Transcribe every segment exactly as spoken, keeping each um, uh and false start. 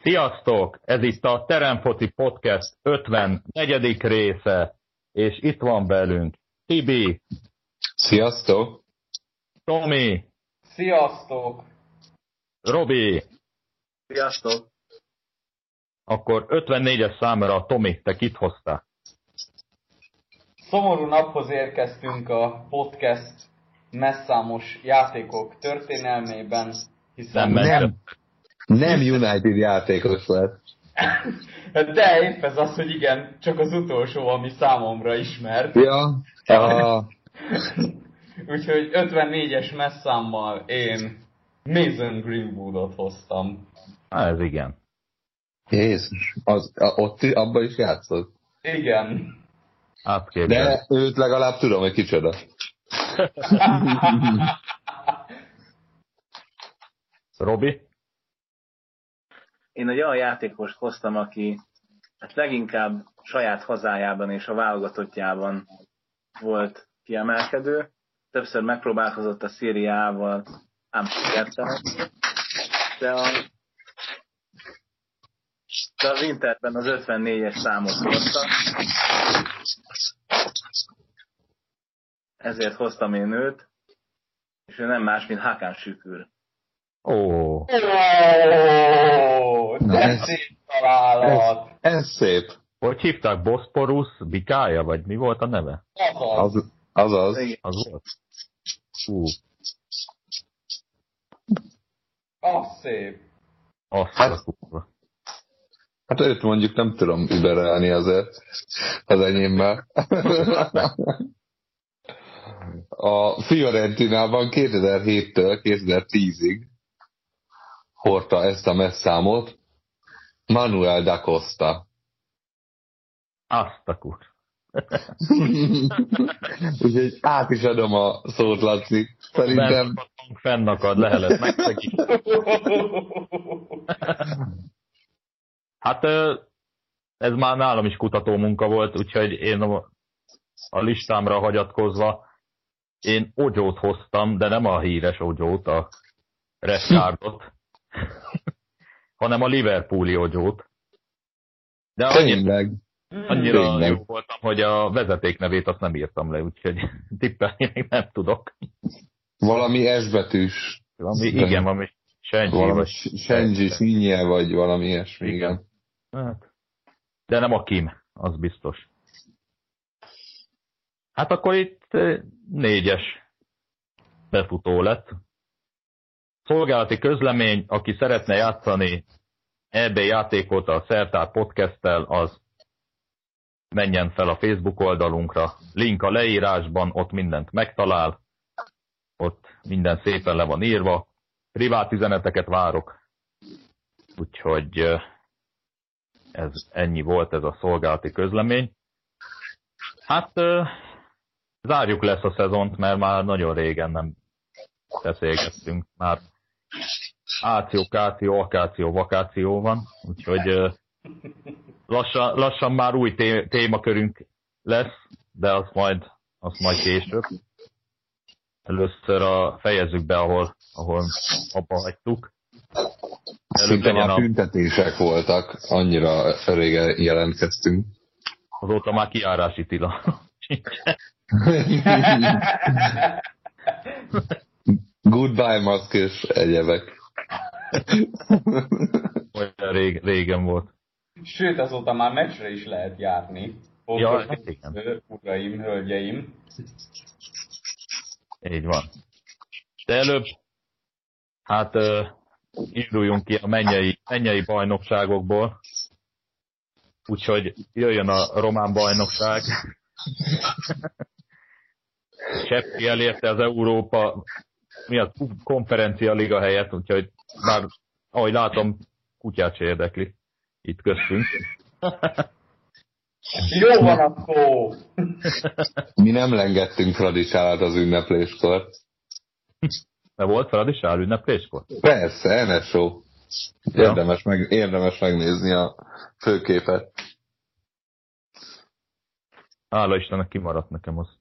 Sziasztok! Ez itt a Teremfoci Podcast ötvennegyedik része, és itt van velünk Tibi. Sziasztok! Tomi. Sziasztok! Robi. Sziasztok! Akkor ötvennégyes számra a Tomi, te kit hoztál? Szomorú naphoz érkeztünk a podcast messzámos játékok történelmében, hiszen... Nem, nem, nem United játékos lett. De épp ez az, hogy igen, csak az utolsó, ami számomra ismert. Ja. A... Úgyhogy ötvennégyes messzámmal én Mason Greenwoodot hoztam. Há, ez igen. Jézus, az, a, ott abban is játszott. Igen. Átképzel. De őt legalább tudom, hogy kicsoda. Robi? Én egy olyan játékost hoztam, aki hát leginkább saját hazájában és a válogatottjában volt kiemelkedő. Többször megpróbálkozott a Szíriával, ám sikertelen. De, a, de az Interben az ötvennégyes számot hozta. Ezért hoztam én őt, és ő nem más, mint Hakan Şükür. Ó. Oh, de ez, szép találat! Ez, ez szép. Hogy hívták? Bosporus Bikája, vagy mi volt a neve? Azaz. Az, azaz. Az volt? Hú. Az szép. Azt Hát- a kurva. Hát őt mondjuk nem tudom überelni azért az enyémmel. A Fiorentinában kétezer-héttől kétezer-tízig hordta ezt a messzámot Manuel da Costa. Azt a kur. Úgyhogy át is adom a szót, Laci. Szerintem... Fennakad, lehelet megszegít. Hát ez már nálam is kutató munka volt, úgyhogy én a listámra hagyatkozva én Ogyót hoztam, de nem a híres Ogyót, a Reszkárdot, hanem a Liverpooli Ogyót. De annyira, Tényleg. annyira Tényleg. jó voltam, hogy a vezetéknevét azt nem írtam le, úgyhogy tippelni még nem tudok. Valami S-betűs. Valami, igen, valami Senji, Valami vagy... Senji, Sinje, vagy valami ilyesmi, igen. Hát, de nem a Kim, az biztos. Hát akkor itt eh, négyes befutó lett. Szolgálati közlemény, aki szeretne játszani é bé játékot a Szertár Podcasttel, az menjen fel a Facebook oldalunkra. Link a leírásban, ott mindent megtalál. Ott minden szépen le van írva. Privát üzeneteket várok. Úgyhogy eh, ez ennyi volt ez a szolgálati közlemény. Hát euh, zárjuk lesz a szezont, mert már nagyon régen nem beszélgettünk. Már áció, káció, akáció, vakáció van, úgyhogy euh, lassan, lassan már új té- témakörünk lesz, de azt majd, azt majd később. Először a, fejezzük be, ahol, ahol abba hagytuk. Szinte már a... büntetések voltak, annyira régen jelentkeztünk. Azóta már kijárási tila. Goodbye, maszk és egyebek. Olyan rég, régen volt. Sőt, azóta már meccsre is lehet járni. Ja, Pontos, igen. uraim, hölgyeim. Így van. De előbb, hát uh, induljunk ki a mennyei, mennyei bajnokságokból. Úgyhogy jöjjön a román bajnokság. Sepsi elérte az Európa mi a konferencia liga helyett, úgyhogy már, ahogy látom, kutyát se érdekli itt köztünk. Jó van akkor! Mi nem lengettünk Fradisálát az ünnepléskor. De volt Fradisál ünnepléskor? Persze, en es o. Érdemes, meg, érdemes megnézni a főképet. Hála Istennek kimaradt nekem az.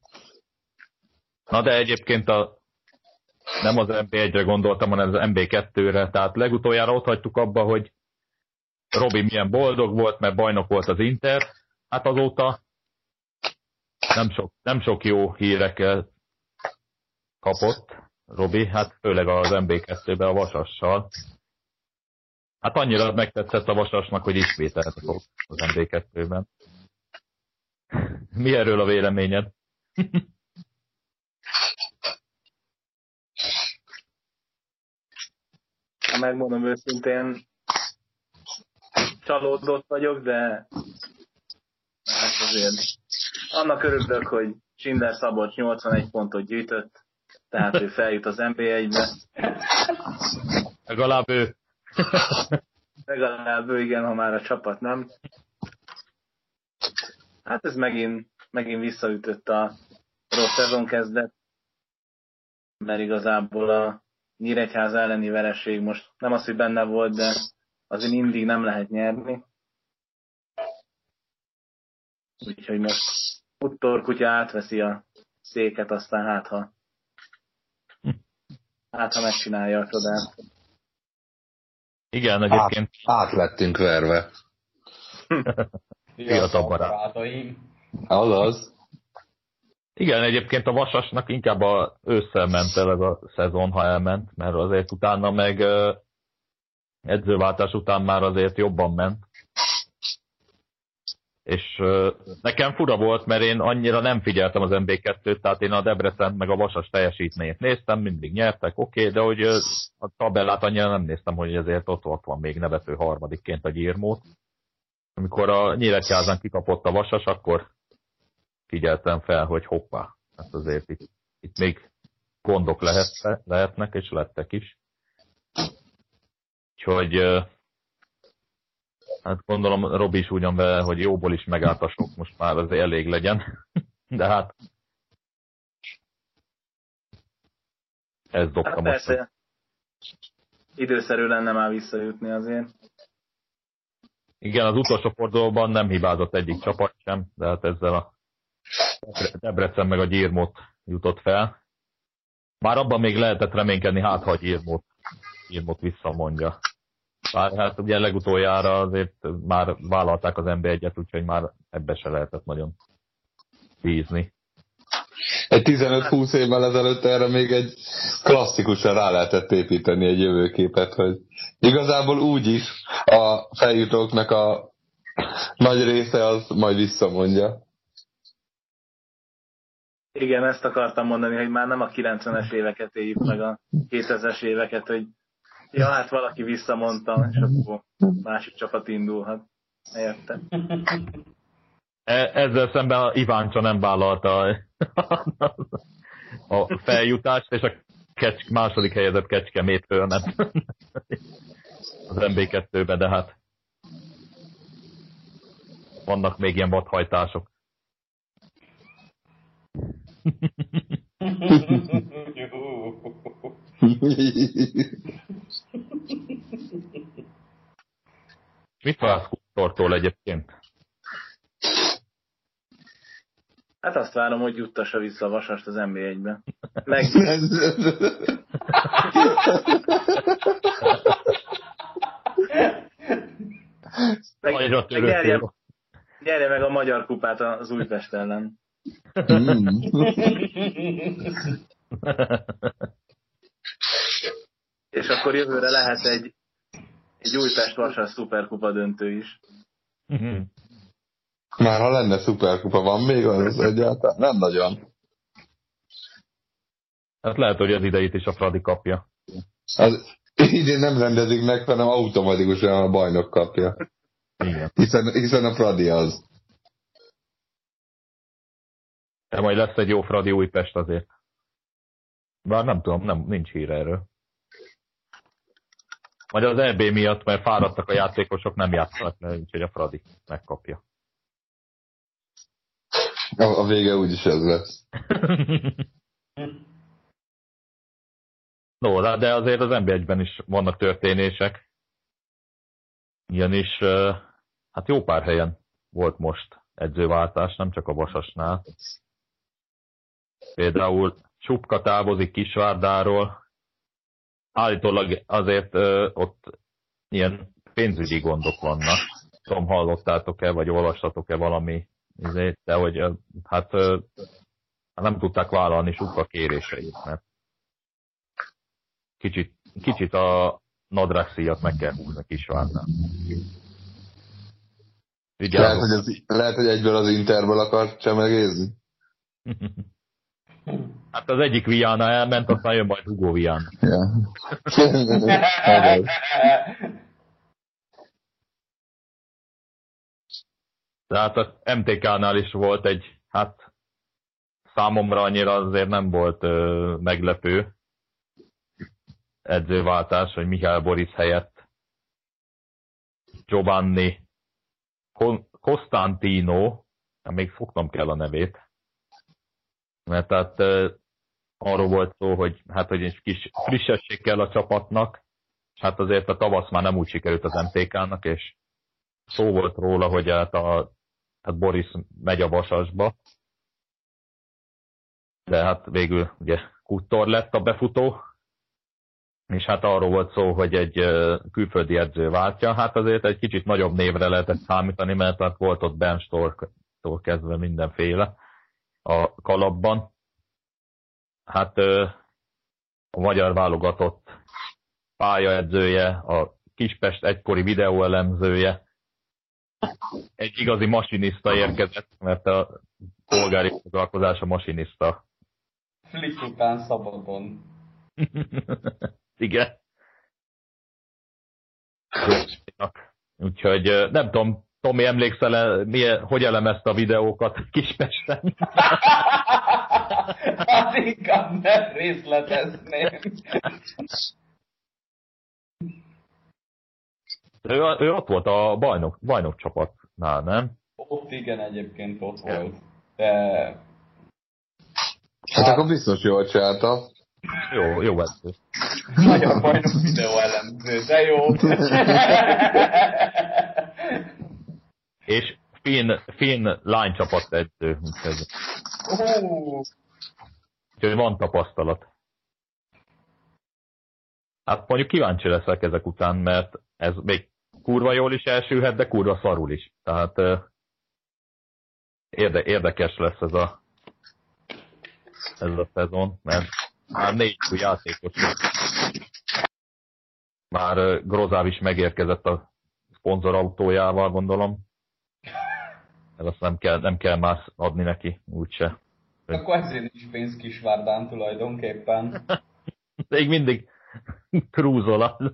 Na de egyébként a, nem az en bé egyre gondoltam, hanem az en bé kettőre. Tehát legutoljára ott hagytuk abba, hogy Robi milyen boldog volt, mert bajnok volt az Inter. Hát azóta nem sok, nem sok jó híreket kapott Robi, hát főleg az em bé kettőben a Vasassal. Hát annyira megtetszett a Vasasnak, hogy ismételni fog az em bé kettőben. Mi erről a véleményed? Ha megmondom őszintén, csalódott vagyok, de hát azért annak örülök, hogy Schindler Szabolcs nyolcvanegy pontot gyűjtött, tehát ő feljut az en bé egybe. Legalább ő. Legalább ő, igen, ha már a csapat nem. Hát ez megint, megint visszaütött a rossz szezon kezdet, mert igazából a Nyíregyháza elleni vereség most nem az, hogy benne volt, de azért mindig nem lehet nyerni. Úgyhogy most Uttor kutya átveszi a széket, aztán hát ha, hát, ha megcsinálja a csodát. Igen, egyébként. Át, át lettünk verve. Fiatal barátaim. Azaz. Igen, egyébként a Vasasnak inkább a ősszel ment el ez a szezon, ha elment, mert azért utána meg edzőváltás után már azért jobban ment. És nekem fura volt, mert én annyira nem figyeltem az em bé kettőt, tehát én a Debrecen meg a Vasas teljesítményét néztem, mindig nyertek, oké, okay, de hogy a tabellát annyira nem néztem, hogy ezért ott, ott van még nevető harmadikként a Gyirmót. Amikor a Nyíregyházán kikapott a Vasas, akkor figyeltem fel, hogy hoppá, hát azért itt, itt még gondok lehet, lehetnek, és lettek is. Úgyhogy hát gondolom Robi is ugyan vele, hogy jóból is megállt a sok, most már azért elég legyen. De hát ez dobta hát most. Persze. Időszerű lenne már visszajutni azért. Igen, az utolsó fordulóban nem hibázott egyik csapat sem, de hát ezzel a Debrecen meg a Gyirmót jutott fel. Már abban még lehetett reménykedni, hát ha a Gyirmót, Gyirmót visszamondja. Bár hát ugye legutoljára azért már vállalták az em bé egyet, úgyhogy már ebbe se lehetett nagyon bízni. Egy tizenöt-húsz évvel ezelőtt erre még egy klasszikusan rá lehetett építeni egy jövőképet, hogy igazából úgy is a feljutóknak a nagy része az majd visszamondja. Igen, ezt akartam mondani, hogy már nem a kilencvenes éveket éljük meg a kétezres éveket, hogy ja, hát valaki visszamondta, és akkor másik csapat indulhat. Érte. Ezzel szemben a Iváncsa nem vállalta a feljutást, és a kecs, második helyezett Kecskemét fölment az em bé kettőbe, de hát vannak még ilyen vadhajtások. Mit vársz Kusztortól egyébként? Hát azt várom, hogy juttassa vissza a Vasast az em bé egybe. Meg... meg, meg gyerje, gyerje meg a magyar kupát az Újpest ellen. Mm. És akkor jövőre lehet egy, egy Újpest-Vasas szuperkupa döntő is. Mm-hmm. Már ha lenne szuperkupa, van még az egyáltalán? Nem nagyon. Hát lehet, hogy az idejét is a Fradi kapja. Az idén nem rendezik meg, hanem automatikusan a bajnok kapja. Igen. Hiszen, hiszen a Fradi az. De majd lesz egy jó Fradi Újpest azért. Bár nem tudom, nem, nincs hír erről. Majd az é bé miatt, mert fáradtak a játékosok, nem játszanak, úgyhogy a Fradi megkapja. A, a vége úgyis ez lesz. No, de azért az en bé egyben is vannak történések. Ugyanis, hát jó pár helyen volt most edzőváltás, nem csak a Vasasnál. Például Csupka távozik Kisvárdáról. Állítólag azért ott ilyen pénzügyi gondok vannak. Tudom, hallottátok-e, vagy olvastatok-e valami, de hogy hát nem tudták vállalni Sukka kéréseit, mert kicsit, kicsit a nadrágszíjat meg kell húzni Kisvárnál. Lehet hogy, az, lehet, hogy egyből az Interből akart csemegézni? Hát az egyik Viana elment, aztán jön majd Hugo Viana. Ja. Tehát az em té ká-nál is volt egy, hát számomra annyira azért nem volt ö, meglepő edzőváltás, hogy Mihály Boris helyett Giovanni Costantino, még fognom kell a nevét, mert tehát ö, arról volt szó, hogy hát hogy egy kis frissesség kell a csapatnak, és hát azért a tavasz már nem úgy sikerült az em té ká-nak, és szó volt róla, hogy hát, a, hát Boris megy a Vasasba, de hát végül ugye Kuttor lett a befutó, és hát arról volt szó, hogy egy külföldi edző váltja. Hát azért egy kicsit nagyobb névre lehetett számítani, mert hát volt ott Ben Storktól kezdve mindenféle a kalapban. Hát a magyar válogatott pályaedzője, a Kispest egykori videóelemzője, egy igazi masinista érkezett, mert a polgári foglalkozás a masinista. Flick után szabadon. Igen. Úgyhogy nem tudom, Tomi, emlékszel, milyen, hogy elemezte a videókat Kispesten? Hát inkább nem részletezném. Ő, ő ott volt a bajnok, bajnok csapatnál, nem? Ott igen, egyébként ott volt. De... Hát akkor biztos jól csinálta. Jó, jó edző. Magyar bajnok videó elemző, de jó. És finn, finn lánycsapat edző. Úgyhogy, Oh. úgyhogy van tapasztalat. Hát mondjuk kíváncsi leszek ezek után, mert ez még kurva jól is elsülhet, de kurva szarul is. Tehát érde, érdekes lesz ez a, ez a szezon, mert már négy új játékos. Már Grozáv is megérkezett a szponzorautójával, gondolom. Ez azt nem kell, nem kell már adni neki, úgyse. Akkor ezért is pénz Kisvárdán tulajdonképpen. Még mindig krúzol az.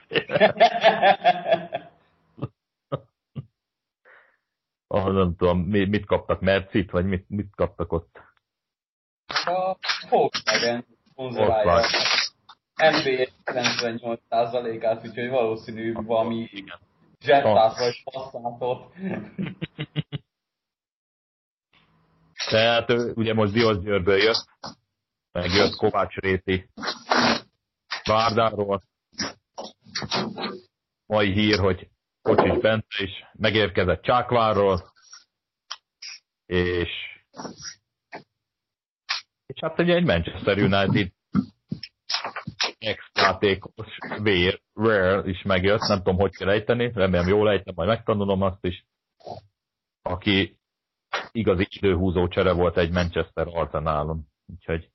Ah, nem tudom, mit kaptak, Mercit, vagy mit, mit kaptak ott? A Volkswagen szponzorálja en bé egy kilencvennyolc százalékát, úgyhogy valószínű valami Jettát vagy Passatot. Tehát ugye most Diósgyőrből jött, meg jött Kovács Réti Várdáról. Mai hír, hogy Kocsis Bence is megérkezett Csákvárról, és, és hát ugye egy Manchester United ex-játékos Vér, Rare is megjött, nem tudom, hogy kell ejteni, remélem jól ejtem, majd megtanulom azt is, aki igazi időhúzó csere volt egy Manchester Arsenalon, úgyhogy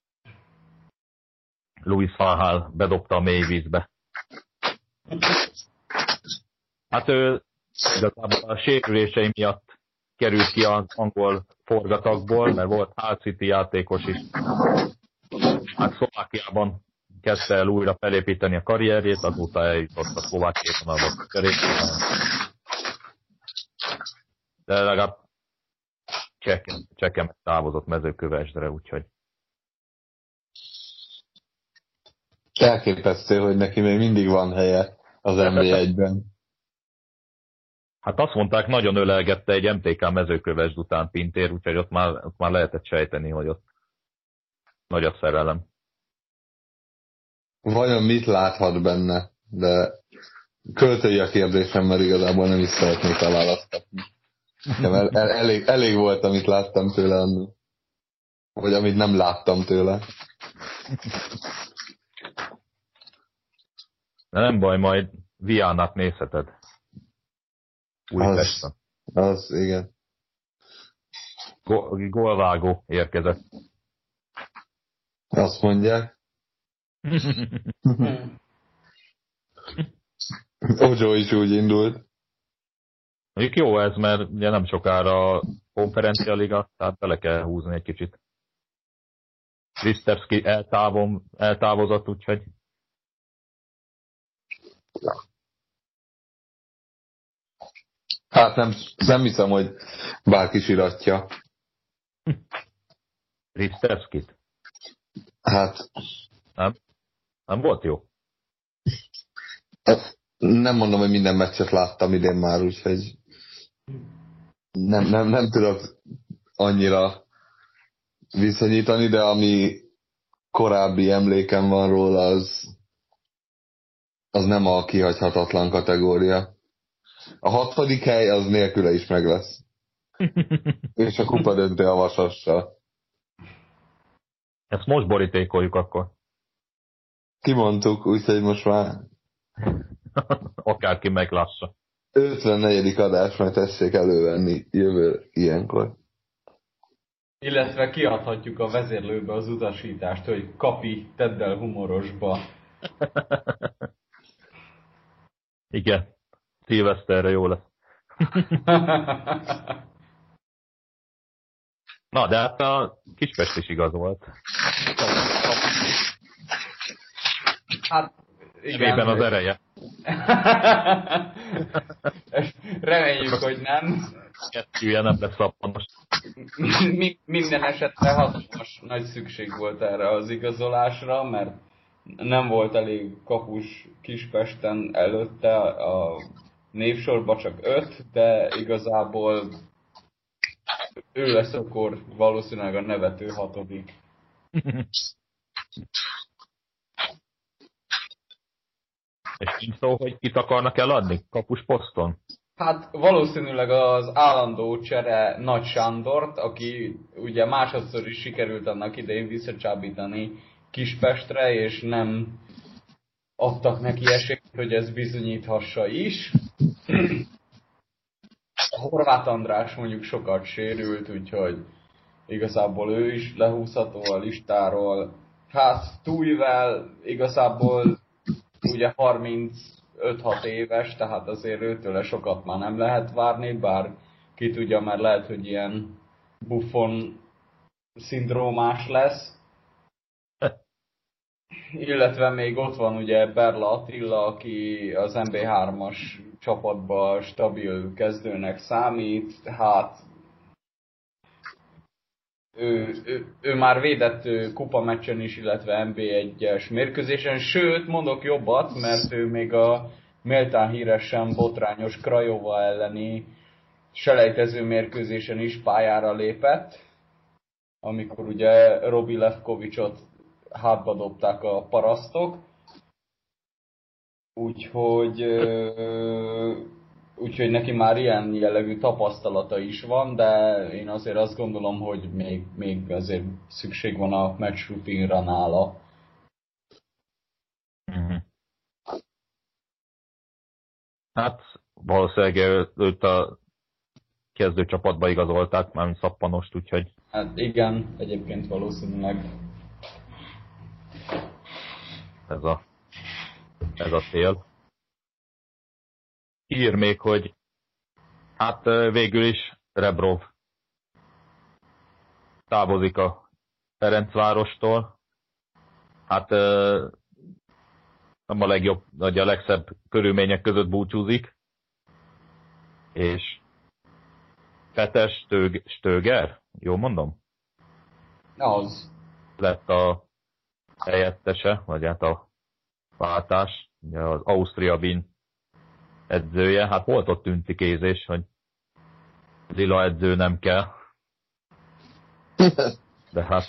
Louis van Gaal bedobta a mély vízbe. Hát ő igazából a sérülései miatt került ki az angol forgatagból, mert volt Hull City játékos is. Hát Szlovákiában kezdte el újra felépíteni a karrierjét, azóta eljutott a Szlovákiában a körében. De legalább Csekem távozott Mezőkövesdre, úgyhogy. Elképesztő, hogy neki még mindig van helye az en bé egyben. Hát azt mondták, nagyon ölelgette egy em té ká Mezőkövesd után Pintér, úgyhogy ott már, ott már lehetett sejteni, hogy ott nagy a szerelem. Vajon mit láthat benne, de költői a kérdésem, mert igazából nem is szeretnék a választ kapni. El, el, elég, elég volt, amit láttam tőle, vagy amit nem láttam tőle. De nem baj, majd Viánát nézheted. Újpesten. Az, az, igen. Go- gólvágó érkezett. Azt mondják. Ojo is úgy indult. Mondjuk jó ez, mert ugye nem sokára a konferencia liga, tehát bele kell húzni egy kicsit. Kristevski eltávon, eltávozott, úgyhogy... Hát nem, nem hiszem, hogy bárki siratja. Kristevskit? Hát... Nem? Nem volt jó? Nem mondom, hogy minden meccset láttam idén már, úgyhogy nem, nem, nem tudok annyira viszonyítani, de ami korábbi emlékem van róla, az, az nem a kihagyhatatlan kategória. A hatodik hely az nélküle is meg lesz. És a kupa döntő a Vasassal. Ezt most borítékoljuk akkor. Kimondtuk, úgyhogy most már Akárki meglássa. ötvennegyedik adás, mert tessék elővenni jövő ilyenkor. Illetve kiadhatjuk a vezérlőbe az utasítást, hogy Kapi, tedd el humorosba. Igen. Szilveszterre jó lesz. Na, de hát a Kispest is igaz volt. Hát, igen. Ebben az ereje. Reméljük, hogy nem. Kettője nem lesz szappanos. Minden esetre hatalmas nagy szükség volt erre az igazolásra, mert nem volt elég kapus Kispesten előtte a névsorban csak öt, de igazából ő lesz akkor valószínűleg a nevető hatodik. És nincs szó, hogy kit akarnak eladni kapus poszton? Hát valószínűleg az állandó csere Nagy Sándort, aki ugye másodszor is sikerült annak idején visszacsábítani Kispestre, és nem adtak neki esélyt, hogy ez bizonyíthassa is. A Horváth András mondjuk sokat sérült, úgyhogy igazából ő is lehúzható a listáról. Hát Tújvel igazából ugye harmincöt-hat éves, tehát azért őtőle sokat már nem lehet várni, bár ki tudja, mert lehet, hogy ilyen Buffon szindrómás lesz. Illetve még ott van ugye Berla Attila, aki az em bé hármas csapatban stabil kezdőnek számít, hát ő, ő, ő már védett kupameccsen is, illetve em bé egyes mérkőzésen, sőt, mondok jobbat, mert ő még a méltán híresen botrányos Craiova elleni selejtező mérkőzésen is pályára lépett, amikor ugye Robi Levkovicsot hátba dobták a parasztok. Úgyhogy, úgyhogy neki már ilyen jellegű tapasztalata is van, de én azért azt gondolom, hogy még, még azért szükség van a match rutinra nála. Mm-hmm. Hát valószínűleg őt a kezdőcsapatba igazolták, mármint Szappanost, úgyhogy... Hát igen, egyébként valószínűleg. Ez a, ez a cél. Ír még, hogy hát végül is Rebrov távozik a Ferencvárostól. Hát nem a legjobb, vagy a legszebb körülmények között búcsúzik. És Peter Stög, Stöger, jól mondom? Az. Lett a helyettese, vagy hát a váltás, ugye az Ausztria Wien edzője. Hát volt ott tüntikézés, hogy lila edző nem kell. De hát...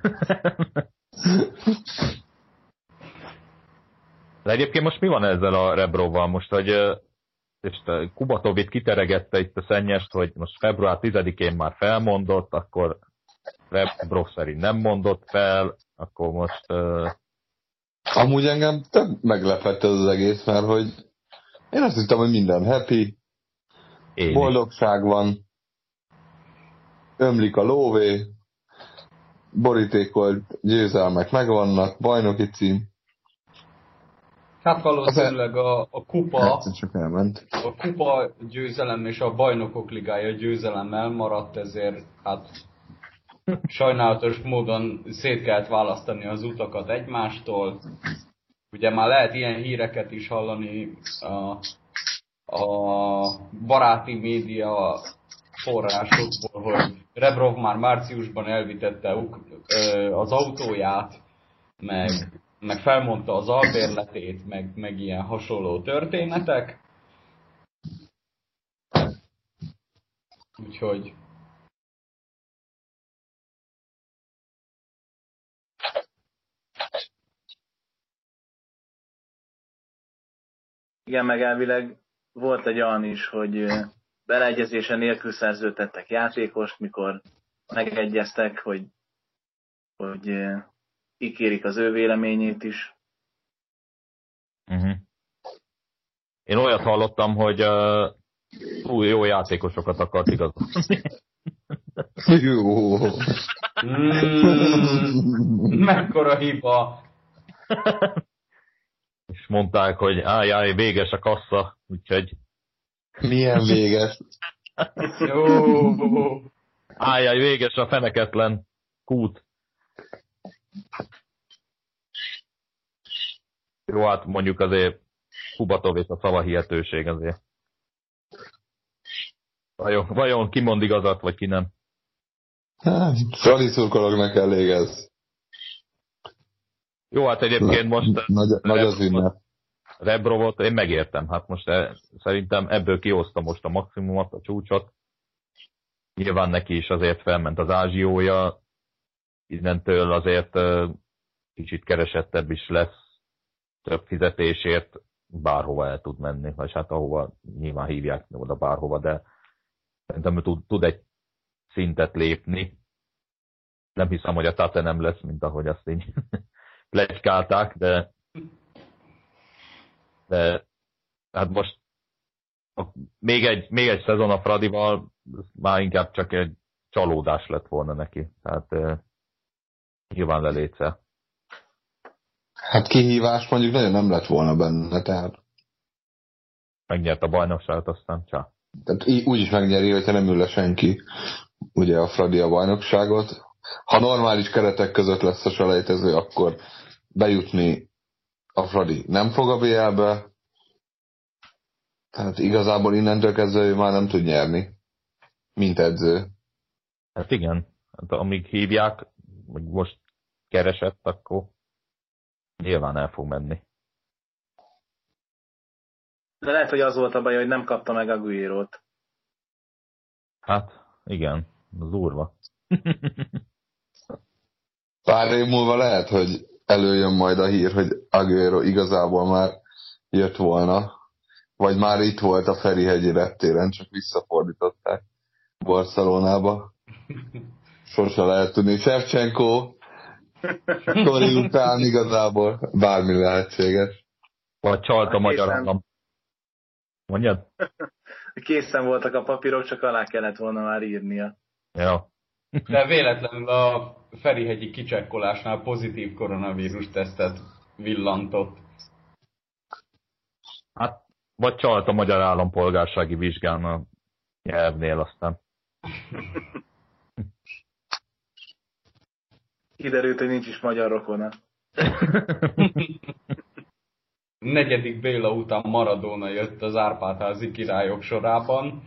De egyébként most mi van ezzel a Rebrovval? Most, hogy és Kubatovit kiteregette itt a szennyest, hogy most február tizedikén már felmondott, akkor Rebrov szerint nem mondott fel, akkor most... Uh... Amúgy engem több meglepett ez az egész, mert hogy Én azt hittem, hogy minden happy, Én boldogság van, ömlik a lóvé, borítékolt győzelmek megvannak, bajnoki cím. Hát valószínűleg a, a kupa, csak elment. a kupa győzelem és a bajnokok ligája győzelem elmaradt, ezért hát sajnálatos módon szét kellett választani az utakat egymástól. Ugye már lehet ilyen híreket is hallani a, a baráti média forrásokból, hogy Rebrov már márciusban elvitette az autóját, meg, meg felmondta az albérletét, meg, meg ilyen hasonló történetek. Úgyhogy... Igen, meg elvileg volt egy olyan is, hogy beleegyezése nélkül szerződtettek játékost, mikor megegyeztek, hogy, hogy kikérik az ő véleményét is. Uh-huh. Én olyat hallottam, hogy uh, új jó játékosokat akart igazolni. Jó. Mm, mekkora hiba. És mondták, hogy ájjáj, véges a kassa, úgyhogy... Milyen véges? Jó. Ájjáj, véges a feneketlen kút. Jó, hát mondjuk azért Kubatov és a szavahihetőség azért. Vajon, vajon ki mond igazat, vagy ki nem? Fradi szurkolóknak elég ez. Jó, hát egyébként most... Nagy, nagy az ünnep. Rebrovot én megértem, hát most e, szerintem ebből kihozta most a maximumot, a csúcsot. Nyilván neki is azért felment az ázsiója, innentől azért e, kicsit keresettebb is lesz, több fizetésért bárhova el tud menni, vagy hát ahova nyilván hívják oda bárhova, de szerintem tud, tud egy szintet lépni. Nem hiszem, hogy a Tate nem lesz, mint ahogy azt így pletykálták, de de hát most a, még, egy, még egy szezon a Fradival már inkább csak egy csalódás lett volna neki. Tehát eh, nyilván lelétszel. Hát kihívás mondjuk nagyon nem lett volna benne, tehát... Megnyert a bajnokságot, aztán csá. Tehát úgy is megnyeri, hogyha nem ül le senki, ugye a Fradi a bajnokságot. Ha normális keretek között lesz a selejtező, akkor bejutni a Fradi nem fog a bé el-be. Tehát igazából innentől kezdve ő már nem tud nyerni, mint edző. Hát igen, hát amíg hívják, vagy most keresett, akkor nyilván el fog menni. De lehet, hogy az volt a baj, hogy nem kapta meg a Guirót. Hát igen, az durva. Pár év múlva lehet, hogy előjön majd a hír, hogy Agüero igazából már jött volna, vagy már itt volt a Ferihegyi reptéren, csak visszafordították Barcelonába. Sose lehet tudni. Shevchenko, Tori után igazából bármi lehetséges. Vagy csalt a magyar állam. Mondjad? Készen voltak a papírok, csak alá kellett volna már írnia. Ja. De véletlenül a Ferihegyi kicsekkolásnál pozitív koronavírus tesztet villantott. Hát, vagy csalt a magyar állampolgársági vizsgán a nyelvnél aztán. Kiderült, hogy nincs is magyar rokona. Negyedik Béla után Maradona jött az Árpád-házi királyok sorában.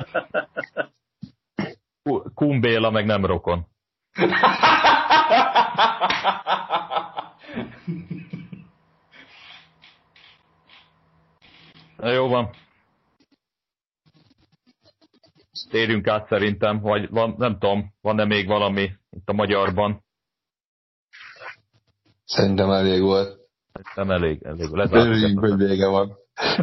Kun Béla meg nem rokon. Na jó van. Térjünk át szerintem, vagy van, nem tudom, van-e még valami itt a magyarban? Szerintem elég volt. Nem elég, elég. Örüljünk, hogy vége van.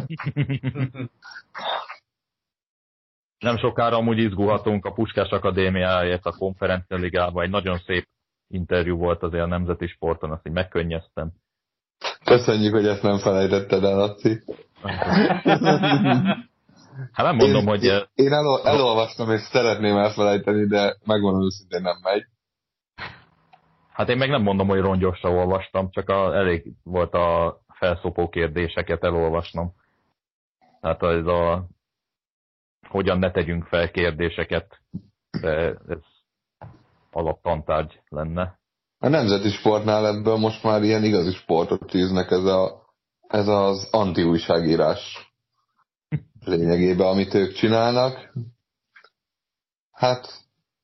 Nem sokára amúgy izgulhatunk a Puskás Akadémiáért a Konferencia Ligában. Egy nagyon szép interjú volt azért a Nemzeti Sporton, azt így megkönnyeztem. Köszönjük, hogy ezt nem felejtetted el, Laci. Hát nem mondom, én, hogy... Én, én elol, elolvastam, és szeretném elfelejteni, de megmondom őszintén nem megy. Hát én meg nem mondom, hogy rongyosra olvastam, csak a, elég volt a felszopó kérdéseket elolvasnom. Hát ez a... Hogyan ne tegyünk fel kérdéseket, de ez alaptantárgy lenne. A nemzeti sportnál ebből most már ilyen igazi sportot űznek, ez, a, ez az anti-újságírás lényegében, amit ők csinálnak. Hát...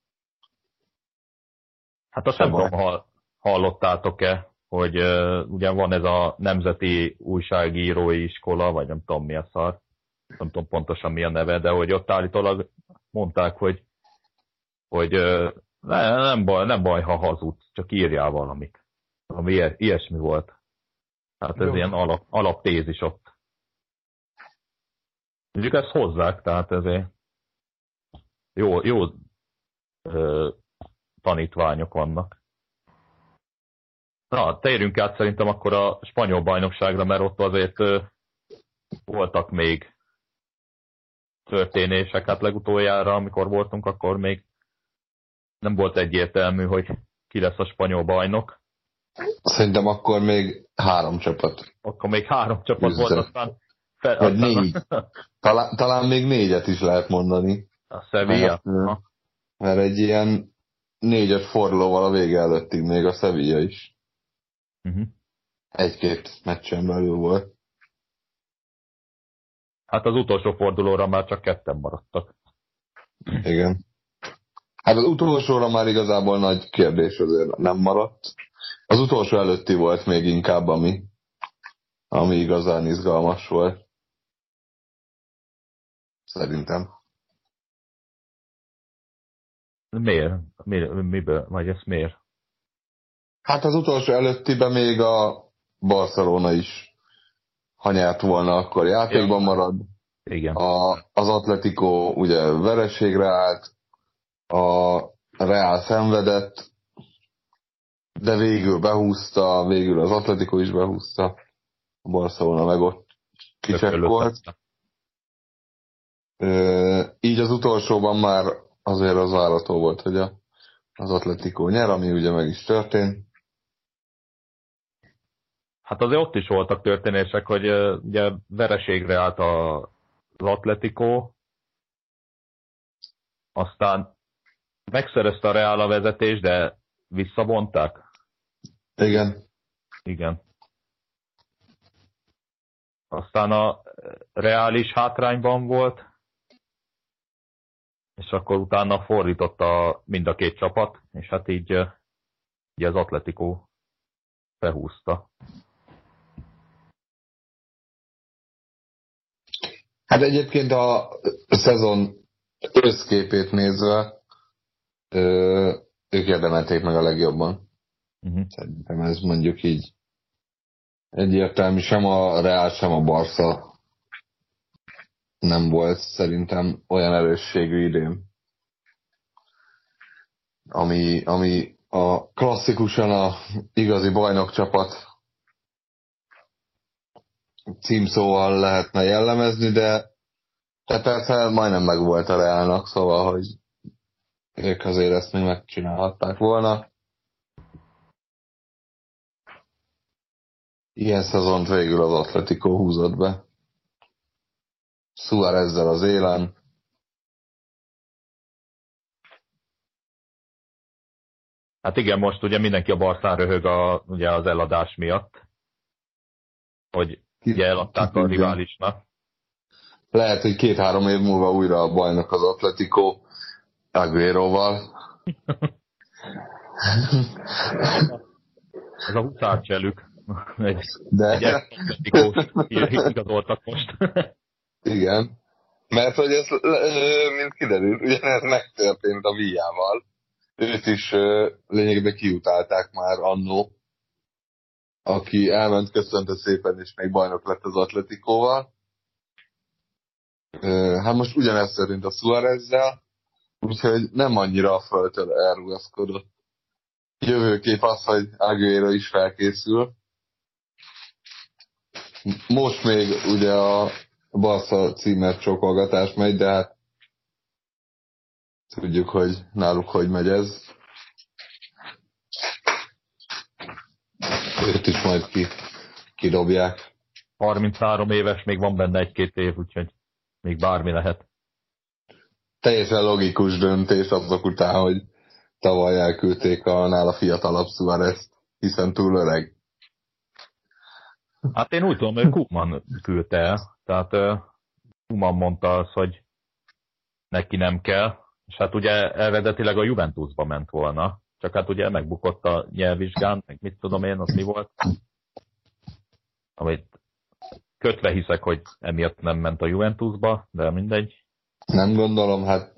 Hát azt nem tudom, hallottátok-e, hogy uh, ugye van ez a nemzeti újságírói iskola, vagy nem tudom mi a szar, nem tudom pontosan mi a neve, de hogy ott állítólag mondták, hogy, hogy uh, ne, nem, baj, nem baj, ha hazudsz, csak írjál valamit. Ami ilyesmi volt. Hát ez jó. Ilyen alap, alaptézis ott. Mondjuk ezt hozzák, tehát ezért jó, jó uh, tanítványok vannak. Na, térjünk át szerintem akkor a spanyol bajnokságra, mert ott azért ö, voltak még történések. Hát legutoljára, amikor voltunk, akkor még nem volt egyértelmű, hogy ki lesz a spanyol bajnok. Szerintem akkor még három csapat. Akkor még három csapat Üzze. volt, aztán... Fe, Vagy aztán négy. Talán, talán még négyet is lehet mondani. A Sevilla. Mert, mert egy ilyen négyes fordulóval a vége előttig még a Sevilla is. Uh-huh. Egy-két meccsen belül volt. Hát az utolsó fordulóra már csak ketten maradtak. Igen. Hát az utolsóra már igazából nagy kérdés azért nem maradt. Az utolsó előtti volt még inkább, ami, ami igazán izgalmas volt. Szerintem. Miért? Mi, miből? Vagy ez miért? Hát az utolsó előttiben még a Barcelona is, ha nyert volna, akkor játékban marad. Igen. A, az Atletico ugye vereségre állt, a Real szenvedett, de végül behúzta, végül az Atletico is behúzta, a Barcelona meg ott kicsekkolt. Így az utolsóban már azért az várható volt, hogy a, az Atletico nyer, ami ugye meg is történt. Hát azért ott is voltak történések, hogy uh, ugye vereségre állt a, az Atletico, aztán megszerezte a Real a vezetés, de visszavonták. Igen. Igen. Aztán a Real is hátrányban volt, és akkor utána fordította mind a két csapat, és hát így, így az Atletico behúzta. Hát egyébként a szezon összképét nézve ö, ők érdemelték meg a legjobban. Uh-huh. Szerintem ez mondjuk így egyértelmű, sem a Real, sem a Barca nem volt szerintem olyan erősségű idén, ami, ami a klasszikusan a igazi bajnokcsapat címszóval lehetne jellemezni, de tehát persze majdnem megvolt a Realnak, szóval, hogy ők azért ezt még megcsinálhatták volna. Ilyen szezont végül az Atletico húzott be. Suárezzel az élen. Hát igen, most ugye mindenki a Barszán röhög a, ugye az eladás miatt, hogy ugye eladták a riválisnak. Lehet, hogy két-három év múlva újra a bajnok az Atletico Agüeroval. Ez a huszárcselük. Egy, De... egy Atletico igazoltak most. Igen. Mert hogy ez, mint kiderült, ugyanez megtörtént a Villával. Őt is lényegében kiutálták már annó, aki elment, köszönte szépen, és még bajnok lett az Atleticóval. Hát most ugyanezt történt a Suárezzel, úgyhogy nem annyira a földtől elrugaszkodott. Jövőkép az, hogy Agüero is felkészül. most még ugye a Barca címer csókolgatás megy, de hát tudjuk, hogy náluk hogy megy ez. Őt is majd ki, kidobják. harminchárom éves, még van benne egy-két év, úgyhogy még bármi lehet. Teljesen logikus döntés azok után, hogy tavaly elküldték a nála fiatalabb Suárez-t, hiszen túl öreg. Hát én úgy tudom, hogy Koeman küldte el. Tehát uh, Koeman mondta azt, hogy neki nem kell. És hát ugye eredetileg a Juventusba ment volna. Csak hát ugye megbukott a nyelvvizsgán, meg mit tudom én, az mi volt. Amit kötve hiszek, hogy emiatt nem ment a Juventusba, de mindegy. Nem gondolom, hát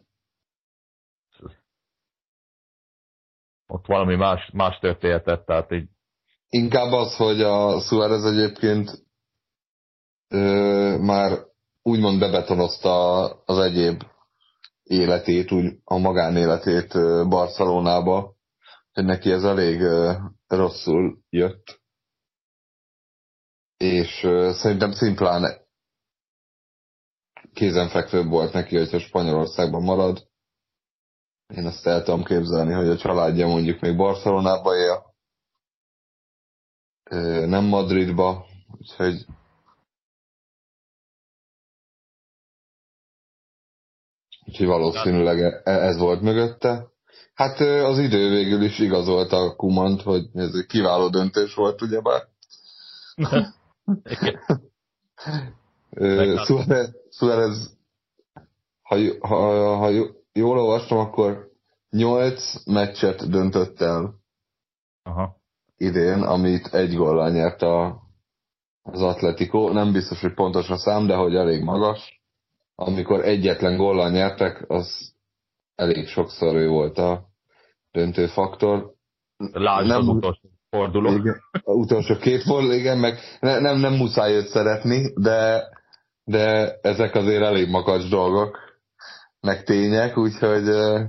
ott valami más, más történetet, tehát így... Inkább az, hogy a Suárez egyébként ö, már úgymond bebetonozta az egyéb életét, úgy a magánéletét Barcelonába, hogy neki ez elég ö, rosszul jött. És ö, szerintem szimplán kézenfekvőbb volt neki, hogyha Spanyolországban marad. Én azt el tudom képzelni, hogy a családja mondjuk még Barcelonába él, nem Madridba, úgyhogy úgyhogy valószínűleg ez volt mögötte. Hát az idő végül is igazolta a Koemant, hogy ez egy kiváló döntés volt, ugyebár. Suárez, ha, ha, ha jól olvastam, akkor nyolc meccset döntött el. Aha. Idén, amit egy góllal nyert a, az Atletico. Nem biztos, hogy pontos a szám, de hogy elég magas. Amikor egyetlen góllal nyertek, az elég sokszor ő volt a döntő faktor. Lásd nem, az utolsó forduló. Igen, az utolsó két forduló, igen, meg ne, nem, nem muszáj őt szeretni, de, de ezek azért elég makacs dolgok, meg tények, úgyhogy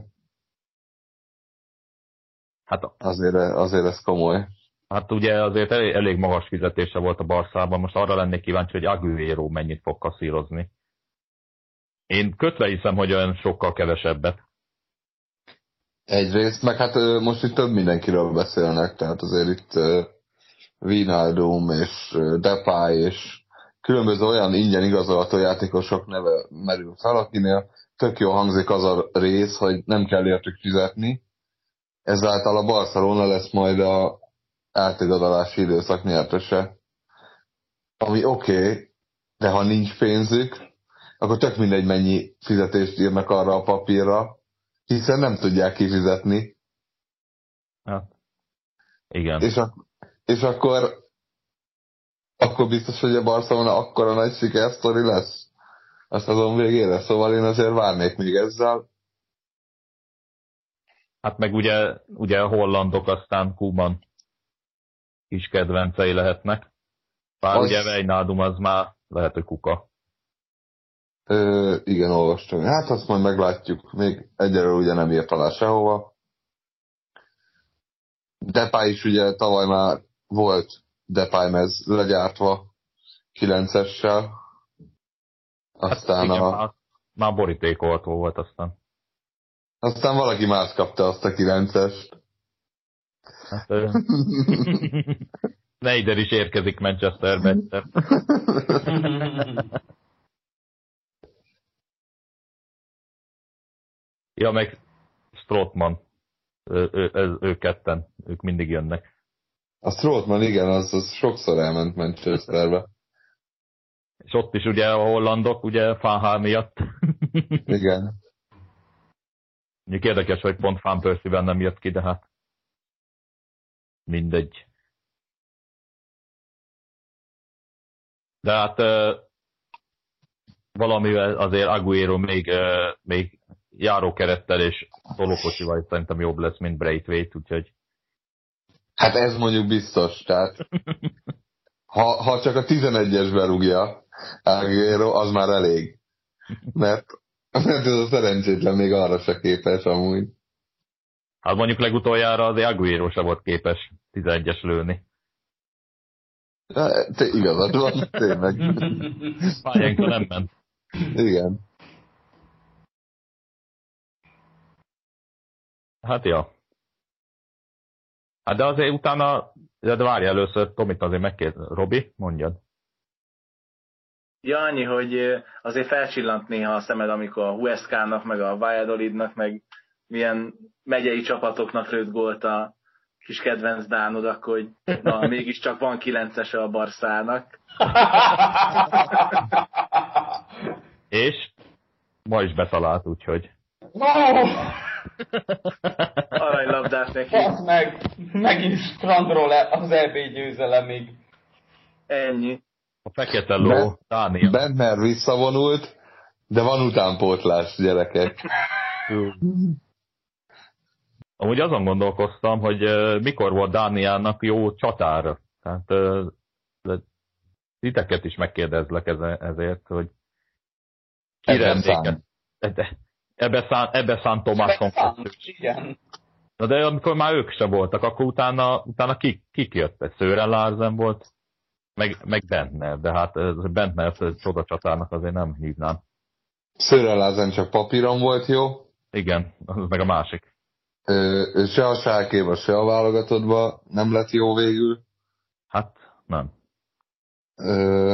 hát azért, azért ez komoly. Hát ugye azért elég, elég magas fizetése volt a Barszában, most arra lennék kíváncsi, hogy Agüero mennyit fog kasszírozni. Én kötve hiszem, hogy olyan sokkal kevesebbet. Egyrészt, meg hát most itt több mindenkiről beszélnek, tehát azért itt Wijnaldum és Depay és különböző olyan ingyen igazolható játékosok neve merül fel, akinél tök jó hangzik az a rész, hogy nem kell értük fizetni. Ezáltal a Barcelona lesz majd a átigazolási időszak nyertese. Ami oké, okay, de ha nincs pénzük, akkor tök mindegy mennyi fizetést írnak arra a papírra, hiszen nem tudják kifizetni. Hát, igen. És, a, és akkor akkor biztos, hogy a Barcelona akkora nagy sikersztori lesz a szezon végére, szóval én azért várnék még ezzel. Hát meg ugye, ugye a hollandok aztán Koeman is kedvencei lehetnek. Bár az... ugye Wijnaldum az már lehet, hogy kuka. Ö, igen, olvastam. Hát azt majd meglátjuk. Még egyelőre ugye nem írt alá sehova. Depay is ugye tavaly már volt Depay mez legyártva kilencessel. Aztán hát igen, a... Már, már borítékoltó volt aztán. Aztán valaki más kapta azt a kilencest. Hát, Neider is érkezik Manchesterbe egyszer. Ja, meg Strootman. Ő, ő, ők ketten. Ők mindig jönnek. A Strootman, igen, az, az sokszor elment Manchesterbe. És ott is ugye a hollandok, ugye Van miatt. Igen. Mondjuk érdekes, hogy pont Van Persie-ben nem jött ki, de hát mindegy. De hát uh, valamivel azért Agüero még, uh, még járókerettel és tolókocsival szerintem jobb lesz, mint Braithwaite, úgyhogy... Hát ez mondjuk biztos, tehát ha, ha csak a tizenegyesbe rúgja Agüero, az már elég. Mert, mert ez a szerencsétlen még arra se képes amúgy. Hát mondjuk legutoljára az Agüero se volt képes tizenegyes lőni. Te igazad van, tényleg. Pályánkra nem ment. Igen. Hát ja. Hát de azért utána, de várj először, Tomit azért megkérdez. Robi, mondjad. Ja, annyi, hogy azért felcsillant néha a szemed, amikor a hú es ká-nak, meg a Valladolidnak, meg milyen megyei csapatoknak lőtt gólt a kis kedvenc Dánod, akkor hogy na, mégiscsak van kilencese a Barszának. És ma is betalált, úgyhogy. Aranylabdát neki. Basz meg! Megint strandról az é bé győzelemig. Ennyi. A fekete ló, Dánia. Bentner visszavonult, de van utánpótlás, gyerekek. Amúgy azon gondolkoztam, hogy uh, mikor volt Dániának jó csatár. Tehát uh, titeket is megkérdezlek ezért, hogy ki rendéket. Ebbe szán, ebbe szán Tomászon. Igen. Na de amikor már ők se voltak, akkor utána, utána kik, kik jöttek? Sören Larsen volt, meg, meg Bentner, de hát Bentner csodacsatárnak azért nem hívnám. Sören Larsen csak papíron volt jó. Igen, az meg a másik. Ö, se a Schalkéba, se a válogatottba nem lett jó végül. Hát nem. Ö,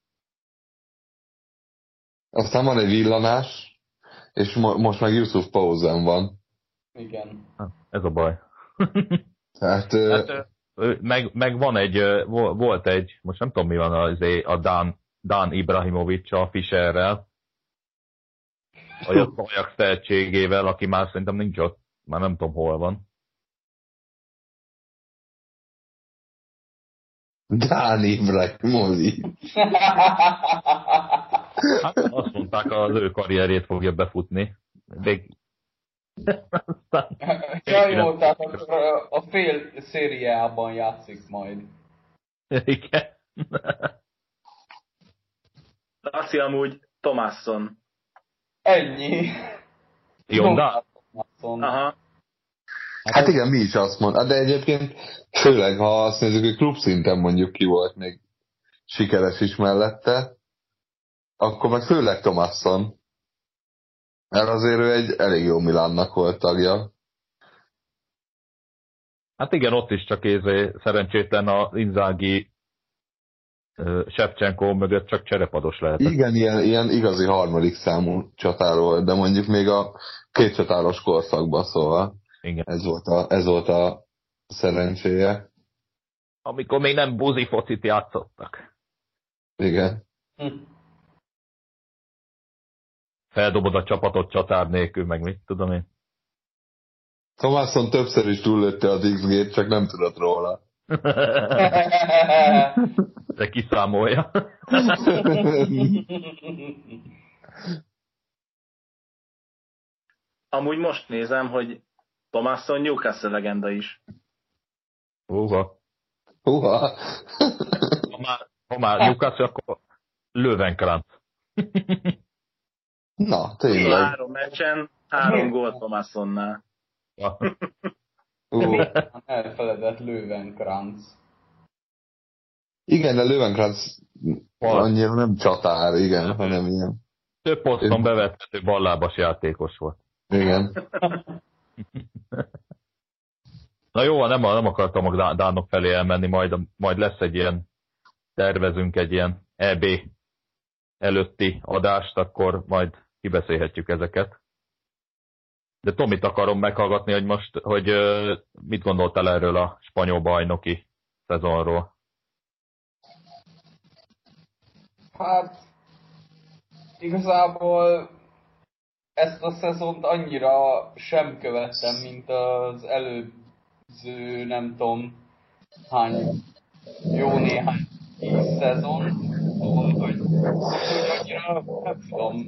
aztán van egy villanás, és mo- most meg Yusuf Pausen van. Igen. Hát, ez a baj. Tehát, ö, hát, meg, meg van egy, volt egy, most nem tudom mi van az a Dan, Dan Ibrahimovic a Fischerrel, a Ajax tehetségével, aki már szerintem nincs ott, már nem tudom hol van. Dan Ibrahimovic. Hát azt mondták, az ő karrierjét fogja befutni. De... Ja, jó, tehát akkor a, a fél szériában játszik majd. Igen. Laci amúgy Tomasson. Ennyi. Jonda? Aha. Hát igen, mi is azt mondjuk. De egyébként főleg, ha azt nézzük, hogy klubszinten mondjuk ki volt még sikeres is mellette, akkor meg főleg Tomasson. Mert azért ő egy elég jó Milánnak volt tagja. Hát igen, ott is csak ézé, szerencsétlen a Inzaghi uh, Shevchenko mögött csak cserepados lehetett. Igen, ilyen, ilyen igazi harmadik számú csatár volt, de mondjuk még a két csatáros korszakban, szóval igen. Ez, volt a, ez volt a szerencséje. Amikor még nem buzi focit játszottak. Igen. Hm. Feldobod a csapatot csatár nélkül, meg mit tudom én. Tomasson többször is túllőtte az iksz gét, csak nem tudott róla. De kiszámolja. Amúgy most nézem, hogy Tomasson Newcastle legenda is. Húha. Húha. Ha már, ha már Newcastle, akkor Löwenkrantz. Na, tényleg. Három meccsen, három gól Tomassonnál. Ja. Uh. Elfeledett Löwenkrantz. Igen, de Löwenkrantz annyira nem csatár, igen, hanem ilyen. Több poszton bevethető ballábas játékos volt. Igen. Na jó, nem, nem akartam a dánok felé elmenni, majd, majd lesz egy ilyen, tervezünk egy ilyen é bé előtti adást, akkor majd kibeszélhetjük ezeket. De Tomit akarom meghallgatni, hogy most, hogy mit gondoltál erről a spanyol bajnoki szezonról? Hát, igazából ezt a szezont annyira sem követtem, mint az előző, nem tudom, hány, jó néhány tíz szezon. Szóval, hogy, hogy annyira nem tudom.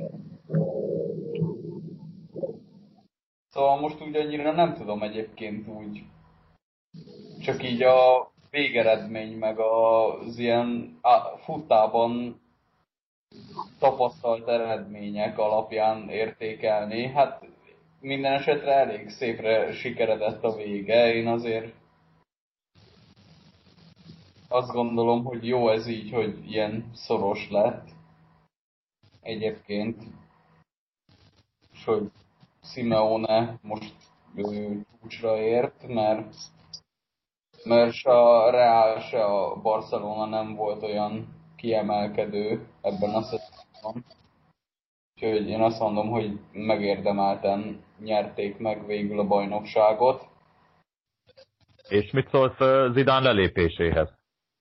Szóval most úgy annyira nem tudom egyébként úgy. Csak így a végeredmény, meg az ilyen futában tapasztalt eredmények alapján értékelni. Hát minden esetre elég szépre sikeredett a vége. Én azért azt gondolom, hogy jó ez így, hogy ilyen szoros lett egyébként, és hogy Simeone most ő, csúcsra ért, mert, mert se a Real, se a Barcelona nem volt olyan kiemelkedő ebben a szezonban. Úgyhogy én azt mondom, hogy megérdemelten nyerték meg végül a bajnokságot. És mit szólsz uh, Zidane lelépéséhez?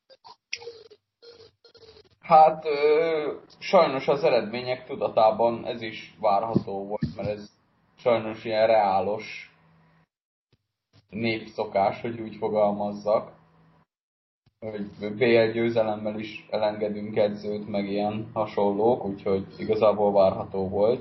Hát ö, sajnos az eredmények tudatában ez is várható volt, mert ez sajnos ilyen reálos népszokás, hogy úgy fogalmazzak, hogy bé el győzelemmel is elengedünk edzőt, meg ilyen hasonlók, úgyhogy igazából várható volt.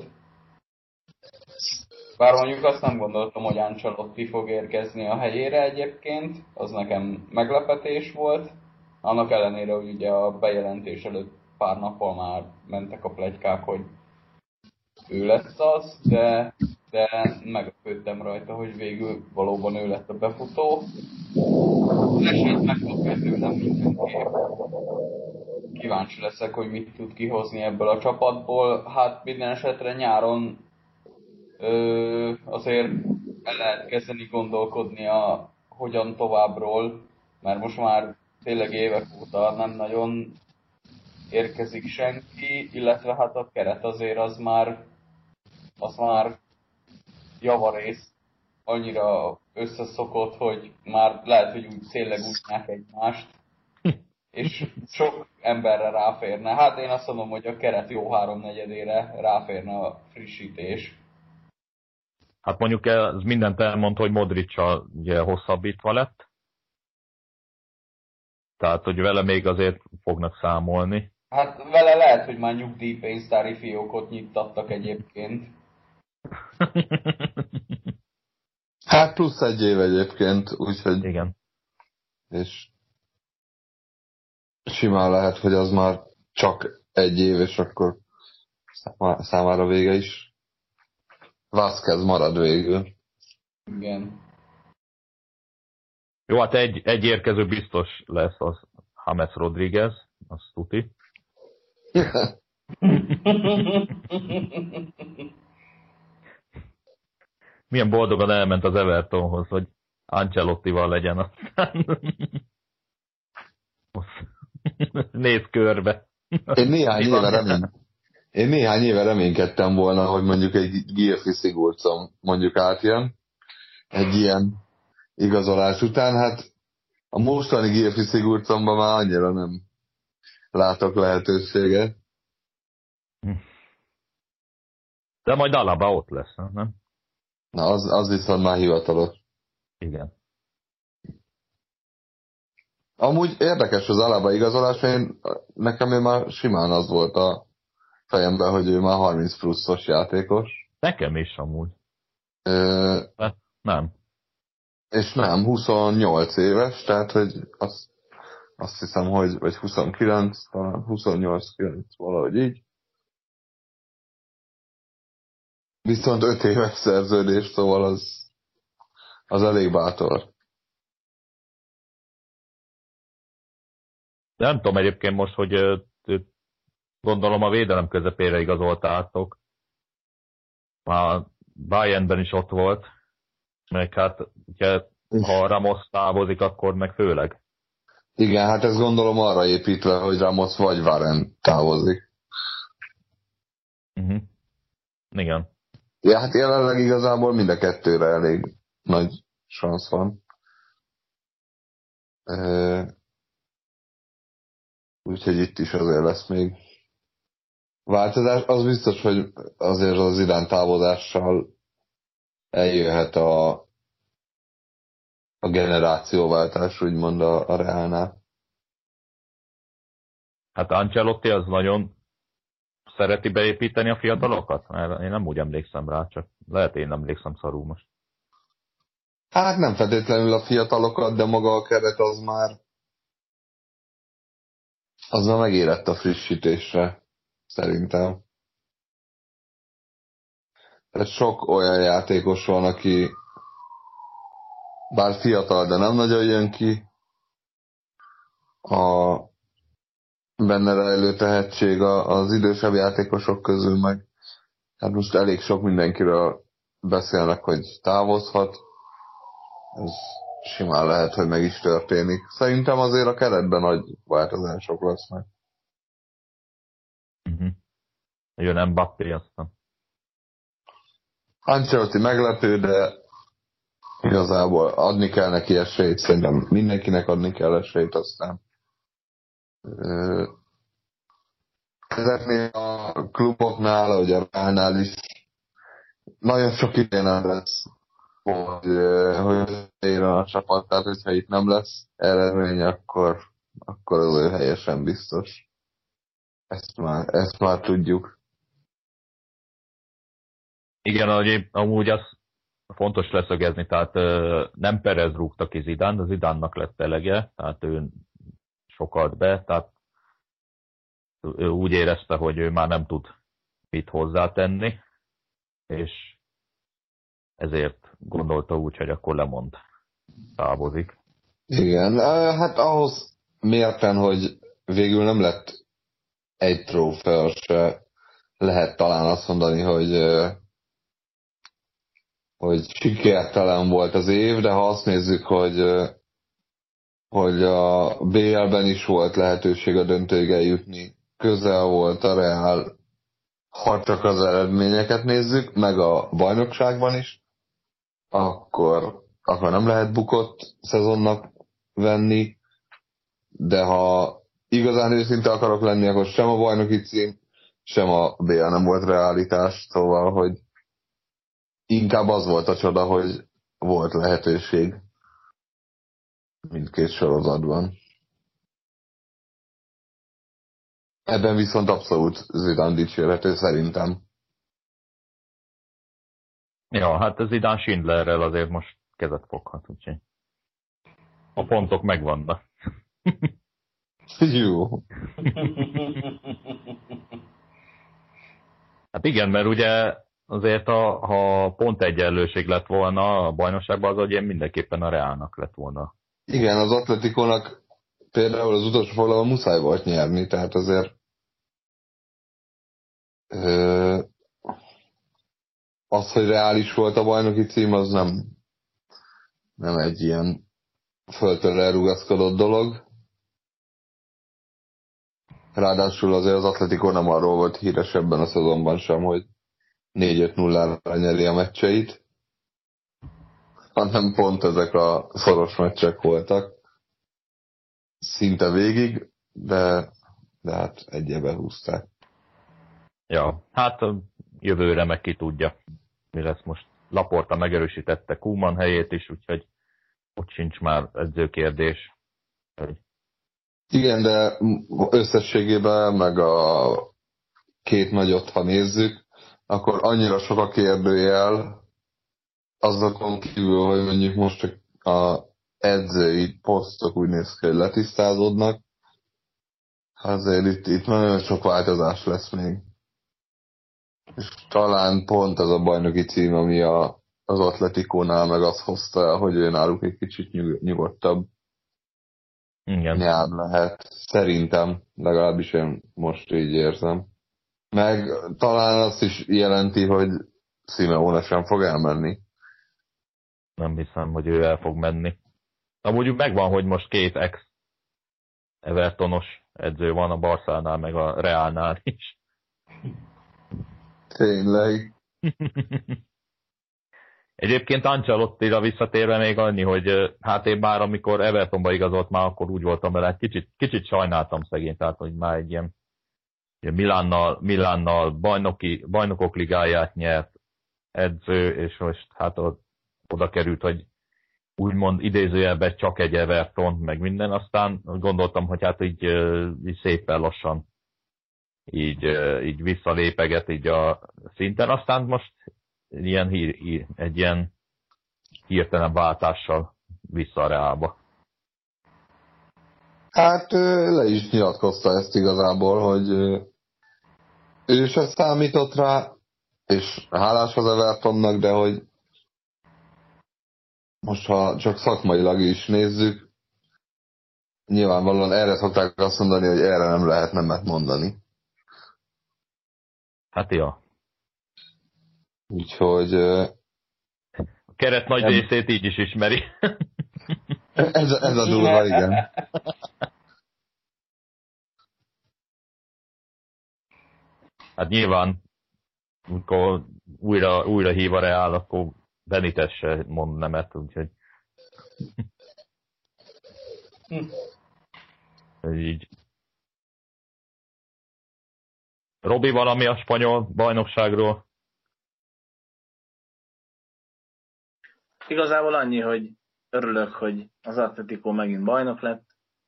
Bár mondjuk azt nem gondoltam, hogy Ancelotti fog érkezni a helyére egyébként, az nekem meglepetés volt. Annak ellenére, hogy ugye a bejelentés előtt pár nappal már mentek a pletykák, hogy ő lesz az, de, de meglepődtem rajta, hogy végül valóban ő lett a befutó. Esélyt megkapja tőlem mindenképp. Kíváncsi leszek, hogy mit tud kihozni ebből a csapatból. Hát minden esetre nyáron ö, azért el lehet kezdeni gondolkodni a hogyan továbbról, mert most már tényleg évek óta nem nagyon érkezik senki, illetve hát a keret azért az már, az már javarész annyira összeszokott, hogy már lehet, hogy úgy tényleg útják egymást, és sok emberre ráférne. Hát én azt mondom, hogy a keret jó háromnegyedére ráférne a frissítés. Hát mondjuk ez mindent elmond, hogy Modric-sal ugye hosszabbítva lett. Tehát, hogy vele még azért fognak számolni. Hát vele lehet, hogy már nyugdíjpénztári fiókot nyittattak egyébként. Hát plusz egy év egyébként, úgyhogy... Igen. És simán lehet, hogy az már csak egy év, és akkor számára vége is. Vázquez marad végül. Igen. Jó, hát egy, egy érkező biztos lesz, az James Rodríguez, az tuti. Milyen boldogan elment az Evertonhoz, hogy Ancelottival legyen aztán. Nézz körbe. Én néhány éve remény, Én néhány éve reménykedtem volna, hogy mondjuk egy Gylfi Sigurdsson mondjuk átjön egy ilyen igazolás után. Hát a mostani Gylfi Sigurdssonban már annyira nem látok lehetőséget. De majd Alaba ott lesz, nem? Na, az, az viszont már hivatalos. Igen. Amúgy érdekes az Alaba igazolás, mert én, nekem ő már simán az volt a fejemben, hogy ő már harminc pluszos játékos. Nekem is amúgy. Ö, hát, nem. És nem, huszonnyolc éves, tehát hogy azt, azt hiszem, hogy vagy huszonkilenc, talán huszonnyolc kilenc, valahogy így. Viszont öt éves szerződés, szóval az, az elég bátor. De nem tudom egyébként most, hogy ö, ö, gondolom a védelem közepére igazoltátok. Már Bayernben is ott volt, meg hát ugye, ha Ramos távozik, akkor meg főleg. Igen, hát ezt gondolom arra építve, hogy Ramos vagy Varane távozik. Uh-huh. Igen. Ja, hát jelenleg igazából mind a kettőre elég nagy szansz van. E- Úgyhogy itt is azért lesz még változás. Az biztos, hogy azért az Zidane távozással eljöhet a, a generációváltás, úgymond a, a Realnál. Hát Ancelotti az nagyon szereti beépíteni a fiatalokat? Mert én nem úgy emlékszem rá, csak lehet én emlékszem szarul most. Hát nem feltétlenül a fiatalokat, de maga a keret az már az már megérett a frissítésre, szerintem. Tehát sok olyan játékos van, aki bár fiatal, de nem nagyon jön ki. a benne rejlő tehetség az idősebb játékosok közül, meg hát most elég sok mindenkiről beszélnek, hogy távozhat. Ez simán lehet, hogy meg is történik. Szerintem azért a keretben nagy változások lesznek. Uh-huh. Jön Mbappé aztán. Ancelotti meglepő, de igazából adni kell neki esélyt, szerintem mindenkinek adni kell esélyt, aztán ezeknél a kluboknál, ahogy a Reálnál is nagyon sok idén nem lesz, hogy, hogy ér a csapat, tehát hogyha itt nem lesz eredmény, akkor, akkor az ő helyesen biztos. Ezt már, ezt már tudjuk. Igen, ahogy amúgy az fontos leszögezni, tehát nem Perez rúgta ki Zidane, az Zidane-nak lett elege, tehát ő sokat be, tehát ő úgy érezte, hogy ő már nem tud mit hozzátenni, és ezért gondolta úgy, hogy akkor lemond, távozik. Igen, hát ahhoz mérten, hogy végül nem lett egy trófea se, lehet talán azt mondani, hogy hogy sikertelen volt az év, de ha azt nézzük, hogy hogy a bé el-ben is volt lehetőség a döntőig eljutni, közel volt a Real, ha csak az eredményeket nézzük, meg a bajnokságban is, akkor, akkor nem lehet bukott szezonnak venni, de ha igazán őszinte akarok lenni, akkor sem a bajnoki cím, sem a bé el nem volt realitás, szóval, hogy inkább az volt a csoda, hogy volt lehetőség mindkét sorozatban. Ebben viszont abszolút Zidane dicsérhető szerintem. Ja, hát az Zidane Schindlerrel azért most kezet foghat, úgyhogy a pontok megvannak. Jó. Hát igen, mert ugye azért, a, ha pont egyenlőség lett volna a bajnokságban, az ugye mindenképpen a Reálnak lett volna. Igen, az Atletikónak például az utolsó fordulóban muszáj volt nyerni, tehát azért ö, az, hogy reális volt a bajnoki cím, az nem, nem egy ilyen földtől elrugaszkodott dolog. Ráadásul azért az Atletikó nem arról volt híres ebben a szezonban sem, hogy négy-öt nullára nyeri a meccseit, hanem pont ezek a szoros meccsek voltak. Szinte végig, de, de hát egyebe húzták. Ja, hát jövőre meg ki tudja, mi lesz most. Laporta megerősítette Koeman helyét is, úgyhogy ott sincs már edzőkérdés. Igen, de összességében, meg a két nagyot, ha nézzük, akkor annyira sok a kérdőjel, azokon kívül, hogy mondjuk most csak a edzői posztok úgy néz ki, hogy letisztázódnak, azért itt, itt nagyon sok változás lesz még. És talán pont az a bajnoki cím, ami a, az Atletikónál meg azt hozta el, hogy ő náluk egy kicsit nyug, nyugodtabb Igen. nyár lehet. Szerintem, legalábbis én most így érzem. Meg talán azt is jelenti, hogy Simeone sem fog elmenni. Nem hiszem, hogy ő el fog menni. Amúgy megvan, hogy most két ex-Evertonos edző van a Barszánál, meg a Reálnál is. Tényleg. Egyébként Ancelottira visszatérve még annyi, hogy hát én már amikor Evertonba igazolt már, akkor úgy voltam vele, kicsit, kicsit sajnáltam szegény, tehát hogy már egy ilyen Milánnal, Milánnal bajnoki, bajnokok ligáját nyert edző, és most hát oda került, hogy úgymond idézőjelben csak egy Everton, meg minden, aztán gondoltam, hogy hát így, így szépen lassan így, így visszalépeget így a szinten, aztán most ilyen hír, hír, egy ilyen hirtelen váltással vissza a Reálba. Hát le is nyilatkozta ezt igazából, hogy ő se számított rá, és hálás az Evertonnak, de hogy most ha csak szakmailag is nézzük, nyilvánvalóan erre szokták azt mondani, hogy erre nem lehet nemet mondani. Hát ja. Úgyhogy... A keret nagy nem. részét így is ismeri. ez, ez a durva, igen. Hát nyilván, amikor újra, újra hív a Reál, akkor Benitez se mond nemet, úgyhogy... így. Robi, valami a spanyol bajnokságról? Igazából annyi, hogy örülök, hogy az Atletico megint bajnok lett.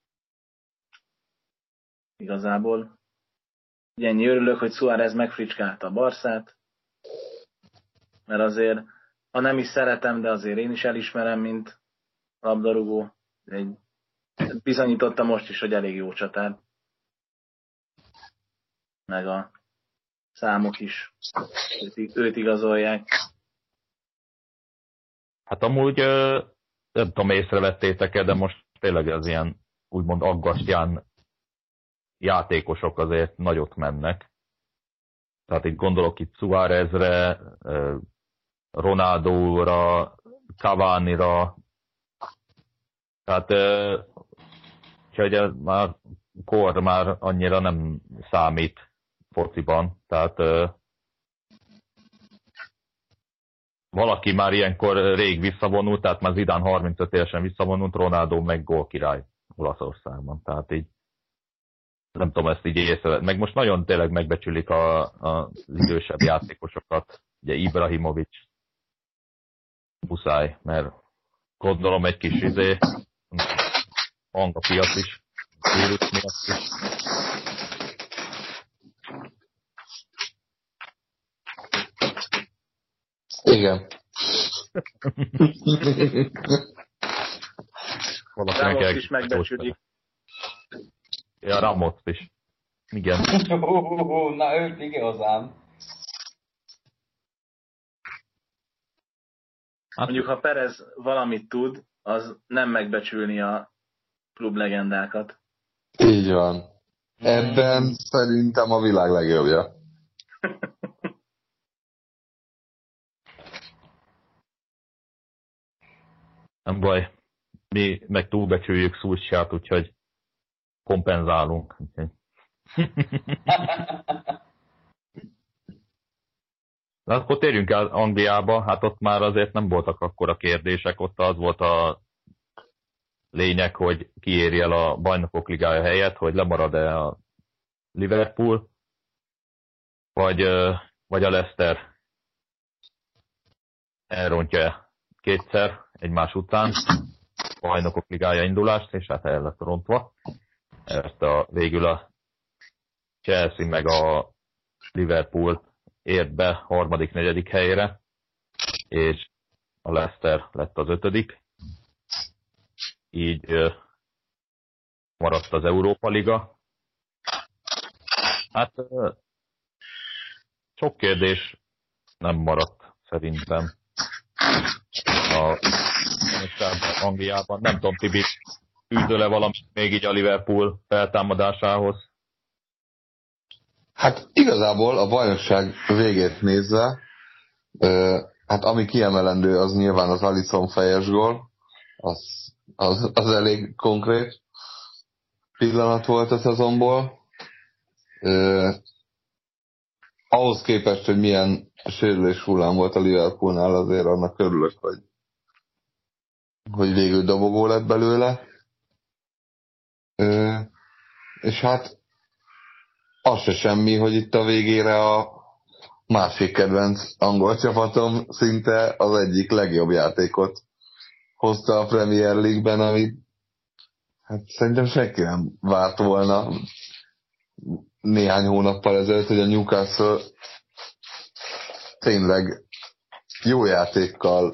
Igazából. Ugye ennyi örülök, hogy Suárez megfricskálta a Barszát. Mert azért, ha nem is szeretem, de azért én is elismerem, mint labdarúgó. Egy, bizonyította most is, hogy elég jó csatár. Meg a számok is őt, őt igazolják. Hát amúgy nem tudom, észrevettétek-e, de most tényleg az ilyen úgymond aggastyán játékosok azért nagyot mennek. Tehát itt gondolok itt Suárezre, Ronaldóra, Cavani-ra. Tehát úgyhogy már kor már annyira nem számít fociban. Tehát valaki már ilyenkor rég visszavonult, tehát már Zidane harmincöt évesen visszavonult, Ronaldo meg gólkirály Olaszországban. Tehát így nem tudom, ezt így észre. Meg most nagyon tényleg megbecsülik a, a, az idősebb játékosokat. Ugye Ibrahimovic muszáj, mert gondolom egy kis izé, hangapiac is, vírus miatt is. Igen. Ramos is megbecsülik. Ja, Ramos is. Igen. Na, őt igazán. Hát. Mondjuk, ha Perez valamit tud, az nem megbecsülni a klub legendákat. Így van. Ebben mm. szerintem a világ legjobbja. Nem baj. Mi meg túlbecsüljük Szulcsát, úgyhogy kompenzálunk. De akkor térjünk el Angliába, hát ott már azért nem voltak akkora kérdések, ott az volt a lényeg, hogy kiéri el a Bajnokok Ligája helyet, hogy lemarad-e a Liverpool, vagy, vagy a Leicester elrontja kétszer egymás után a Bajnokok Ligája indulást, és hát el lett rontva. Ezt a, végül a Chelsea meg a Liverpool ért be harmadik, negyedik helyre, és a Leicester lett az ötödik. Így ö, maradt az Európa Liga. Hát ö, sok kérdés nem maradt szerintem a Angliában. Nem tudom, Tibi, üldöle valamit még így a Liverpool feltámadásához? Hát igazából a bajnokság végét nézve, ö, hát ami kiemelendő, az nyilván az Alisson fejes gól, az, az, az elég konkrét pillanat volt a szezonból. Ö, ahhoz képest, hogy milyen sérülés hullám volt a Liverpoolnál, azért annak örülök, hogy, hogy végül dobogó lett belőle. Ö, és hát az se semmi, hogy itt a végére a másik kedvenc angol csapatom szinte az egyik legjobb játékot hozta a Premier League-ben, amit hát szerintem senki nem várt volna néhány hónappal ezelőtt, hogy a Newcastle tényleg jó játékkal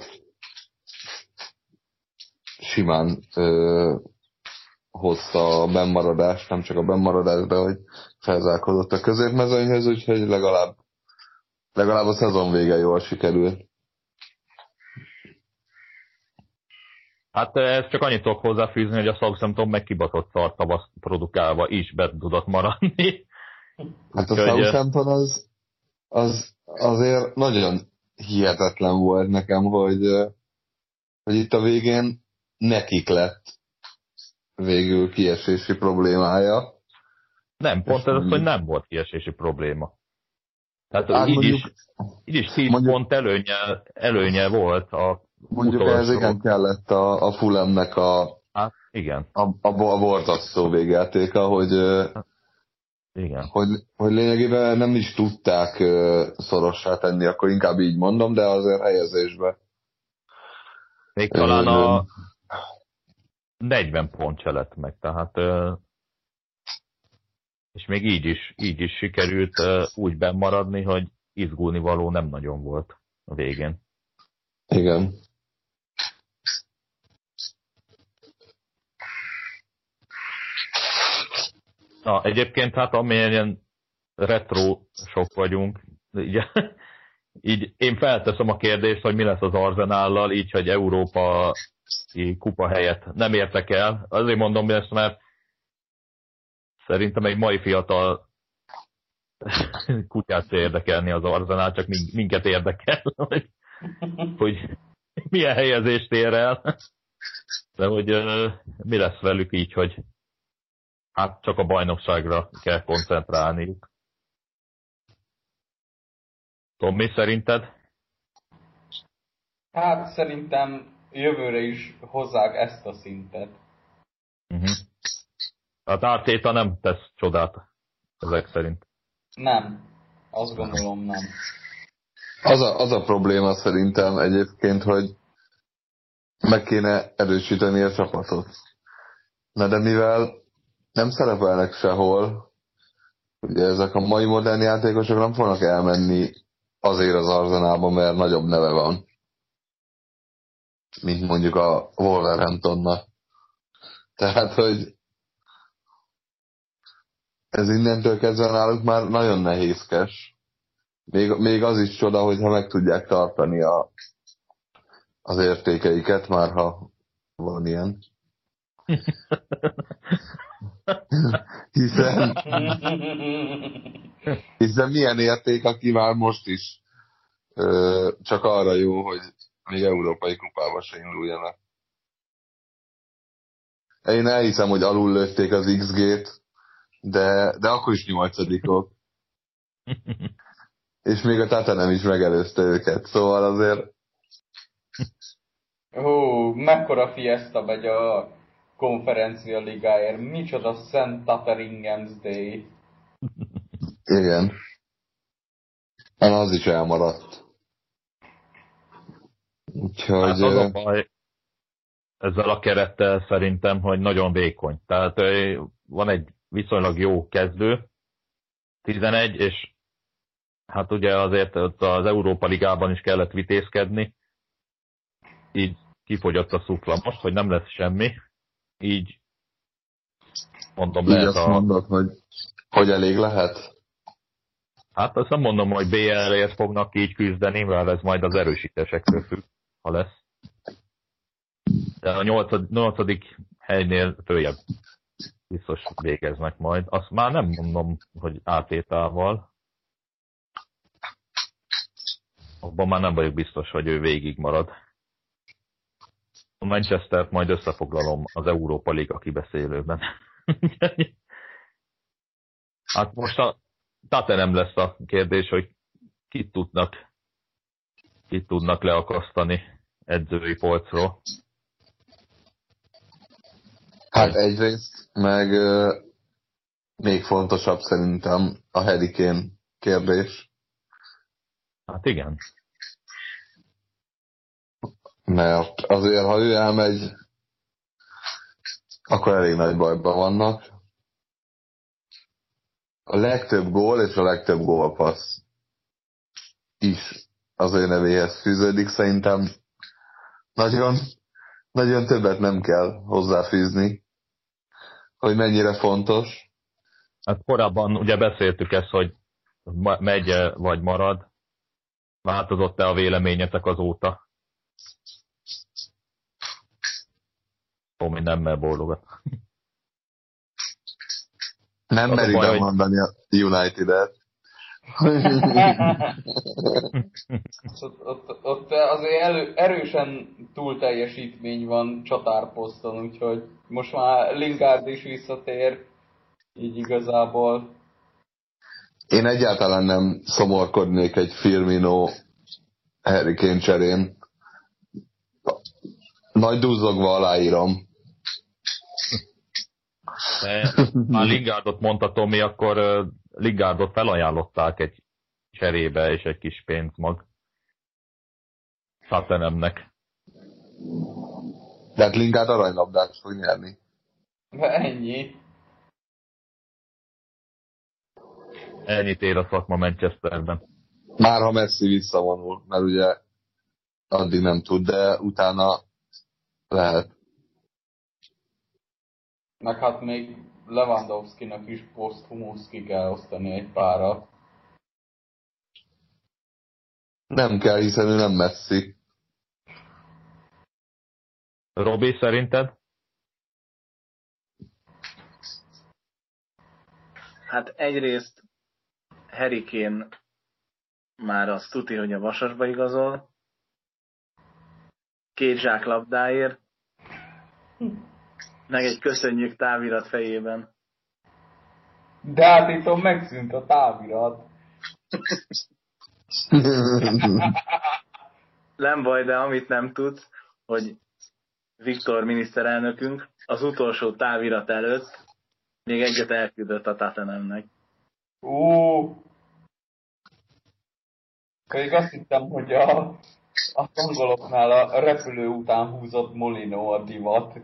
simán ö, hozta a bennmaradást, nem csak a bennmaradást, de hogy felzárkodott a középmezőnyhöz, úgyhogy legalább, legalább a szezon vége jól sikerült. Hát ez csak annyit tudok hozzáfűzni, hogy a Southampton meg kibaszott szart tavaszt produkálva is be tudott maradni. Hát a Southampton az, az azért nagyon hihetetlen volt nekem, hogy, hogy itt a végén nekik lett végül kiesési problémája. Nem, pont ez az, hogy nem volt kiesési probléma. Tehát hát így, mondjuk, is, így is tíz mondjuk, pont előnye, előnye volt a mondjuk ez igen kellett a, a Fulhamnek a, hát, igen. a, a, a borzasztó végjátéka, hogy, igen. Hogy, hogy lényegében nem is tudták szorossá tenni, akkor inkább így mondom, de azért helyezésbe. Még talán a negyven pont se lett meg, tehát és még így is, így is sikerült úgy bennmaradni, hogy izgulni való nem nagyon volt a végén. Igen. Na, egyébként hát amilyen retro sok vagyunk, így, így én felteszem a kérdést, hogy mi lesz az Arsenállal, így, hogy Európa kupa helyett nem értek el. Azért mondom ezt, mert szerintem egy mai fiatal kutyát érdekelni az Arsenal, csak minket érdekel, hogy, hogy milyen helyezést ér el, de hogy mi lesz velük így, hogy hát csak a bajnokságra kell koncentrálniuk. Tommi, szerinted? Hát szerintem jövőre is hozzák ezt a szintet. Uh-huh. Hát Arteta nem tesz csodát ezek szerint. Nem. Azt gondolom nem. Az a, az a probléma szerintem egyébként, hogy meg kéne erősíteni a csapatot. Na de mivel nem szerepelnek sehol, ugye ezek a mai modern játékosok nem fognak elmenni azért az Arsenalba, mert nagyobb neve van, mint mondjuk a Wolverhamptonnak. Tehát, hogy ez innentől kezdve náluk már nagyon nehézkes. Még, még az is csoda, hogyha meg tudják tartani a, az értékeiket, már ha van ilyen. hiszen, hiszen milyen érték, aki már most is ö, csak arra jó, hogy még európai kupába se induljanak. Én elhiszem, hogy alul lőtték az iksz gét, de, de akkor is nyolcadikok. És még a Tottenham is megelőzte őket, szóval azért... Hú, mekkora fiesta megy a konferencia ligáért. Micsoda Szent Tateringhams Day. Igen. Hát az is elmaradt. Úgyhogy... Hát az a baj ezzel a kerettel szerintem, hogy nagyon vékony. Tehát van egy viszonylag jó kezdő, tizenegy, és hát ugye azért az Európa Ligában is kellett vitézkedni, így kifogyott a szufla most, hogy nem lesz semmi, így mondom, így lehet azt a... mondod, hogy, hogy elég lehet? Hát azt nem mondom, hogy bé el-ért fognak így küzdeni, mert ez majd az erősítésektől függ, ha lesz. De a nyolcadik, nyolcadik helynél följebb biztos végeznek majd. Azt már nem mondom, hogy átétával. Abban már nem vagyok biztos, hogy ő végig marad. A Manchestert majd összefoglalom az Európa Liga kibeszélőben. Hát most a Tottenham lesz a kérdés, hogy kit tudnak, kit tudnak leakasztani edzői polcról. Hát egyrészt, meg euh, még fontosabb szerintem a Harry Kane kérdés. Hát igen. Mert azért, ha ő elmegy, akkor elég nagy bajban vannak. A legtöbb gól és a legtöbb gólpassz is az ő nevéhez fűződik. Szerintem nagyon, nagyon többet nem kell hozzáfűzni, hogy mennyire fontos. Hát korábban ugye beszéltük ezt, hogy megy vagy marad. Változott-e a véleményetek azóta? Tomi nemmel bólogat. Nem Az a meri baj, hogy- bemondani a United-et. ott, ott, ott azért elő, erősen túl teljesítmény van csatárposzton, úgyhogy most már Lingard is visszatér, így igazából. Én egyáltalán nem szomorkodnék egy Firmino Harry Kane cserén. Nagy duzzogva aláírom. De már Lingardot mondta Tomi, akkor uh, Lingardot felajánlották egy cserébe és egy kis pénzmag Tottenhamnek. De hát Lingard aranylabdát fog nyerni. De ennyi. Ennyit ér a szakma Manchesterben. Már ha Messi visszavonul, mert ugye addig nem tud, de utána lehet. Meg hát még Lewandowski-nak is poszthumusz ki kell osztani egy párat. Nem kell, hiszen ő nem Messi. Robi, szerinted? Hát egyrészt Harry Kane már azt tuti, hogy a Vasasba igazol. Két zsák labdáért. Meg egy köszönjük távirat fejében. De hát itt ott megszűnt a távirat. Nem baj, de amit nem tudsz, hogy Viktor miniszterelnökünk az utolsó távirat előtt még egyet elküldött a Tottenhamnek. Ó. Pedig azt hittem, hogy a, a angoloknál a repülő után húzott Molino a divat.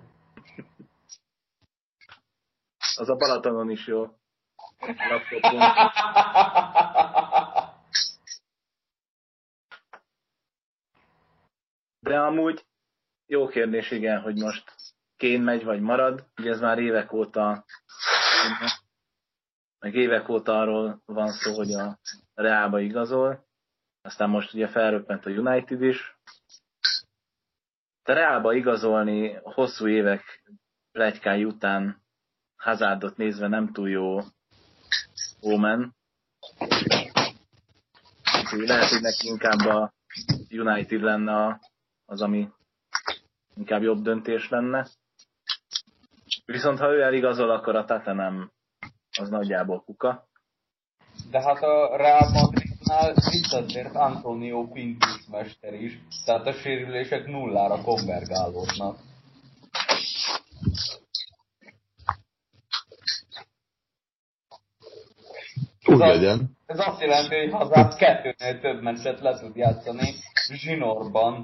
Az a Balatonon is jó. Laptopunk. De amúgy jó kérdés, igen, hogy most Kane megy vagy marad. Ugye ez már évek óta, meg évek óta arról van szó, hogy a Realba igazol. Aztán most ugye felröppent a United is. A Realba igazolni hosszú évek pletykái után Hazardot nézve nem túl jó omen. Lehet, hogy neki inkább a United lenne az, ami inkább jobb döntés lenne. Viszont ha ő eligazol, akkor a Tottenham az nagyjából kuka. De hát a Real Madridnál visszatért Antonio Pintus mester is, tehát a sérülések nullára konvergálódnak. Úgy Ez, legyen. az, ez azt jelenti, hogy Hazard kettőnél több meccset le tud játszani zsinórban.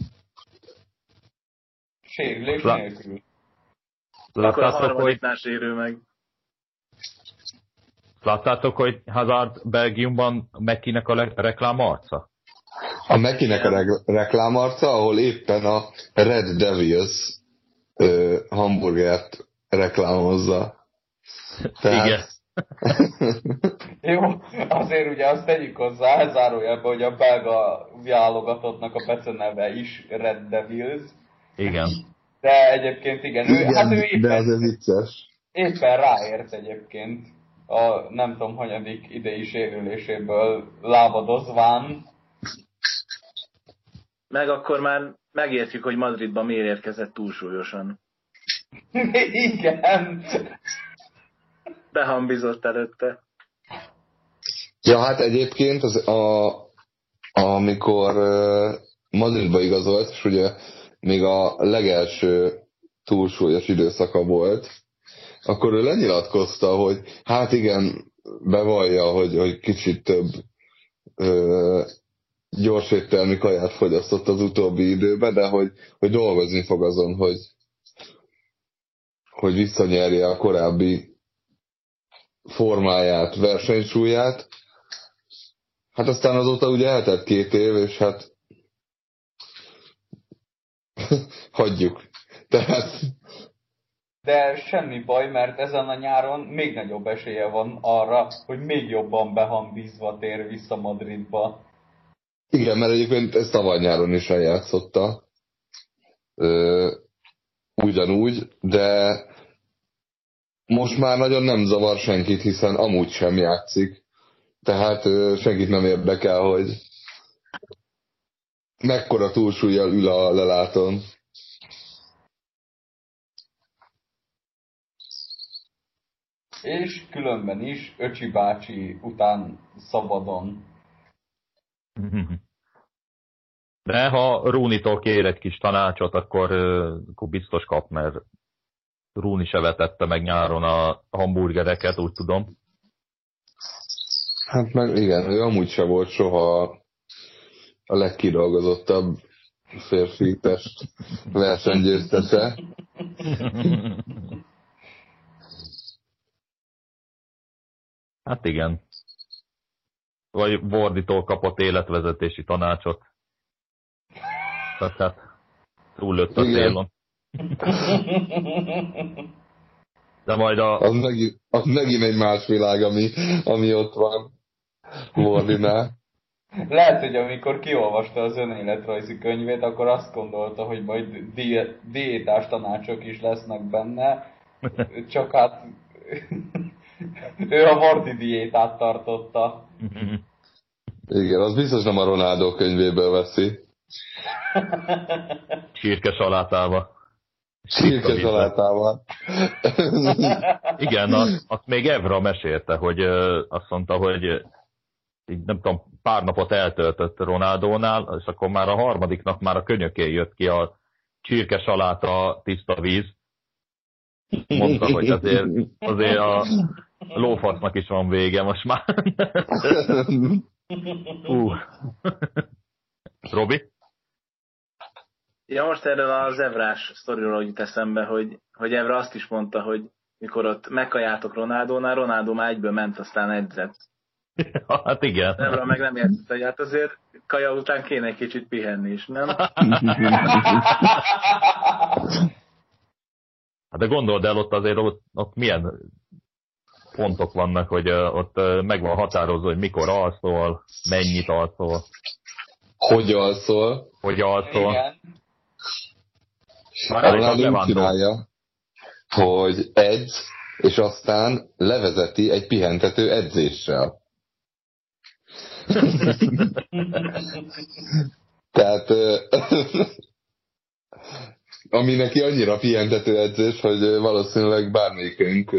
Sérülés La- nélkül. Akkor a Láttátok, hogy, harmadiknál sérül meg. láttátok, hogy Hazard Belgiumban Mekinek a le- reklámarca? A Mekinek a reg- reklámarca, ahol éppen a Red Devils ö, hamburgert reklámozza. Tehát... Igen. Jó, azért ugye azt tegyük hozzá, zárójelben, hogy a belga válogatottnak a beceneve is Red Devils. Igen. De egyébként igen, ő, Igen, hát ő de éppen, ez vicces. éppen ráért egyébként a nem tudom hanyadik idei sérüléséből lábadozván. Meg akkor már megértjük, hogy Madridban miért érkezett túlsúlyosan. Igen. Behambizott előtte. Ja, hát egyébként az a, amikor uh, Madridba igazolt, és ugye még a legelső túlsúlyos időszaka volt, akkor ő lenyilatkozta, hogy hát igen, bevallja, hogy, hogy kicsit több uh, gyors éttermi kaját fogyasztott az utóbbi időben, de hogy, hogy dolgozni fog azon, hogy, hogy visszanyerje a korábbi formáját, versenysúlyát. Hát aztán azóta ugye eltelt két év, és hát hagyjuk. Tehát... De semmi baj, mert ezen a nyáron még nagyobb esélye van arra, hogy még jobban behambízva tér vissza Madridba. Igen, mert egyébként ezt tavaly nyáron is eljátszotta. Ö, ugyanúgy, de most már nagyon nem zavar senkit, hiszen amúgy sem játszik. Tehát senkit nem érdekel, hogy mekkora túlsúlyjal ül a lelátón. És különben is Öcsi bácsi után szabadon. De ha Rooney-tól kér egy kis tanácsot, akkor, akkor biztos kap, mert Rooney se vetette meg nyáron a hamburgereket, úgy tudom. Hát meg igen, ő amúgy se volt soha a legkidolgozottabb férfi test versenygyőztese. Hát igen. Vagy Warditól kapott életvezetési tanácsot. Tehát hát túllőtt a célon. De majd a... Az megint, az megint egy más világ, ami, ami ott van Wardinál. Lehet, hogy amikor kiolvasta az önéletrajzi könyvét, akkor azt gondolta, hogy majd di- diétás tanácsok is lesznek benne, csak hát ő a Wardi diétát tartotta. Igen, az biztos nem a Ronaldo könyvéből veszi. Csirke salátával. Csirke salátával. Igen, azt, azt még Evra mesélte, hogy azt mondta, hogy így nem tudom, pár napot eltöltött Ronaldónál, és akkor már a harmadik nap már a könyökén jött ki a csirke saláta, tiszta víz. Mondta, hogy azért, azért a lófasznak is van vége most már. Hú. Robi? Ja, most erről az Evrás sztoriról jut eszembe, hogy, hogy Evra azt is mondta, hogy mikor ott megkajátok Ronaldónál, Ronaldo már egyből ment, aztán edzett. Hát igen. Evra meg nem értett, hogy hát azért kaja után kéne egy kicsit pihenni is, nem? Hát de gondold el, ott azért ott, ott milyen pontok vannak, hogy ott meg van határozva, hogy mikor alszol, mennyit alszol. Hogy alszol. Hogy alszol. Igen. Már Ronaldo úgy csinálja, hogy edz, és aztán levezeti egy pihentető edzéssel. Tehát ami neki annyira pihentető edzés, hogy valószínűleg bármelyikünk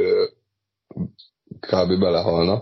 kb. Belehalna.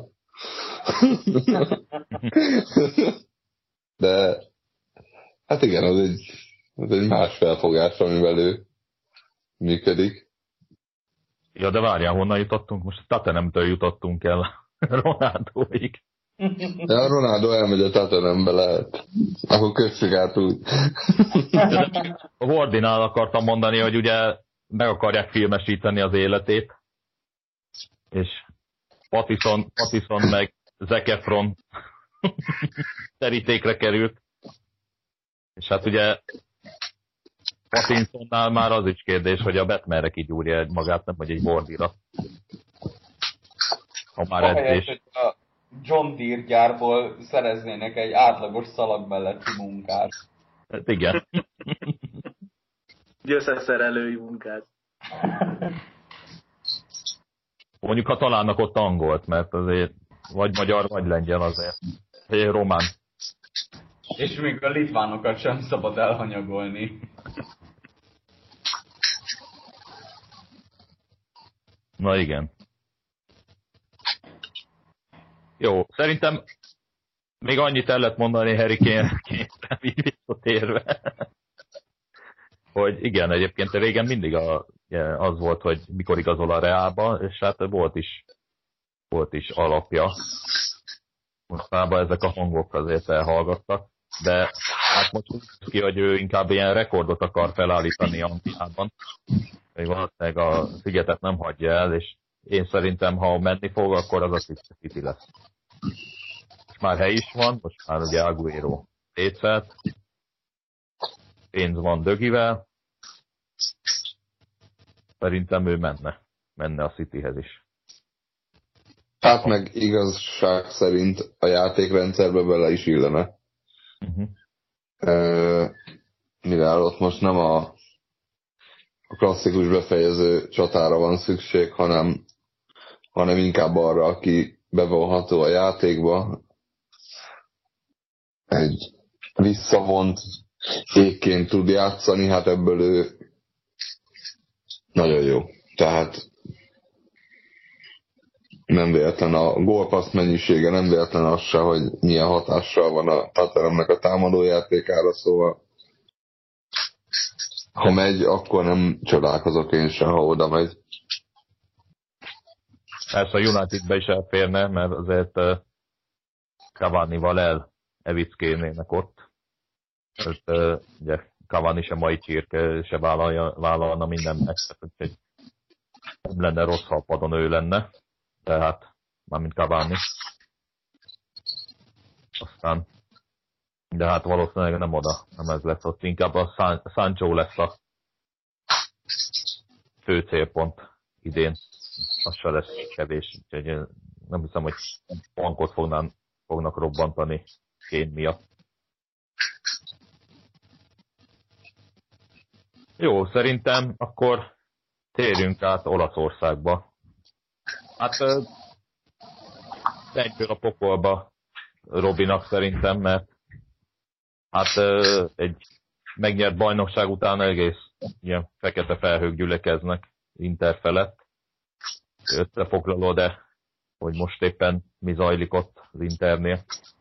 De hát igen, az egy, az egy más felfogás, amivel ő működik. Ja, de várjál, honnan jutottunk? Most Tottenhamtől jutottunk el Ronaldóig. De a Ronaldo elmegy a Tottenhambe, lehet. Akkor kössük át úgy. A Wardinál akartam mondani, hogy ugye meg akarják filmesíteni az életét, és Pattison, Pattison meg Zac Efron terítékre került. És hát ugye Pattinsonnál már az is kérdés, hogy a Batmanre kigyúrja magát, nem vagy egy Wardira. Ha már edzés. Hogy a John Deere gyárból szereznének egy átlagos szalag melletti munkát. Hát igen. Győzszerelői munkát. Mondjuk, ha találnak ott angolt, mert azért vagy magyar, vagy lengyel azért. Egy román. És még a litvánokat sem szabad elhanyagolni. Na igen. Jó, szerintem még annyit el lehet mondani Harry Kane-re visszatérve, hogy igen, egyébként régen mindig a, az volt, hogy mikor igazol a Reálba, és hát volt is, volt is alapja. Mostában ezek a hangok azért elhallgattak, de hát most úgy ki, hogy ő inkább ilyen rekordot akar felállítani Angliában, hogy valószínűleg a szigetet nem hagyja el, és én szerintem, ha menni fog, akkor az a City lesz. Most már hely is van, most már ugye Aguero tétszelt, pénz van Dögivel, szerintem ő menne, menne a Cityhez is. Hát meg igazság szerint a játékrendszerbe bele is illene. Uh-huh. E, mivel ott most nem a a klasszikus befejező csatára van szükség, hanem, hanem inkább arra, aki bevonható a játékba. Egy visszavont égként tud játszani, hát ebből ő nagyon jó. Tehát nem véletlen a gólpassz mennyisége, nem véletlen az se, hogy milyen hatással van a Tottenhamnek a támadójátékára, szóval ha megy, akkor nem csodálkozok én sem, ha oda megy. Persze a Unitedbe is elférne, mert azért uh, Cavani-val el evickénének ott. Mert, uh, ugye Cavani se mai csirke, se vállalja, vállalna mindennek, úgyhogy nem lenne rossz, ha a padon ő lenne. Tehát, mármint Cavani. Aztán, de hát valószínűleg nem oda, nem ez lesz ott. Inkább a San- Sancho lesz a fő célpont idén. Az se lesz kevés, úgyhogy nem hiszem, hogy bankot fognán, fognak robbantani Kane miatt. Jó, szerintem akkor térjünk át Olaszországba. Hát egyből a pokolba Robinak szerintem, mert hát egy megnyert bajnokság után egész ilyen fekete felhők gyülekeznek Inter felett. Összefoglaló, de hogy most éppen mi zajlik ott az Internél.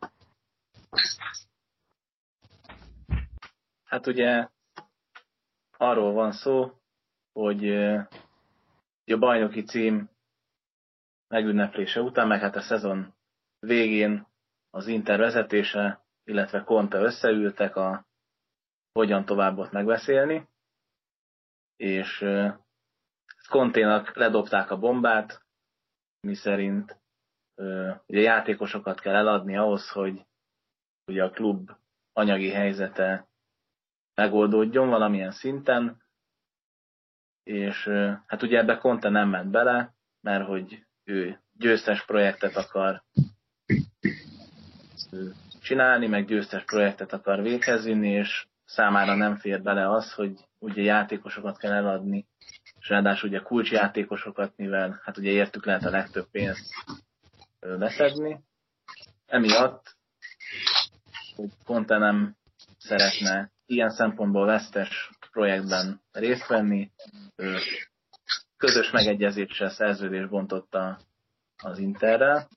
Hát ugye arról van szó, hogy a bajnoki cím megünneplése után, meg hát a szezon végén az Inter vezetése, illetve Conte összeültek a hogyan továbbot megbeszélni, és Conténak ledobták a bombát, miszerint ugye játékosokat kell eladni ahhoz, hogy ugye a klub anyagi helyzete megoldódjon valamilyen szinten, és hát ugye ebbe Conte nem ment bele, mert hogy ő győztes projektet akar csinálni, meg győztes projektet akar véghez vinni, és számára nem fér bele az, hogy ugye játékosokat kell eladni, és ráadásul ugye kulcsjátékosokat, mivel hát ugye értük lehet a legtöbb pénzt beszedni. Emiatt, hogy Conte nem szeretne ilyen szempontból vesztes projektben részt venni, közös megegyezéssel szerződést bontotta az Interrel.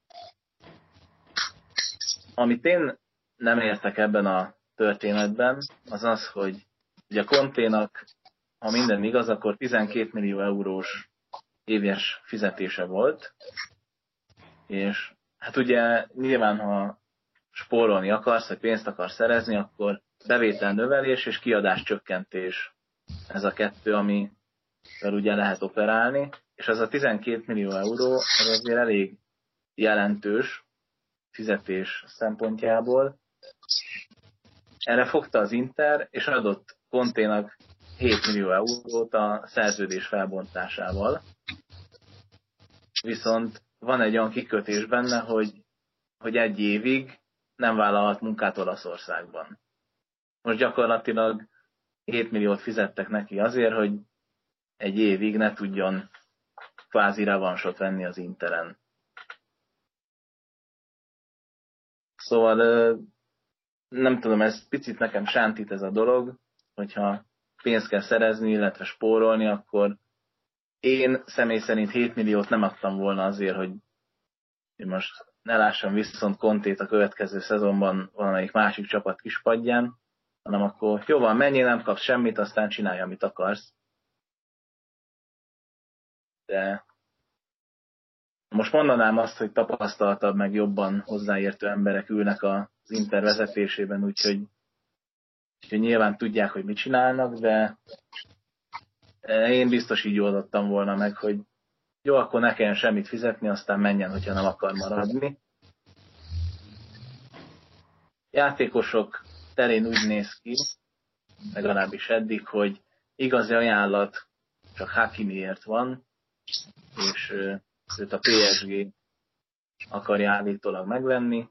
Amit én nem értek ebben a történetben, az az, hogy ugye a Conténak, ha minden igaz, akkor tizenkét millió eurós éves fizetése volt, és hát ugye nyilván, ha spórolni akarsz, vagy pénzt akarsz szerezni, akkor bevételnövelés és kiadás csökkentés. Ez a kettő, amivel ugye lehet operálni, és az a tizenkét millió euró az azért elég jelentős fizetés szempontjából. Erre fogta az Inter, és adott Conténak hét millió eurót a szerződés felbontásával. Viszont van egy olyan kikötés benne, hogy, hogy egy évig nem vállalhat munkát Olaszországban. Most gyakorlatilag hét milliót fizettek neki azért, hogy egy évig ne tudjon kvázi revansot venni az Interen. Szóval nem tudom, ez picit nekem sántít ez a dolog, hogyha pénzt kell szerezni, illetve spórolni, akkor én személy szerint hét milliót nem adtam volna azért, hogy most ne lássam viszont Contét a következő szezonban valamelyik másik csapat kispadján, hanem akkor jó van, menjél, nem kapsz semmit, aztán csinálj, amit akarsz. De most mondanám azt, hogy tapasztaltabb, meg jobban hozzáértő emberek ülnek az Inter vezetésében, úgyhogy, úgyhogy nyilván tudják, hogy mit csinálnak, de én biztos így oldottam volna meg, hogy jó, akkor ne kelljen semmit fizetni, aztán menjen, hogyha nem akar maradni. Játékosok terén úgy néz ki, legalábbis eddig, hogy igazi ajánlat csak Hakimiért van, és őt a pé es gé akarja állítólag megvenni.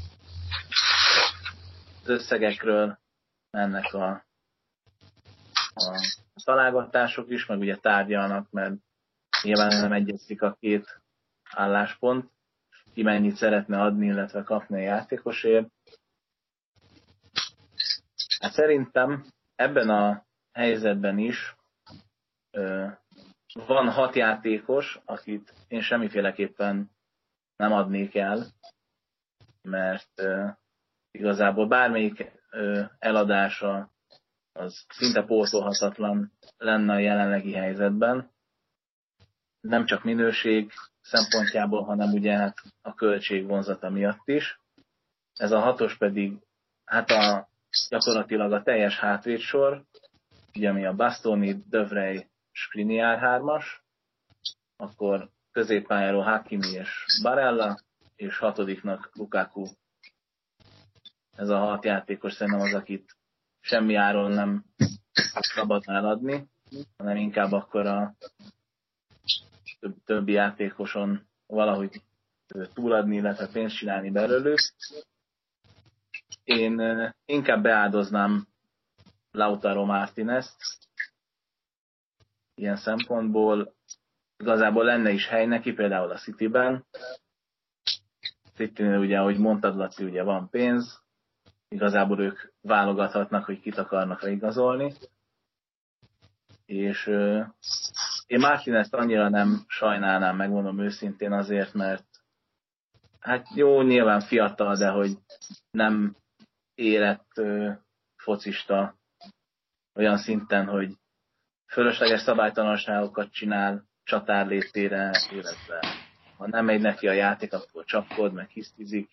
Az összegekről ennek a a találgatások is, meg ugye tárgyalnak, mert nyilván nem egyezik a két álláspont, ki mennyit szeretne adni, illetve kapni a játékosért. Hát szerintem ebben a helyzetben is ö, van hat játékos, akit én semmiféleképpen nem adnék el, mert ö, igazából bármelyik ö, eladása az szinte pótolhatatlan lenne a jelenlegi helyzetben. Nem csak minőség szempontjából, hanem ugye hát a költség vonzata miatt is. Ez a hatos pedig hát a, gyakorlatilag a teljes hátvédsor, ugye ami a Bastoni, De Vrij, Skriniar hármas, akkor középpályáról Hakimi és Barella, és hatodiknak Lukaku. Ez a hat játékos szerintem az, akit semmi áron nem szabad eladni, hanem inkább akkor a több, többi játékoson valahogy túladni, illetve pénzt csinálni belőlük. Én inkább beáldoznám Lautaro Martínezt ilyen szempontból. Igazából lenne is hely neki, például a Cityben. Citynél ugye, ahogy mondtad, Laci, ugye van pénz, igazából ők válogathatnak, hogy kit akarnak igazolni. És euh, én Martínezt annyira nem sajnálnám, megmondom őszintén, azért, mert hát jó, nyilván fiatal, de hogy nem érett euh, focista olyan szinten, hogy fölösleges szabálytalanságokat csinál csatár létére, illetve ha nem megy neki a játék, akkor csapkod, meg hisztizik.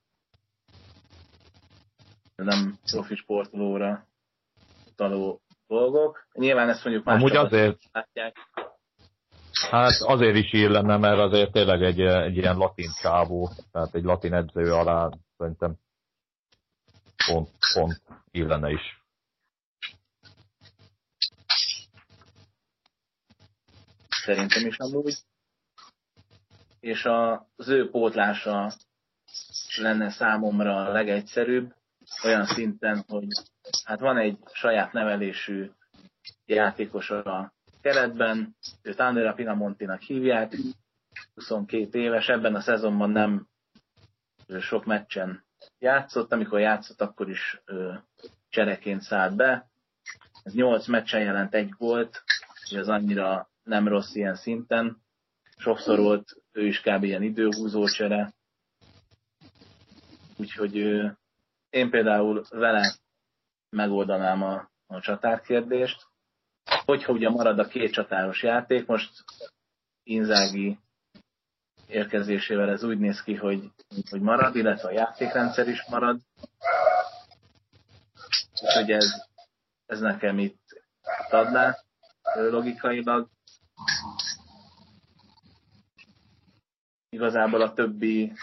Nem profi sportolóra utaló dolgok. Nyilván ezt mondjuk más Amúgy azért, látják. Hát azért is ír lenne, mert azért tényleg egy, egy ilyen latin csávó, tehát egy latin edző alá szerintem pont, pont ír lenne is. Szerintem is amúgy. És az ő pótlása lenne számomra a legegyszerűbb, olyan szinten, hogy hát van egy saját nevelésű játékos a keretben, őt Andrea Pinamontinak hívják, huszonkét éves, ebben a szezonban nem sok meccsen játszott, amikor játszott, akkor is ö, csereként szállt be. Ez nyolc meccsen jelent egy gólt, hogy az annyira nem rossz ilyen szinten. Sokszor volt ő is kb. Ilyen időhúzó csere. Úgyhogy ö, én például vele megoldanám a, a csatárkérdést. Hogyha ugye marad a két csatáros játék, most Inzaghi érkezésével ez úgy néz ki, hogy, hogy marad, illetve a játékrendszer is marad. Úgyhogy ez, ez nekem itt adná logikailag. Igazából a többi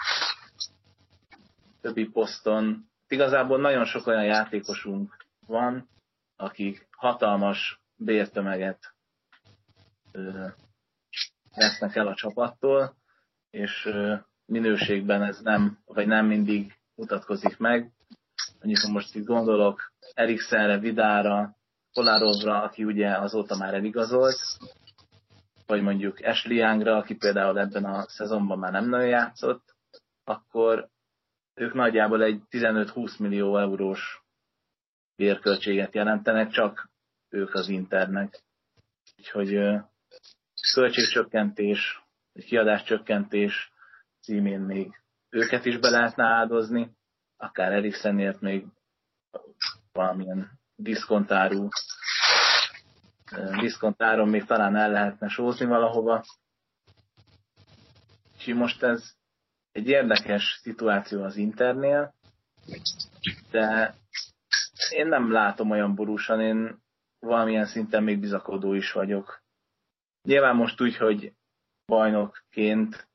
többi poszton igazából nagyon sok olyan játékosunk van, akik hatalmas bértömeget ö, vesznek el a csapattól, és ö, minőségben ez nem, vagy nem mindig mutatkozik meg. Mondjuk most itt gondolok Eriksenre, Vidára, Kolarovra, aki ugye azóta már eligazolt, vagy mondjuk Ashley Youngra, aki például ebben a szezonban már nem nagyon játszott, akkor ők nagyjából egy tizenöt-húsz millió eurós bérköltséget jelentenek, csak ők az Internek. Úgyhogy költségcsökkentés, vagy kiadáscsökkentés címén még őket is be lehetne áldozni, akár Eriksenért még valamilyen diszkontárú diszkontáron még talán el lehetne sózni valahova. És most ez egy érdekes szituáció az Internél, de én nem látom olyan borúsan, én valamilyen szinten még bizakodó is vagyok. Nyilván most úgy, hogy bajnokként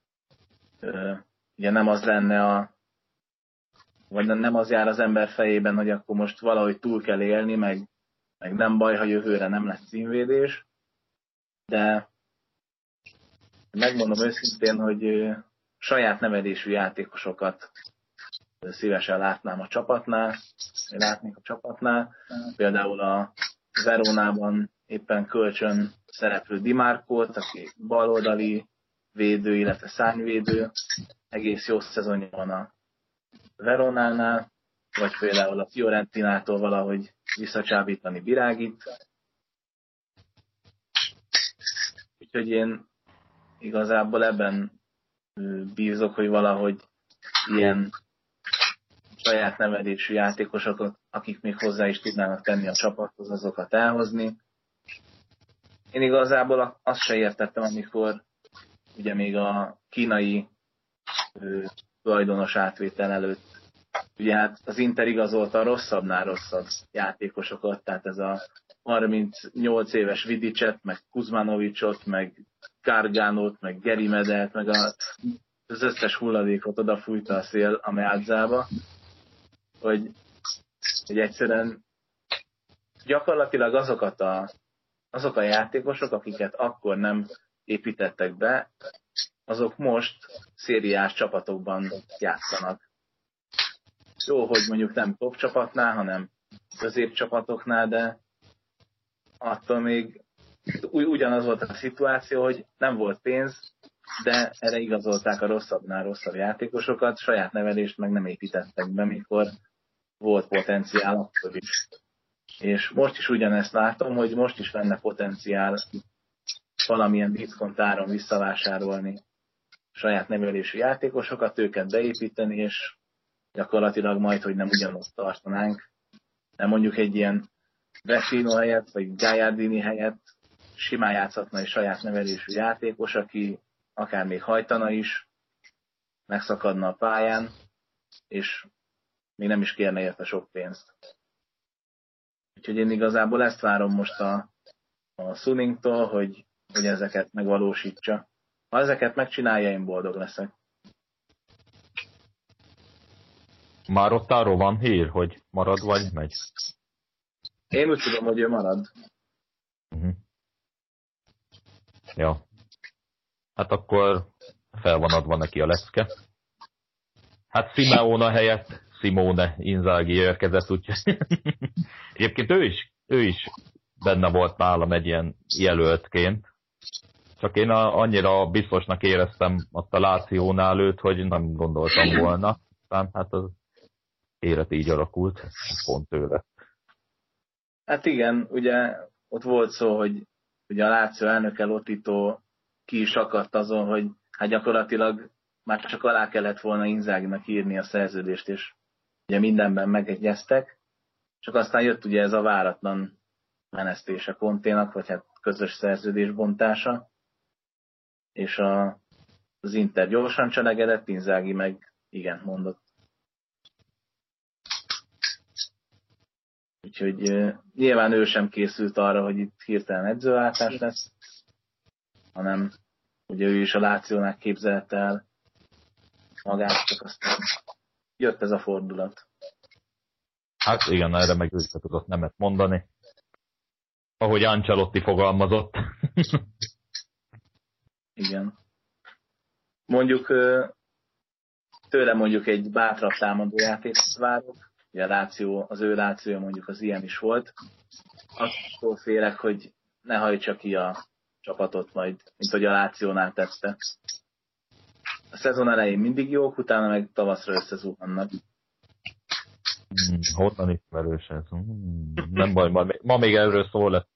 ugye nem az lenne a vagy nem az jár az ember fejében, hogy akkor most valahogy túl kell élni, meg, meg nem baj, ha jövőre nem lesz címvédés, de megmondom őszintén, hogy saját nevelésű játékosokat szívesen látnám a csapatnál, látnék a csapatnál, például a Verónában éppen kölcsön szereplő Di Marcót, aki baloldali védő, illetve szárnyvédő, egész jó szezonja van a Veronánál, vagy például a Fiorentinától valahogy visszacsábítani Birágit. Úgyhogy én igazából ebben bízok, hogy valahogy ilyen saját nevelésű játékosokat, akik még hozzá is tudnának tenni a csapathoz, azokat elhozni. Én igazából azt se értettem, amikor ugye még a kínai ö, tulajdonos átvétel előtt, ugye hát az Inter igazolta a rosszabbnál rosszabb játékosokat, tehát ez a harmincnyolc éves Vidicet, meg Kuzmanovicsot, meg Garganót, meg Geri Medelt, meg a, az összes hulladékot odafújta a szél a Meazzába, hogy, hogy egyszerűen gyakorlatilag azokat a, azok a játékosok, akiket akkor nem építettek be, azok most szériás csapatokban játszanak. Jó, hogy mondjuk nem top csapatnál, hanem középcsapatoknál, de attól még ugyanaz volt a szituáció, hogy nem volt pénz, de erre igazolták a rosszabbnál rosszabb játékosokat, saját nevelést meg nem építettek be, mikor volt potenciál akkor is. És most is ugyanezt látom, hogy most is lenne potenciál valamilyen diszkontáron visszavásárolni saját nevelésű játékosokat, őket beépíteni, és gyakorlatilag majd, hogy nem ugyanott tartanánk. De mondjuk egy ilyen Vecino helyett, vagy Gagliardini helyett simán játszhatna egy saját nevelésű játékos, aki akár még hajtana is, megszakadna a pályán, és még nem is kérne érte sok pénzt. Úgyhogy én igazából ezt várom most a, a Suningtól, hogy, hogy ezeket megvalósítsa. Ha ezeket megcsinálja, én boldog leszek. Már ott arról van hír, hogy marad vagy megy? Én úgy tudom, hogy ő marad. Uh-huh. Ja. Hát akkor fel van adva neki a lecke. Hát Simeone helyett Simone Inzaghi érkezett, úgyhogy egyébként ő is, ő is benne volt nálam egy ilyen jelöltként. Csak én a, annyira biztosnak éreztem ott a Lációnál őt, hogy nem gondoltam volna. Aztán hát az élet így alakult, pont ő lett. Hát igen, ugye ott volt szó, hogy ugye a Láció elnöke Lotito ki is akadt azon, hogy hát gyakorlatilag már csak alá kellett volna Inzaghinak írni a szerződést, és ugye mindenben megegyeztek, csak aztán jött ugye ez a váratlan menesztése Conténak, vagy hát közös szerződés bontása, és a, az Inter gyorsan cselegedett, Inzaghi meg igen mondott. Úgyhogy uh, nyilván ő sem készült arra, hogy itt hirtelen edzőváltás lesz, hanem ugye ő is a Lációnál képzelte el magát, csak aztán jött ez a fordulat. Hát igen, erre meg ő se tudott nemet mondani. Ahogy Ancelotti fogalmazott. Igen. Mondjuk tőle mondjuk egy bátrabb támadójátékot várok. Ugye a Láció, az ő Lációja mondjuk az ilyen is volt. Attól félek, hogy ne hajtsa ki a csapatot majd, mint hogy a Lációnál tette. A szezon elején mindig jók, utána meg tavaszra összezuhannak. Hmm, honnan ismerős ez? Hmm, nem baj, ma, ma még erről szó lesz.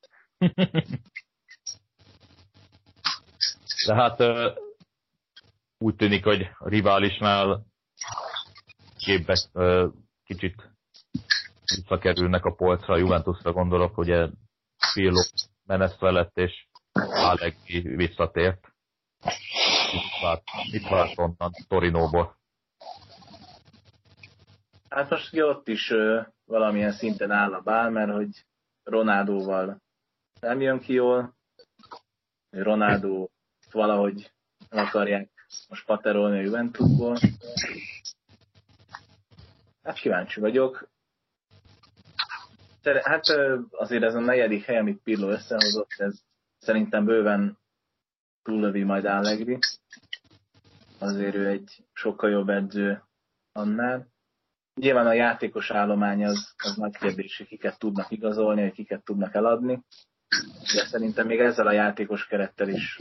De hát úgy tűnik, hogy a riválisnál képbe kicsit visszakerülnek a polcra, a Juventusra gondolok, ugye Pirlo menesztve lett, és Allegri visszatért. Mit várt, mit várt onnan Torinóból? Hát most ugye ott is ö, valamilyen szinten áll a bál, mert hogy Ronaldóval nem jön ki jól, Ronaldo valahogy el akarják most paterolni a Juventusból. Hát kíváncsi vagyok. Hát azért ez a negyedik hely, amit Pirlo összehozott, ez szerintem bőven túllövi majd Allegri. Azért ő egy sokkal jobb edző annál. Nyilván a játékos állomány az, az nagy kérdés, hogy kiket tudnak igazolni, hogy kiket tudnak eladni. De szerintem még ezzel a játékos kerettel is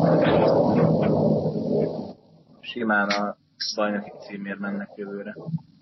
simán a bajnoki címért mennek jövőre.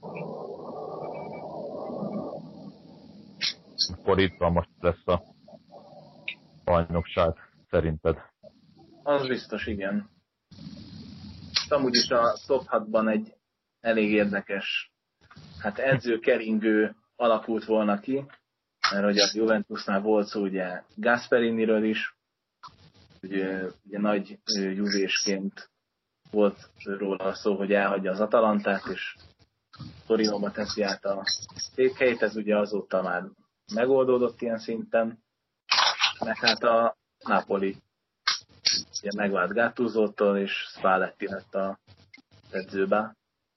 Akkor itt van most lesz a bajnokság, szerinted? Az biztos, igen. Amúgy is a top hatban egy elég érdekes, hát edzőkeringő alakult volna ki, mert hogy a Juventusnál volt szó ugye Gasperiniről is, ugye, ugye nagy juvésként volt róla szó, hogy elhagyja az Atalantát, és Torinóba teszi át a székhelyét, ez ugye azóta már megoldódott ilyen szinten, meg hát a Napoli ugye megvált Gattuso-tól, és Spalletti lett a edzőbe.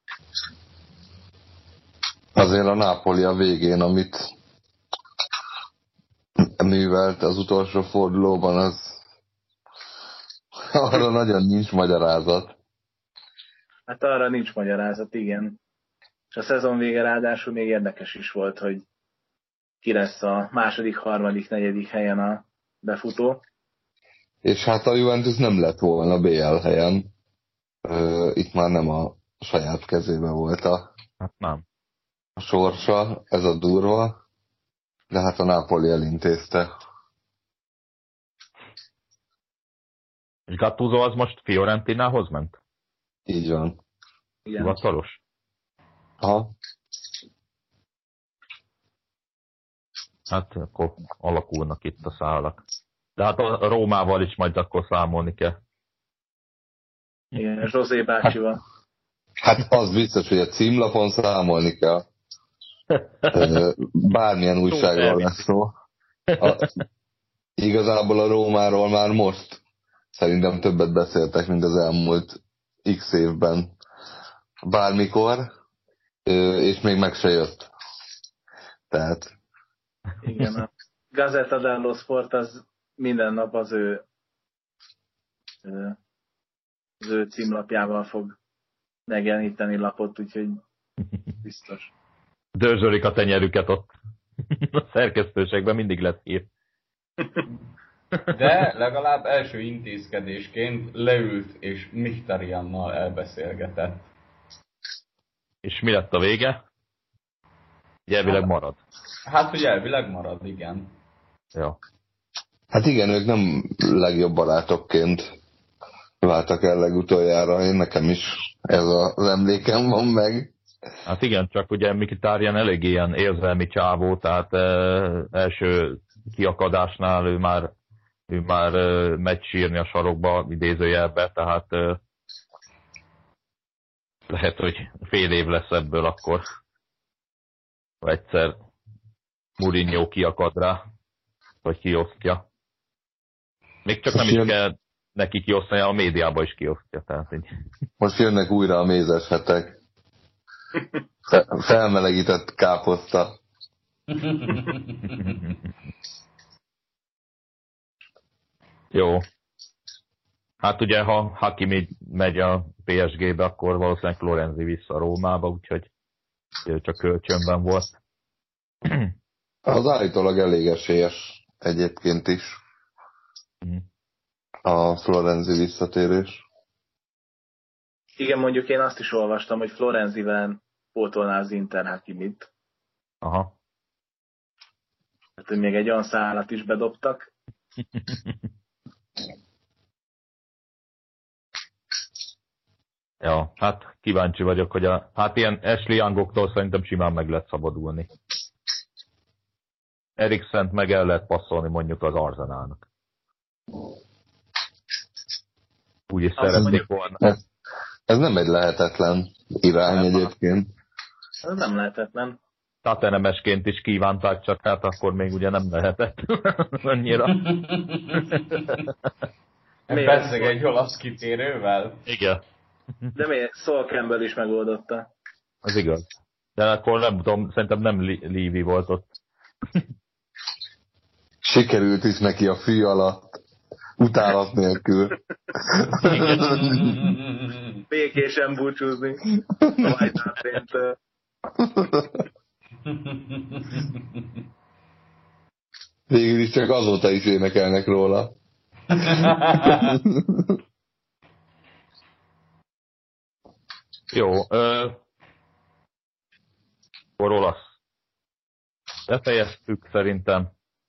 Azért a Napoli a végén, amit művelt az utolsó fordulóban, az arra nagyon nincs magyarázat. Hát arra nincs magyarázat, igen. És a szezon vége ráadásul még érdekes is volt, hogy ki lesz a második, harmadik, negyedik helyen a befutó. És hát a Juventus nem lett volna bé el helyen. Itt már nem a saját kezébe volt a, hát nem. a sorsa, ez a durva. De hát a Napoli elintézte. És Gattuso az most Fiorentinához ment? Így van. Igen. Hivatalos? Aha. Hát akkor alakulnak itt a szálak. De hát a Rómával is majd akkor számolni kell. Igen, José bácsival. Hát az biztos, hogy a címlapon számolni kell. Bármilyen újságról lesz szó. A, igazából a Rómáról már most szerintem többet beszéltek, mint az elmúlt x évben. Bármikor, és még meg se jött. Tehát... Igen, a Gazzetta dello Sport az minden nap az ő, az ő címlapjával fog megjeleníteni lapot, úgyhogy biztos. Dörzsölik a tenyerüket ott. A szerkesztőségben mindig lesz hír. De legalább első intézkedésként leült és Mkhitarjannal elbeszélgetett. És mi lett a vége? Ugye elvileg marad. Hát, hogy elvileg marad, igen. Ja. Hát igen, ők nem legjobb barátokként váltak el legutoljára. Én nekem is ez az emlékem van meg. Hát igen, csak ugye Mkhitaryan elég ilyen érzelmi csávó, tehát eh, első kiakadásnál ő már, ő már eh, megy sírni a sarokba, idézőjelbe, tehát eh, lehet, hogy fél év lesz ebből akkor. Egyszer Mourinho kiakad rá, vagy kiosztja. Még csak nem is kell neki kiosztani, a médiába is kiosztja. Tehát így. Most jönnek újra a mézes hetek. Felmelegített káposzta. Jó. Hát ugye, ha Hakimi megy a pé es gé-be, akkor valószínűleg Florenzi vissza Rómába, úgyhogy csak kölcsönben volt. Az állítólag elég esélyes egyébként is. Mm. A Florenzi visszatérés. Igen, mondjuk én azt is olvastam, hogy Florenzivel pótolná az Inter Hakimit. Aha. Hát, hogy még egy olyan szállat is bedobtak. Ja, hát kíváncsi vagyok, hogy a, hát ilyen Ashley Youngoktól szerintem simán meg lehet szabadulni. Eriksent meg el lehet passzolni mondjuk az Arsenalnak. Úgy is szeretnék volna. Ez, ez nem egy lehetetlen irány nem, egyébként. Ez nem lehetetlen. Tatenemesként is kívánták, csak hát akkor még ugye nem lehetett annyira. Bezzeg egy olasz kitérővel? Igen. De miért? Sol Campbell is megoldotta. Az igaz. De akkor nem tudom, szerintem nem Levy volt ott. Sikerült is neki a fű alatt. Utálat nélkül. Békésen búcsúzni. Végül is csak azóta is énekelnek róla. Jó, ö... akkor olasz. Befejeztük szerintem.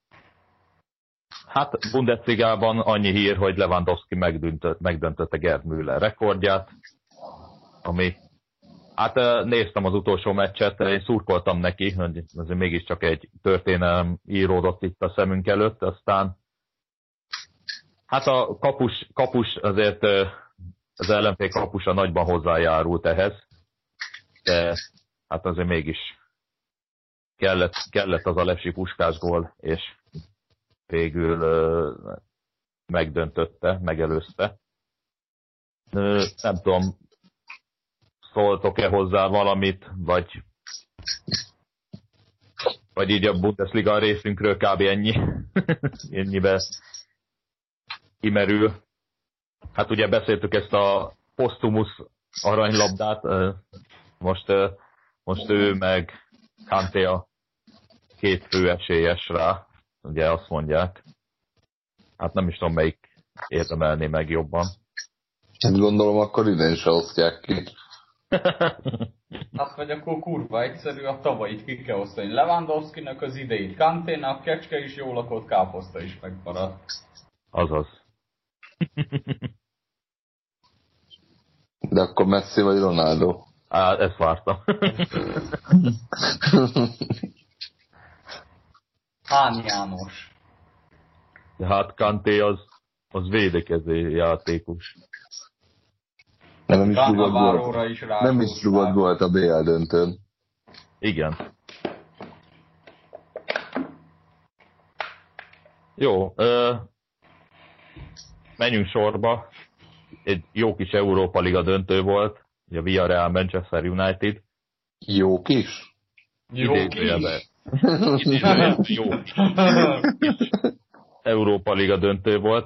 Hát Bundesligában annyi hír, hogy Lewandowski megdöntött, megdöntötte Gerd Müller rekordját, ami, hát néztem az utolsó meccset, én szurkoltam neki, hogy azért mégiscsak egy történelem íródott itt a szemünk előtt, aztán hát a kapus, kapus azért az ellenfél kapusa nagyban hozzájárult ehhez, de hát azért mégis kellett, kellett az Alesi Puskás gól, és végül uh, megdöntötte, megelőzte. Uh, nem tudom, szóltok-e hozzá valamit, vagy, vagy így a Bundesliga részünkről kb. Ennyi. Ennyibe kimerül. Hát ugye beszéltük ezt a posztumusz aranylabdát, uh, most, uh, most ő meg Kanté a két fő esélyes rá. Ugye azt mondják. Hát nem is tudom, melyik érdemelné meg jobban. Hát gondolom, akkor idén se osztják ki. Hát vagy akkor kurva egyszerű, a tavalyit ki kell osztani Lewandowskinak, az idejét Kanténak, kecske is jól lakott, káposzta is megmaradt. Azaz. De akkor Messi vagy Ronaldo? Á, ezt vártam. Hán János. De hát Kanté az, az védekező játékos. Nem is rugott volt, is nem is rugott volt a bé el döntőn. Igen. Jó, ö, menjünk sorba. Egy jó kis Európa Liga döntő volt, a Villarreal Manchester United. Jó kis? Jó Idézőjelben. kis? Idézőjelben jó kis. Európa Liga döntő volt.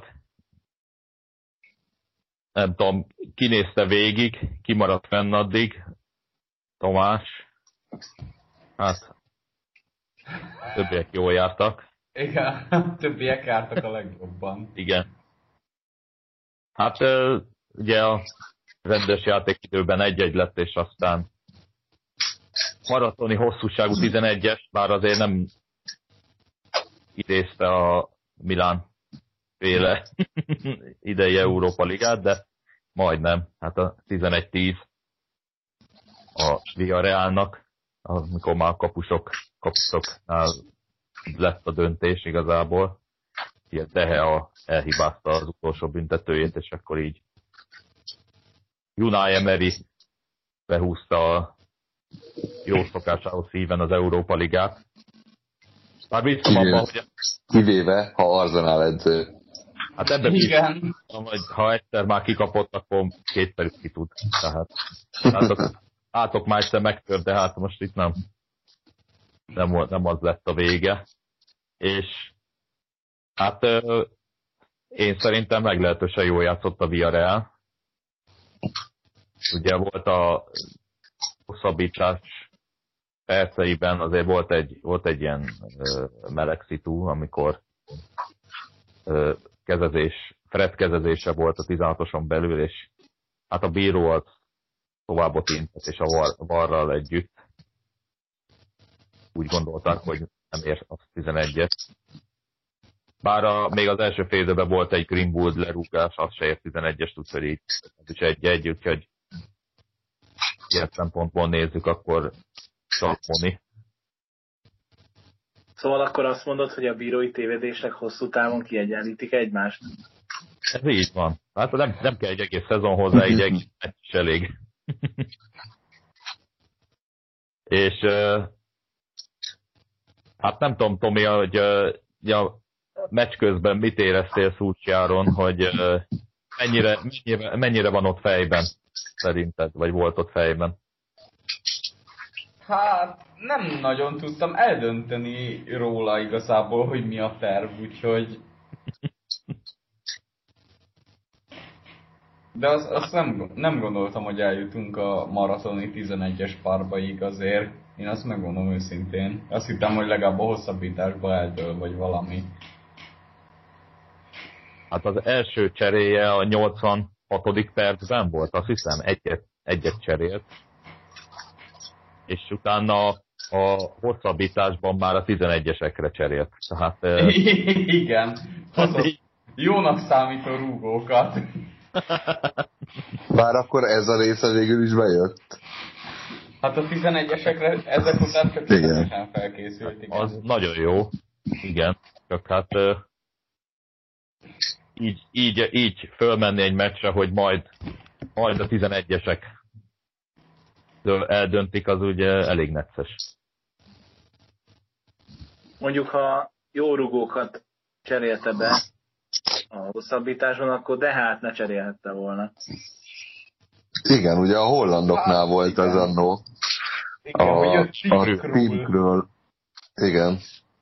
Nem tudom, kinézte végig, kimaradt fenn addig. Tamás. Hát, többiek jól jártak. Igen, többiek jártak a legjobban. Igen. Hát ugye a rendes játékidőben egy-egy lett, és aztán maratoni hosszúságú tizenegyes, bár azért nem idézte a Milán féle idei Európa Ligát, de majdnem. Hát a tizenegy tíz a Villarrealnak, amikor már kapusok, kapusoknál lett a döntés igazából. Ilyen Tehe a, elhibázta az utolsó büntetőjét, és akkor így Unai Emery behúzta a jó szokásához híven az Európa Ligát. Már biztos abban, hogy... Kivéve, ha Arsenal edző. Hát ebben igen. Biztos, hogy ha egyszer már kikapott, akkor kétszer is ki tud. Tehát átok, átok már egyszer megtört, de hát most itt nem, nem, nem az lett a vége. És hát én szerintem meglehetősen jól játszott a Villarreal. Ugye volt a hosszabbítás perceiben, azért volt egy, volt egy ilyen meleg szitu, amikor kezezés, Fred kezezése volt a tizenhatoson belül, és hát a bíró az továbbot intett, és a var, varral együtt úgy gondolták, hogy nem ér az tizenegyet. Bár a, még az első fél időben volt egy Greenwood lerúgás, az se ért tizenegyest, úgyhogy így ez is egy-egy, úgyhogy ilyen szempontból nézzük, akkor Salmoni. Szóval akkor azt mondod, hogy a bírói tévedések hosszú távon kiegyenlítik egymást? Ez így van. Hát nem, nem kell egy egész szezon hozzá, egy egész meccs is elég. És hát nem tudom, Tomi, hogy ja, meccs közben mit éreztél Szúcsiáron, hogy mennyire, mennyire, mennyire van ott fejben szerinted, vagy volt ott fejben? Hát nem nagyon tudtam eldönteni róla igazából, hogy mi a terv, úgyhogy... De azt, azt nem, nem gondoltam, hogy eljutunk a maratoni tizenegyes párbaig azért. Én azt megmondom őszintén. Azt hittem, hogy legalább a hosszabbításba eldől, vagy valami. Hát az első cseréje a nyolcvanhatodik percben volt, azt hiszem, egyet, egyet cserélt. És utána a hosszabbításban már a tizenegyesekre cserélt. Tehát, igen, hozott jónak számító rúgókat. Bár akkor ez a része végül is bejött. Hát a tizenegyesekre ezek után tökéletesen felkészült, igen. Az nagyon jó, igen. Csak hát így, így, így fölmenni egy meccsre, hogy majd, majd a tizenegyesek eldöntik, az ugye elég necces. Mondjuk, ha jó rugókat cserélte be a hosszabbításon, akkor de hát ne cserélhette volna. Igen, ugye a hollandoknál hát, volt igen. Ez annó. Igen, a, a Pinkről. Igen.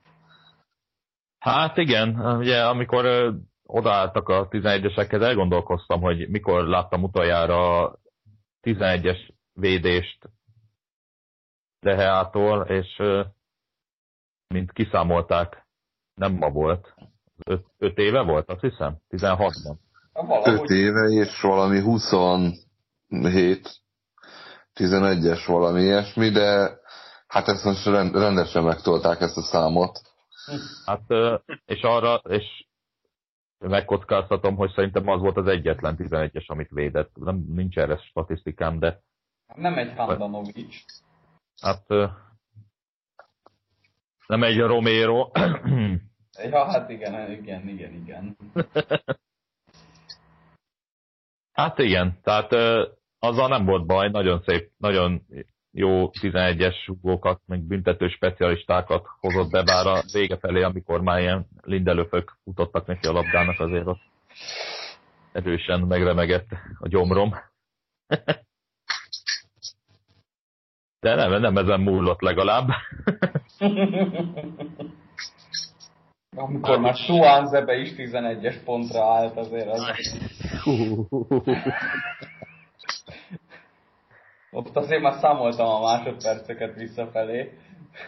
Hát igen, ugye amikor ö, odaálltak a tizenegyesekhez, elgondolkoztam, hogy mikor láttam utoljára a tizenegyes védést Deheától, és ö, mint kiszámolták, nem ma volt. Öt, öt éve volt, azt hiszem? tizenhatban. Öt éve, és valami huszonhét tizenegyes valami ilyesmi, de hát ezt most rendesen megtolták ezt a számot. Hát, és arra, és megkockáztatom, hogy szerintem az volt az egyetlen tizenegyes, amit védett. Nem, nincs erre statisztikám, de... Nem egy Handanovic. Hát, nem egy Romero. Ja, hát igen, igen, igen, igen. Hát igen, tehát azzal nem volt baj, nagyon szép, nagyon jó tizenegyes rugókat, meg büntető specialistákat hozott be, bár a vége felé, amikor már ilyen lindelőfök futottak neki a labdának, azért ott erősen megremegett a gyomrom. De nem, nem ezen múlott legalább. Amikor már Suánzebe is tizenegyes pontra állt, azért az... Ott azért már számoltam a másodperceket visszafelé.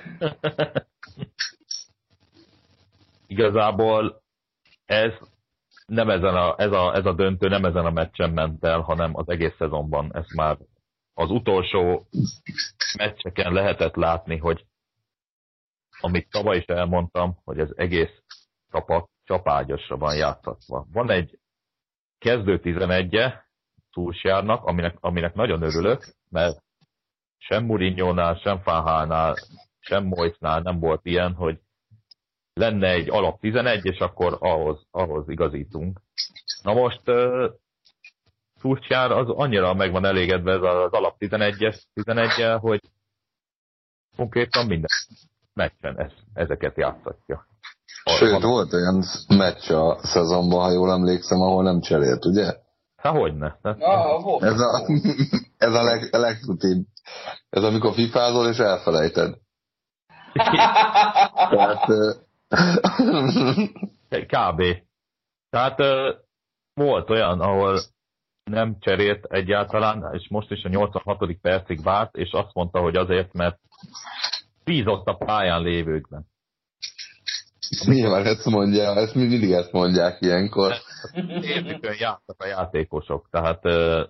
Igazából ez nem ezen a, ez, a, ez a döntő nem ezen a meccsen ment el, hanem az egész szezonban. Ez már az utolsó meccseken lehetett látni, hogy amit tavaly is elmondtam, hogy az egész csapat csapágyasra van játszatva. Van egy kezdő tizenegye Solskjaernak, aminek, aminek nagyon örülök, mert sem Mourinho-nál, sem Van-Gaalnál, sem Moyesnál nem volt ilyen, hogy lenne egy alap tizenegy, és akkor ahhoz, ahhoz igazítunk. Na most uh, Solskjaer az annyira meg van elégedve ez az alap tizenegyes tizeneggyel, hogy konkrétan minden meccsen ez, ezeket játszatja. Sőt, van... volt olyan meccs a szezonban, ha jól emlékszem, ahol nem cserélt, ugye? Hát hogyne. Hát... Ah, ez a, ez a leg, legtutibb. Ez amikor fifázol és elfelejted. Tehát... Kb. Tehát volt olyan, ahol nem cserélt egyáltalán, és most is a nyolcvanhatodik percig várt, és azt mondta, hogy azért, mert bízott a pályán lévőkben. Nyilván ezt mondja, ezt mindig ezt mondják ilyenkor. Értükön játszak a játékosok, tehát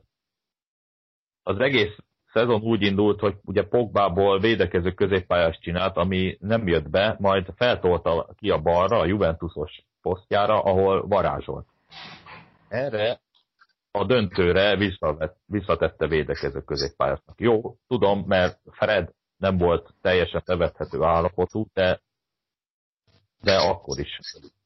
az egész szezon úgy indult, hogy ugye Pogbából védekező középpályást csinált, ami nem jött be, majd feltolta ki a balra, a Juventusos posztjára, ahol varázsolt. Erre a döntőre visszavett, visszatette védekező középpályásnak. Jó, tudom, mert Fred nem volt teljesen nevethető állapotú, de, de akkor is.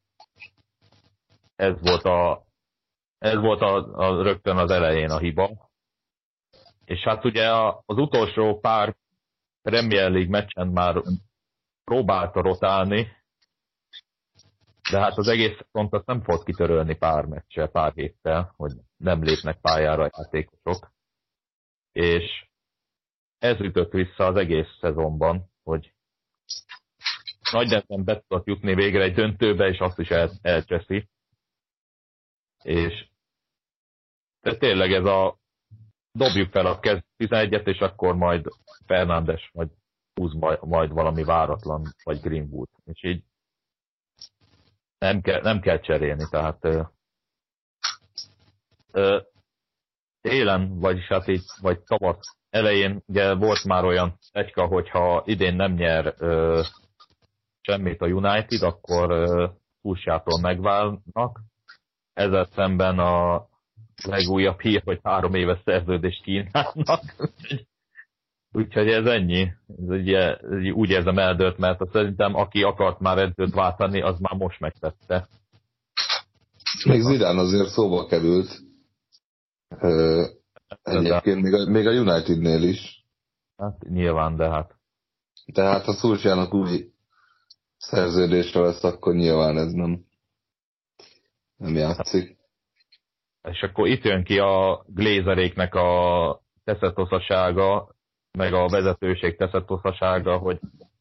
Ez volt, a, ez volt a, a, rögtön az elején a hiba. És hát ugye az utolsó pár Premier League meccsen már próbálta rotálni, de hát az egész pont azt nem fogod kitörölni pár meccsel, pár héttel, hogy nem lépnek pályára a játékosok. És ez ütött vissza az egész szezonban, hogy nagy nehezen be tudott jutni végre egy döntőbe, és azt is el, elcseszi. És de tényleg ez a dobjuk fel a kezd tizenegyet, és akkor majd Fernándes majd húz majd, majd valami váratlan, vagy Greenwood. És így nem kell, nem kell cserélni, tehát ö, ö, télen, vagyis hát így, vagy tavasz elején, ugye volt már olyan egyka, hogyha idén nem nyer ö, semmit a United, akkor ö, Húsjától megválnak. Ezzel szemben a legújabb hír, hogy három éves szerződést kínálnak. Úgyhogy ez ennyi. Ez ugye, úgy érzem eldőlt, mert szerintem aki akart már edzőt váltani, az már most megtette. Még Zidane azért szóba került. Ö, egyébként még a, még a Unitednél is. Hát nyilván, de hát. Tehát ha Szulsjának új szerződésre lesz, akkor nyilván ez nem, nem játszik. És akkor itt jön ki a Glazeréknek a teszetoszasága, meg a vezetőség teszetoszasága, hogy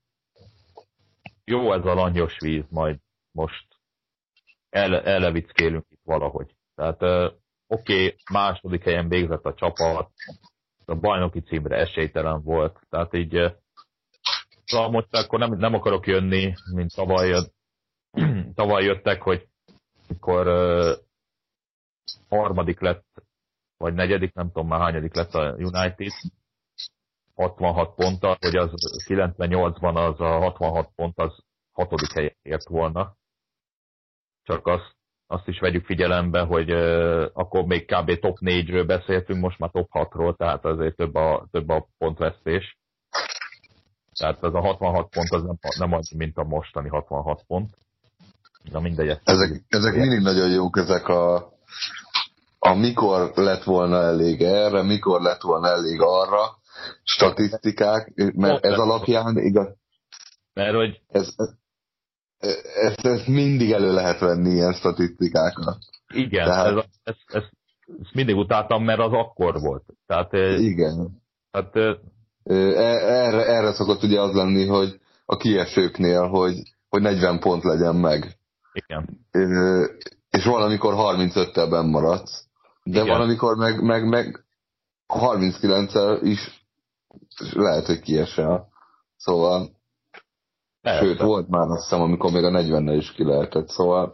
jó ez a langyos víz, majd most el, ellevickélünk itt valahogy. Tehát uh, oké, okay, második helyen végzett a csapat, a bajnoki címre esélytelen volt, tehát így uh, szóval most akkor nem, nem akarok jönni, mint tavaly, jött, tavaly jöttek, hogy mikor uh, harmadik lett, vagy negyedik, nem tudom már hányadik lett a United, hatvanhat ponttal, hogy az kilencvennyolcban az a hatvanhat pont az hatodik helyen ért volna. Csak azt, azt is vegyük figyelembe, hogy uh, akkor még kb. Top négyről beszéltünk, most már top hatról, tehát azért több a, több a pontvesztés. Tehát az a hatvanhat pont az nem, nem annyi, mint a mostani hatvanhat pont. Na mindegy. Ezek, ezek mindig nagyon jók, ezek a, a mikor lett volna elég erre, mikor lett volna elég arra statisztikák, mert ez alapján igaz. Mert hogy... Ez, ez, ez mindig elő lehet venni ilyen statisztikákat. Igen, Tehát, ez, ez, ez, ezt mindig utáltam, mert az akkor volt. Tehát, igen. Tehát, erre, erre szokott ugye az lenni, hogy a kiesőknél, hogy, hogy negyven pont legyen meg. Igen. És valamikor harmincöttel benn maradsz. De igen. valamikor meg, meg, meg harminckilenccel is lehet, hogy kiesel. Szóval persze. Sőt, volt már azt hiszem, amikor még a negyvennel is ki lehetett, szóval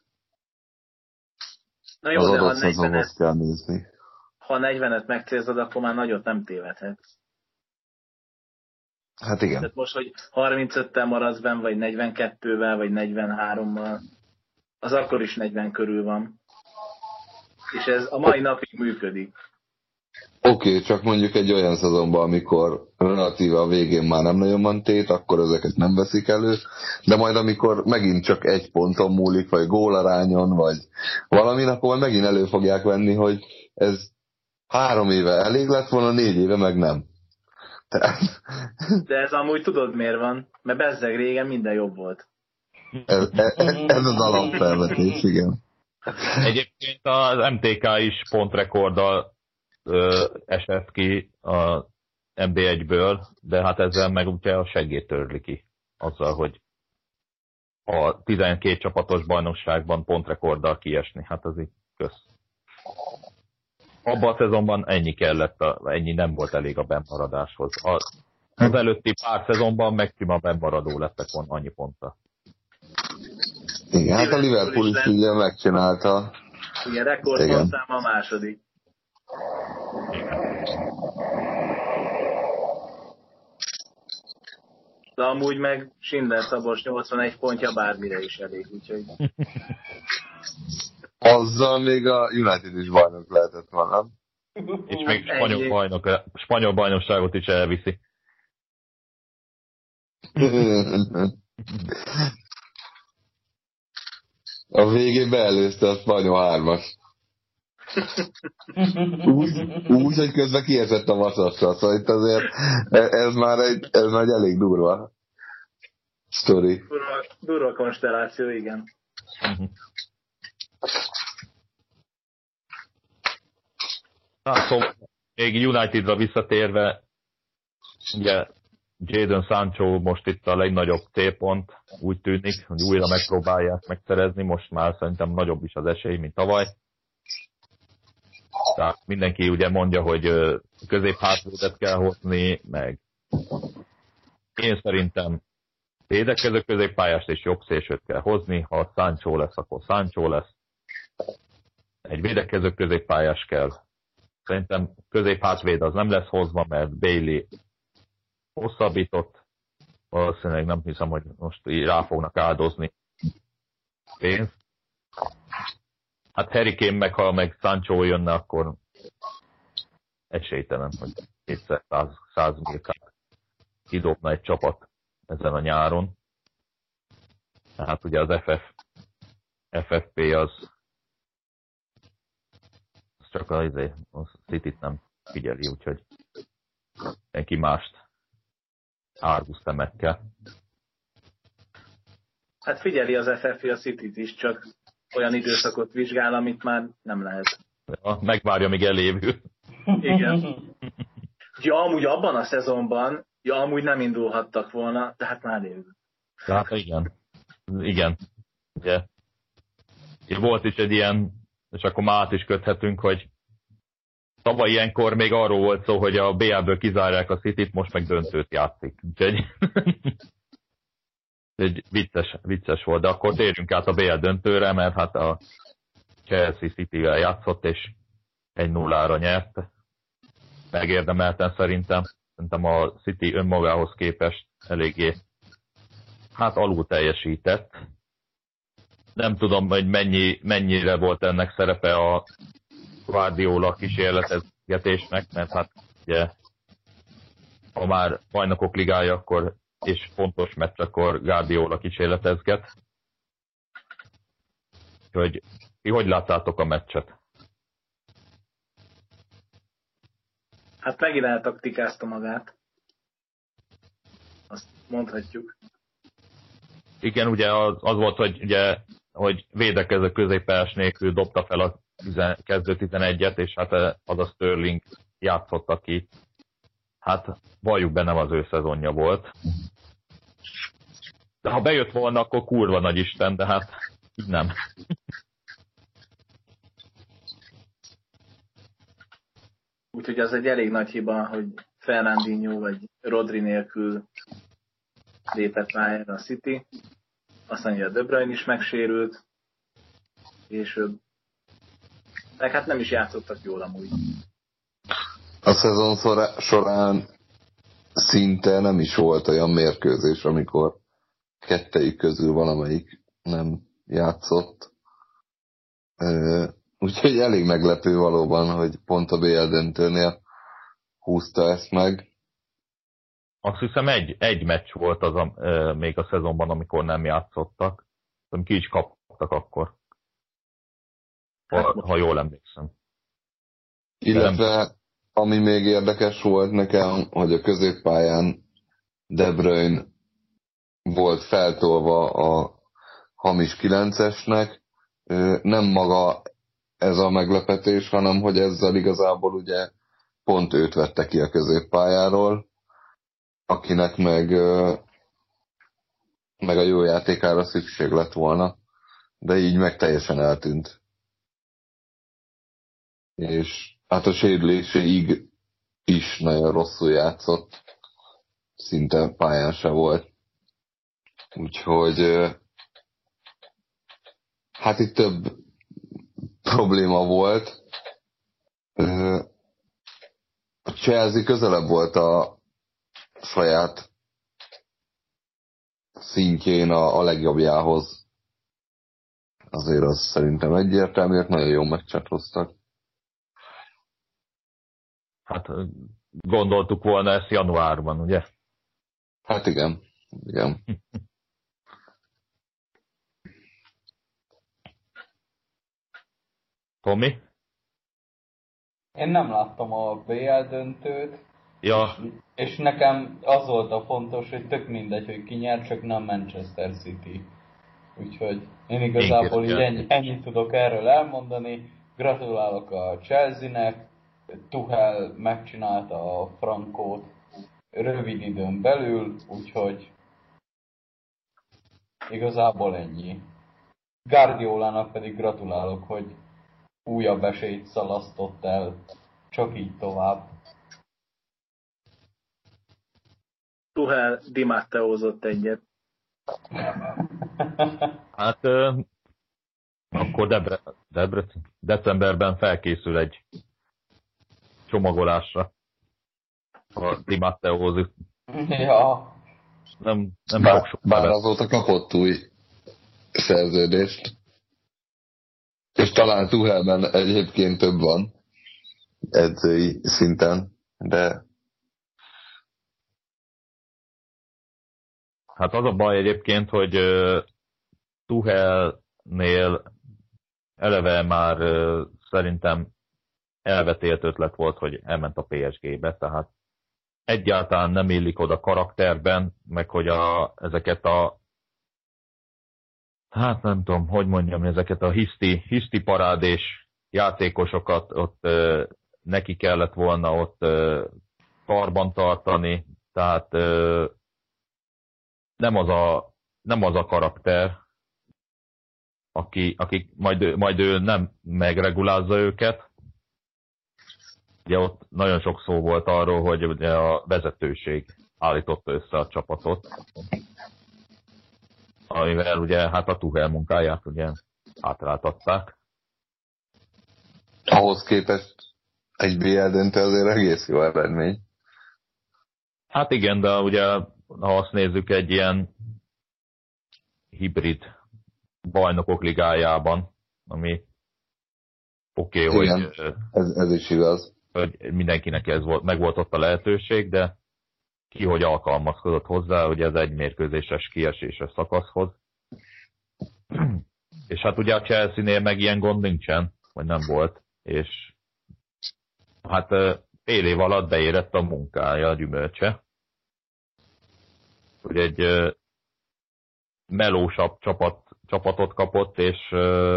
na jó, az de adott ha negyvenet, kell nézni. Ha negyvenet megcélzod, akkor már nagyot nem tévedhetsz. Hát igen. Tehát most, hogy harmincöttel maradsz benn, vagy negyvenkettővel, vagy negyvenhárommal, az akkor is negyven körül van. És ez a mai napig működik. Oké, okay, csak mondjuk egy olyan szezonban, amikor relatíve a végén már nem nagyon van tét, akkor ezeket nem veszik elő, de majd amikor megint csak egy ponton múlik, vagy gólarányon, vagy valami, akkor megint elő fogják venni, hogy ez három éve elég lett volna, négy éve meg nem. Tehát... De ez amúgy tudod miért van? Mert bezzeg régen minden jobb volt. Ez, ez, ez az alapfelvetés, igen. Egyébként az em té ká is pontrekorddal ö, esett ki a em bé egyből, de hát ezzel meg ugye a seggét törli ki. Azzal, hogy a tizenkét csapatos bajnokságban pontrekorddal kiesni. Hát az így kösz. Abban a szezonban ennyi kellett, a, ennyi nem volt elég a bennmaradáshoz. Az, az előtti pár szezonban meg prima bennmaradó lettek volna annyi ponttal. Igen, hát a Liverpool is ugye megcsinálta. Igen, rekordpontszám a második. De amúgy meg Schindler Szabos nyolcvanegy pontja bármire is elég, úgyhogy... Azzal még a United is bajnok lehetett volna. És még spanyol, bajnok, spanyol bajnokságot is elviszi. A végén beelőzte a spanyol hármas. Úgy, úgy, hogy közben kiesett a vasasra, szóval itt azért ez már egy, ez már egy elég durva sztori. Durva, durva konstelláció, igen. Hát szóval még Unitedra visszatérve, ugye Jadon Sancho most itt a legnagyobb célpont, úgy tűnik, hogy újra megpróbálják megszerezni, most már szerintem nagyobb is az esély, mint tavaly. Tehát mindenki ugye mondja, hogy középhátvédet kell hozni, meg én szerintem védekező középpályást és jobb szélsőt kell hozni, ha Sancho lesz, akkor Sancho lesz. Egy védekező középpályás kell. Szerintem középhátvéd az nem lesz hozva, mert Bailey hosszabbított. Valószínűleg nem hiszem, hogy most így rá fognak áldozni pénzt. Hát Harry Kane meg, ha meg Sancho jönne, akkor esélytelen, hogy kétszer száz milliót kidobna egy csapat ezen a nyáron. Tehát ugye az ef ef, ef ef pé az, az csak az, az City-t nem figyeli, úgyhogy senki mást árgus szemekkel. Hát figyeli az ef ef pé a Cityt is, csak olyan időszakot vizsgál, amit már nem lehet. Ja, megvárja, míg elévül. Igen. Ja, amúgy abban a szezonban, ja, amúgy nem indulhattak volna, de hát már évül. Hát igen. Igen. Ugye. Volt is egy ilyen, és akkor már át is köthetünk, hogy tavaly ilyenkor még arról volt szó, hogy a bé el-ből kizárják a Cityt, most meg döntőt játszik. Úgyhogy egy vicces, vicces volt, de akkor térjünk át a bé el döntőre, mert hát a Chelsea Cityvel játszott, és egy nullára nyert. Megérdemelten szerintem. Szerintem a City önmagához képest eléggé hát alul teljesített. Nem tudom, hogy mennyi, mennyire volt ennek szerepe a Guardiola kísérletezgetésnek, mert hát ugye, ha már bajnokok ligája, akkor és fontos meccs, akkor Guardiola kísérletezget. Hogy ti hogy láttátok a meccset? Hát megint eltaktikázta magát. Azt mondhatjuk. Igen, ugye az, az volt, hogy, ugye, hogy védekező középpályás nélkül dobta fel a tizen, kezdő tizenegyet, és hát az a Sterling játszott, aki hát valljuk be, nem az ő szezonja volt. De ha bejött volna, akkor kurva nagy Isten, de hát így nem. Úgyhogy az egy elég nagy hiba, hogy Fernandinho vagy Rodri nélkül lépett pályára a City. Aztán ugye a De Bruyne is megsérült, és meg hát nem is játszottak jól amúgy. A szezon során szinte nem is volt olyan mérkőzés, amikor kettejük közül valamelyik nem játszott. Úgyhogy elég meglepő valóban, hogy pont a bé el döntőnél húzta ezt meg. Azt hiszem egy, egy meccs volt az a, e, még a szezonban, amikor nem játszottak. Ki is kaptak akkor. Ha, hát, ha jól emlékszem. Illetve ami még érdekes volt nekem, hogy a középpályán De Bruyne volt feltolva a hamis kilencesnek. Nem maga ez a meglepetés, hanem hogy ezzel igazából ugye pont őt vette ki a középpályáról, akinek meg, meg a jó játékára szükség lett volna, de így meg teljesen eltűnt. És hát a sérüléséig is nagyon rosszul játszott, szinte pályán se volt. Úgyhogy hát itt több probléma volt. A Chelsea közelebb volt a saját szintjén a, a legjobbjához. Azért az szerintem egyértelmű, nagyon jó meccset hoztak. Hát gondoltuk volna ezt januárban, ugye? Hát igen, igen. Tomi? Én nem láttam a bé el döntőt, ja. és, és nekem az volt a fontos, hogy tök mindegy, hogy ki nyer, csak nem Manchester City. Úgyhogy én igazából én így ennyi, ennyit tudok erről elmondani. Gratulálok a Chelsea-nek, Tuchel megcsinálta a frankót rövid időn belül, úgyhogy igazából ennyi. Guardiolának pedig gratulálok, hogy újabb esélyt szalasztott el. Csak így tovább. Tuchel Di Matteózott egyet. Hát euh, akkor Debre, Debre, decemberben felkészül egy csomagolásra. A Di Matteózik. Ja. Nem, nem bár, sok sok bár nevet. azóta kapott új szerződést. És talán Tuchelben egyébként több van edzői szinten, de... Hát az a baj egyébként, hogy uh, Tuchelnél eleve már uh, szerintem elvetélt ötlet volt, hogy elment a pé es gé-be, tehát egyáltalán nem illik oda karakterben, meg hogy a, ezeket a hát nem tudom, hogy mondjam, ezeket a hiszti, hiszti parádés játékosokat ott uh, neki kellett volna ott uh, karban tartani, tehát uh, nem az a, nem az a karakter, aki, aki majd, majd ő nem megregulázza őket. Ugye ott nagyon sok szó volt arról, hogy ugye a vezetőség állította össze a csapatot, amivel ugye hát a Tuchel munkáját ugye átráltatták. Ahhoz képest egy bé el döntő azért egész jó eredmény. Hát igen, de ugye ha azt nézzük egy ilyen hibrid bajnokok ligájában, ami oké, okay, hogy, ez, ez is igaz. Hogy mindenkinek ez volt, meg volt ott a lehetőség, de ki hogy alkalmazkodott hozzá, hogy ez egy mérkőzéses kieséses szakaszhoz. És hát ugye a Chelsea-nél meg ilyen gond nincsen, vagy nem volt, és hát fél év alatt beérett a munkája, a gyümölcse. Hogy egy melósabb csapat, csapatot kapott, és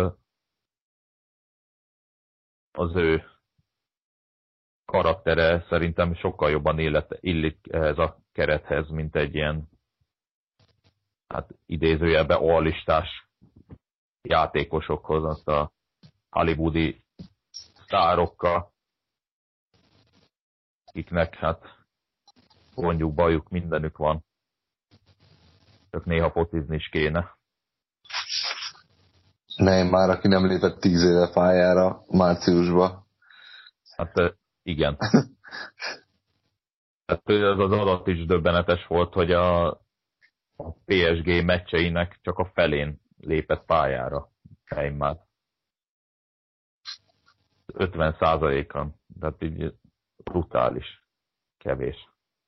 az ő karaktere szerintem sokkal jobban illet, illik ehhez a kerethez, mint egy ilyen hát idézőjelben allistás játékosokhoz, azt a hollywoodi sztárokkal, akiknek hát mondjuk bajuk mindenük van. Csak néha focizni is kéne. Nem, már aki nem lépett tíz éve pályára márciusba. Hát igen. Hát ez az adat is döbbenetes volt, hogy a, a pé es gé meccseinek csak a felén lépett pályára Neymar. ötven százalékon. Tehát így brutális. Kevés.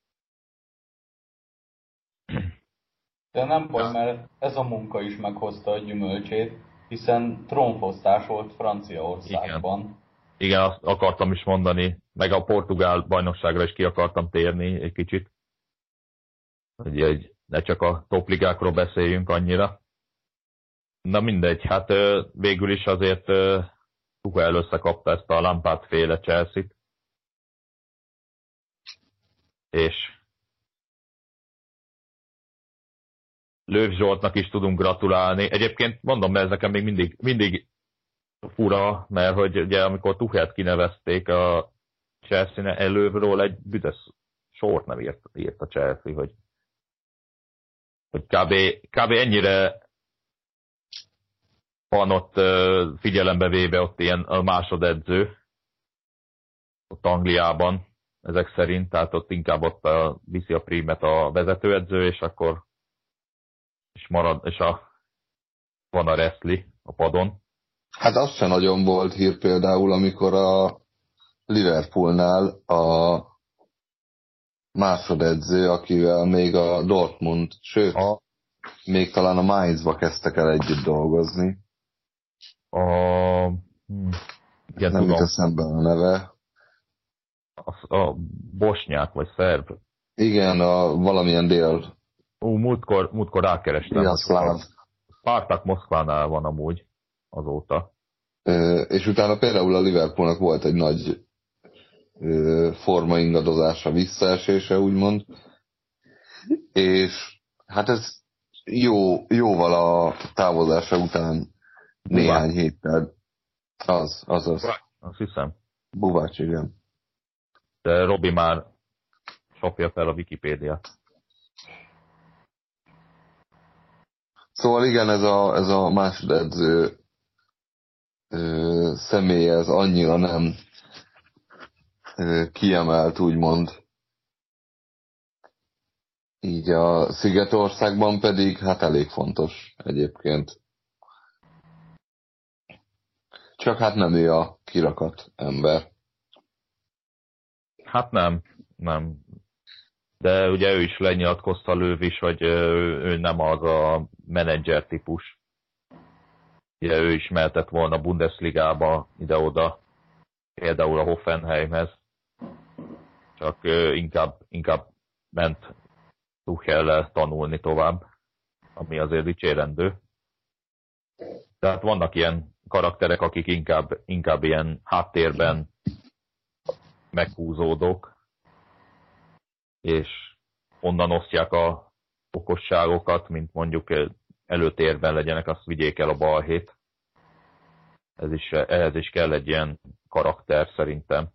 De nem baj, mert ez a munka is meghozta a gyümölcsét, hiszen trónfosztás volt Franciaországban. Igen. Igen, azt akartam is mondani, meg a portugál bajnokságra is ki akartam térni egy kicsit. Hogy egy, ne csak a topligákról beszéljünk annyira. Na mindegy, hát végül is azért Tuchel összekapta ezt a Lampard féle Chelsea-t. És Löw Zsoltnak is tudunk gratulálni. Egyébként mondom, mert ez nekem még mindig, mindig fura, mert hogy ugye amikor Tuchelt kinevezték a Chelsea-ne, előről egy büdös sort nem írt, írt a Chelsea, hogy, hogy kb, kb. Ennyire van ott figyelembe véve ott ilyen a másodedző ott Angliában ezek szerint, tehát ott inkább ott a, viszi a prímet a vezetőedző, és akkor és marad, és a, van a wrestling a padon. Hát az sem nagyon volt hír például, amikor a Liverpoolnál a másodedző, akivel még a Dortmund, sőt, a... még talán a Mainzba kezdtek el együtt dolgozni. A... Hm. Igen, nem tudom. jut eszembe a neve. A, a bosnyák, vagy szerb. Igen, a valamilyen dél. Ú, múltkor, múltkor rákerestem. Igen, szláv. Spartak Moszkvánál van amúgy azóta. Ö, és utána például a Liverpoolnak volt egy nagy ö, formaingadozása, visszaesése, úgymond. És hát ez jó, jóval a távozása után néhány héttel Az, az az. Azt hiszem. Buvács, igen. De Robi már csapja fel a Wikipédiát. Szóval igen, ez a, ez a másodedző ö, személy, ez annyira nem ö, kiemelt, úgymond. Így a Szigetországban pedig hát elég fontos egyébként. Csak hát nem ő a kirakat ember. Hát nem, nem. De ugye ő is lenyilatkozta, Löw is, hogy ő nem az a menedzser típus. Ugye ő is mehetett volna Bundesligába ide-oda, például a Hoffenheimhez. Csak inkább, inkább ment Tuchellel tanulni tovább, ami azért dicsérendő. Tehát vannak ilyen karakterek, akik inkább, inkább ilyen háttérben meghúzódók, és onnan osztják a okosságokat, mint mondjuk előtérben legyenek, azt vigyék el a balhét. Ez is, ehhez is kell egy ilyen karakter szerintem.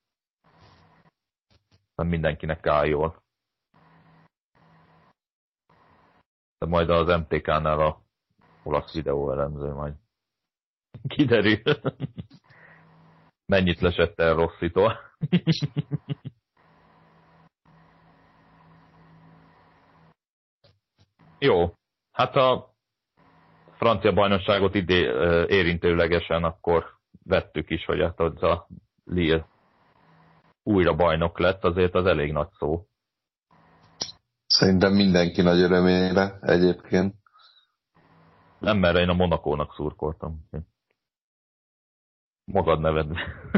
Nem mindenkinek áll jól. De majd az em té ká-nál a olasz videó elemző majd kiderül. Mennyit lesett el Rosszitól. Jó, hát a francia bajnokságot idé érintőlegesen akkor vettük is, hogy hát az a Lille újra bajnok lett, azért az elég nagy szó. Szerintem mindenki nagy örömére egyébként. Nem, mert én a Monakónak szurkoltam. Magad neved.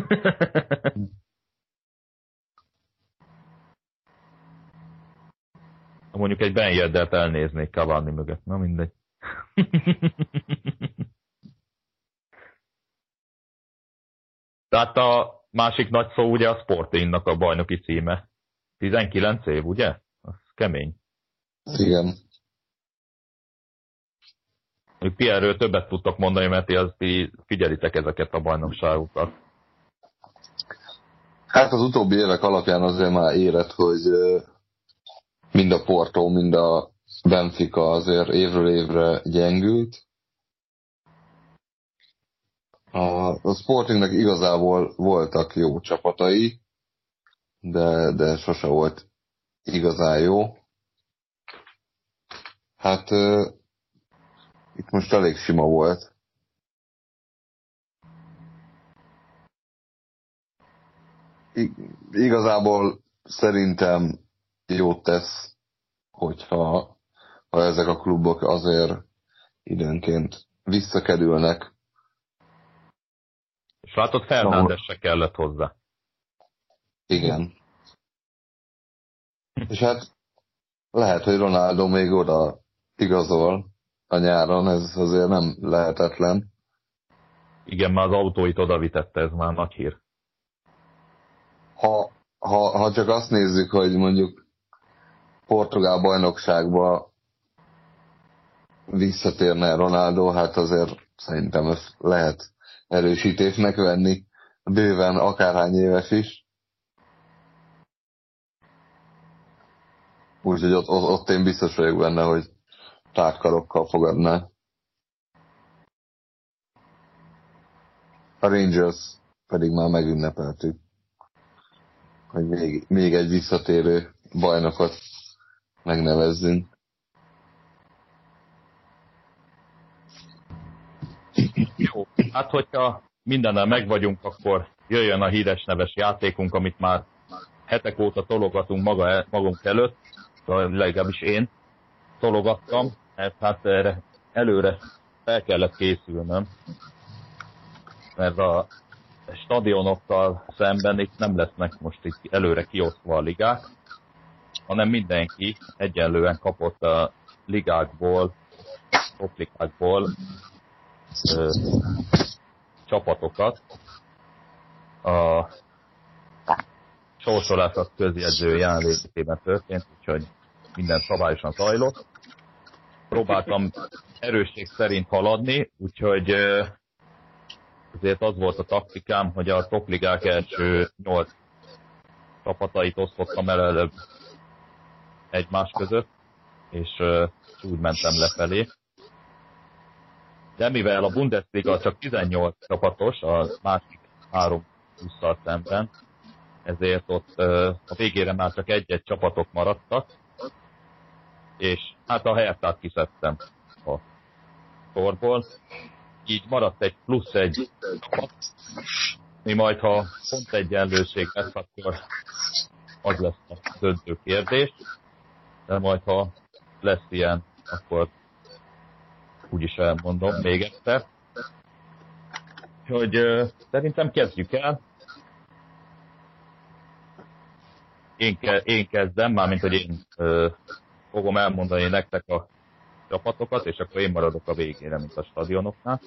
Mondjuk egy Ben Yeddert elnéznék Cavani mögött. Na mindegy. Tehát a másik nagy szó ugye a Sportingnak a bajnoki címe. tizenkilenc év, ugye? Az kemény. Igen. Ti erről többet tudtok mondani, mert ti, az, ti figyelitek ezeket a bajnokságokat. Hát az utóbbi évek alapján azért már érett, hogy mind a Porto, mind a Benfica azért évről évre gyengült. A, a Sportingnek igazából voltak jó csapatai, de, de sose volt igazán jó. Hát uh, itt most elég sima volt. I, igazából szerintem jót tesz, hogyha ha ezek a klubok azért időnként visszakerülnek. És látod, Fernández se kellett hozzá. Igen. És hát lehet, hogy Ronaldo még oda igazol a nyáron, ez azért nem lehetetlen. Igen, már az autóit odavitette, ez már nagy hír. Ha, ha, ha csak azt nézzük, hogy mondjuk portugál bajnokságba visszatérne Ronaldo, hát azért szerintem ezt lehet erősítésnek venni, bőven akárhány éves is. Úgyhogy ott, ott, ott én biztos vagyok benne, hogy tárkarokkal fogadná. A Rangers pedig már megünnepeltük, hogy még, még egy visszatérő bajnokot megnevezzünk. Jó, hát hogyha mindennel megvagyunk, akkor jöjjön a híres neves játékunk, amit már hetek óta tologatunk maga, magunk előtt, legalábbis én tologattam, mert hát erre előre fel kellett készülnöm, mert a stadionokkal szemben itt nem lesznek most itt előre kiosztva a ligák, hanem mindenki egyenlően kapott a ligákból, topligákból ö, csapatokat. A sorsolás az közjegyző jelenlétében történt, úgyhogy minden szabályosan zajlott. Próbáltam erősség szerint haladni, úgyhogy ezért az volt a taktikám, hogy a topligák első nyolc csapatait osztottam el előbb egymás között, és uh, úgy mentem lefelé. De mivel a Bundesliga csak tizennyolc csapatos, a másik három hússzal szemben, ezért ott uh, a végére már csak egy-egy csapatok maradtak, és hát a Herthát kiszedtem a sorból. Így maradt egy plusz egy csapat, mi majd ha pont egyenlőség lesz, akkor az lesz a döntő kérdés, de majd ha lesz ilyen, akkor úgyis elmondom még egyszer. Hogy uh, szerintem kezdjük el. Én, ke- én kezdem, mármint hogy én uh, fogom elmondani nektek a csapatokat, és akkor én maradok a végére, mint a stadionoknál.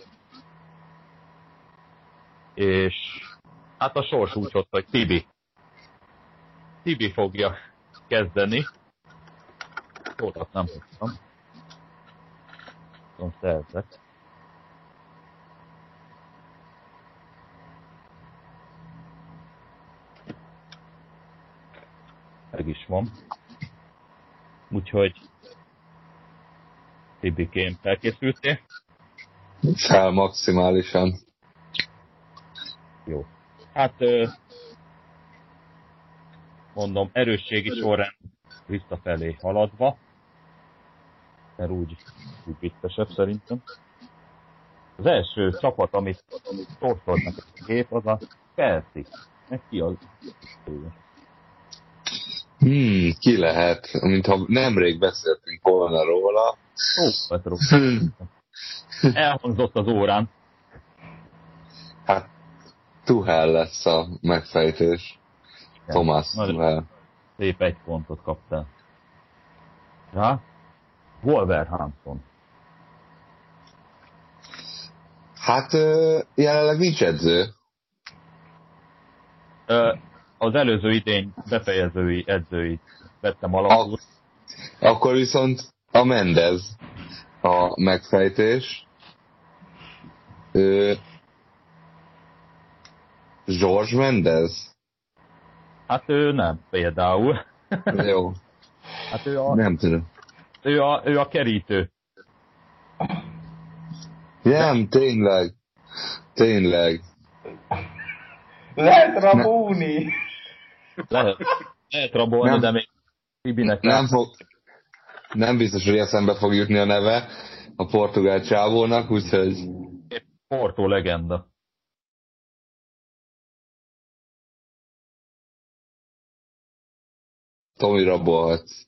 És hát a sors úgy hozta, hogy Tibi. Tibi fogja kezdeni. Szólat nem hoztam. Tudom, szerzek. Meg is van. Úgyhogy Tibikém, felkészültél? Fel maximálisan. Jó. Hát mondom, erősségi sorrend visszafelé haladva, mert úgy, úgy viccesebb szerintem. Az első csapat, amit sorsolt neked a gép, az a Chelsea. Meg ki az? Hmm, ki lehet? Mintha nemrég beszéltünk volna róla. Ó, elhangzott az órán. Hát, Tuchel lesz a megfejtés. Ja, Thomas Tuchel. Szép egy pontot kaptál. Ja? Wolverhampton. Hát jelenleg nincs edző. Az előző idény befejezői edzői vettem alapul. A, akkor viszont a Mendez a megfejtés. Ö, George Mendez? Hát ő nem, például. Jó. Hát ő a... Nem tudom. Ő a, ő a kerítő. Nem, tényleg. Tényleg. Lehet rabóni. Lehet, lehet rabolni, nem, de még Tibinek nem fog. Nem biztos, hogy eszembe fog jutni a neve a portugál csávónak, úgyhogy... Porto legenda. Tomi rabolhatsz.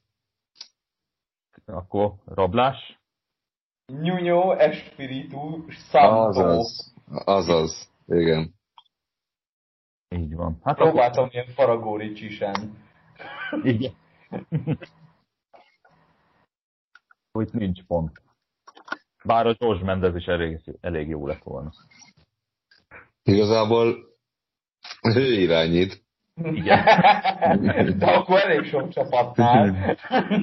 Akkor rablás? Nuno Espiritu Santo. Azaz. Azaz. Igen. Így van. Hát próbáltam akkor... ilyen faragóri csisen. Igen. Hogy nincs pont. Bár a George Mendez is elég, elég jó lett volna. Igazából ő irányít. Igen. De akkor elég sok csapatnál.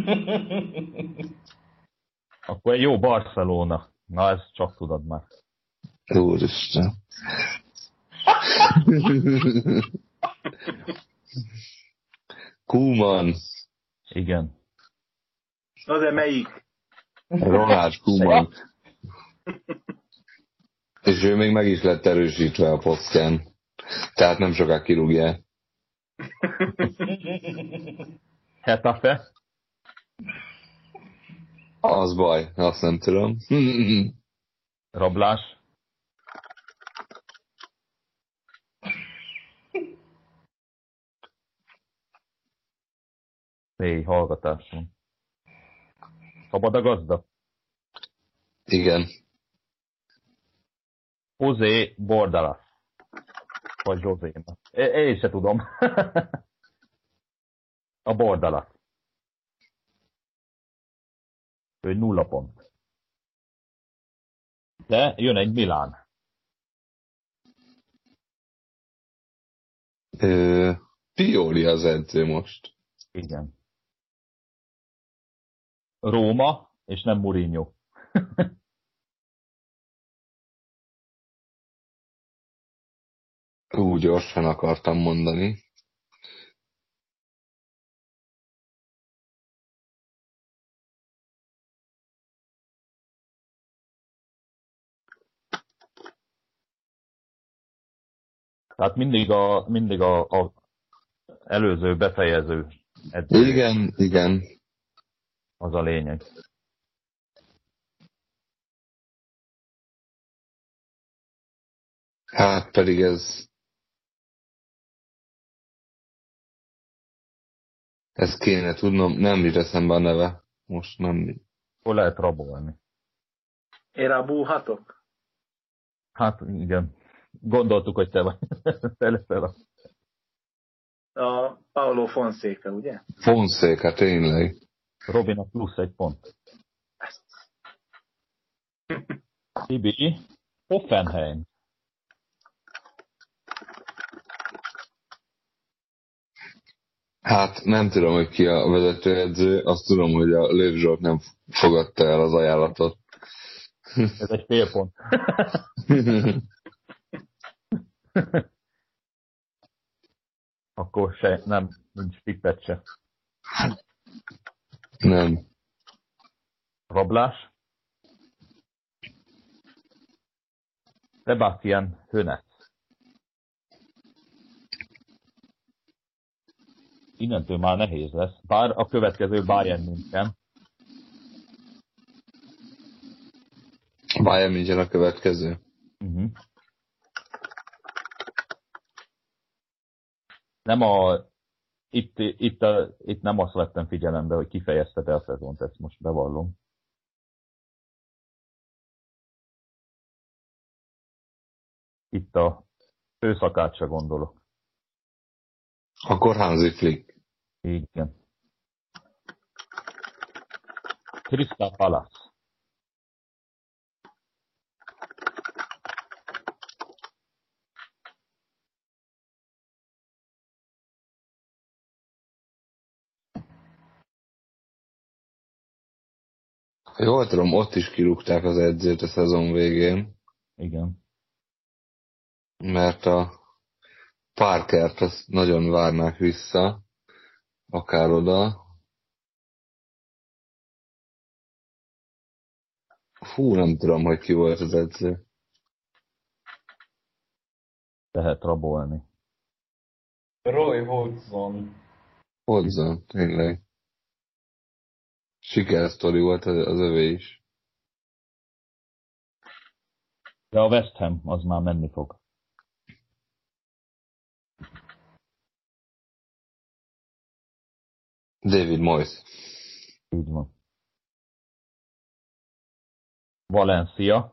Akkor egy jó Barcelona. Na, ezt csak tudod már. Úristen. Koeman. Igen. Na de melyik? Ronald Koeman. És ő még meg is lett erősítve a posztján. Tehát nem soká kirúgják. Hetafe? Az baj, azt nem tudom. Rablás? Éj, hallgatásom. Szabad a gazda? Igen. José Bordalas. Vagy José. Én se tudom. A Bordalas. Ő nulla pont. De jön egy Milán. Ö, Pioli az edző most. Igen. Róma, és nem Mourinho. Úgy gyorsan akartam mondani. Tehát mindig a, mindig a, a előző befejező edző. Igen, igen. Az a lényeg. Hát pedig ez... Ez kéne tudnom, nem jut eszembe a neve. Most nem... Hol lehet rabolni? Én rabulhatok? Hát igen. Gondoltuk, hogy te vagy. Először a... A Paulo Fonseca, ugye? Fonseca, tényleg. Robinak plusz egy pont. Tibi, Hoffenheim. Hát nem tudom, hogy ki a vezetőedző, azt tudom, hogy a Löw Zsolt nem fogadta el az ajánlatot. Ez egy fél pont. Akkor se, nem, nincs tippet se. Nem. Rablás. Sebastian Hoeneß. Innentől már nehéz lesz. Bár a következő Bayern München. Bayern München a következő. Uh-huh. Nem a... Itt, itt, a, itt nem azt vettem figyelembe, hogy kifejezted a szezont, ezt most bevallom. Itt a főszakát se gondolok. Akkor Hansi Flick. Igen. Crystal Palace. Jól tudom, ott is kirúgták az edzőt a szezon végén. Igen. Mert a Parkert azt nagyon várnák vissza, akár oda. Fú, nem tudom, hogy ki volt az edző. Lehet rabolni. Roy Hodgson. Hodgson, tényleg. Sikersztori volt az, az övé is. De a West Ham az már menni fog. David Moyes. Így van. Valencia.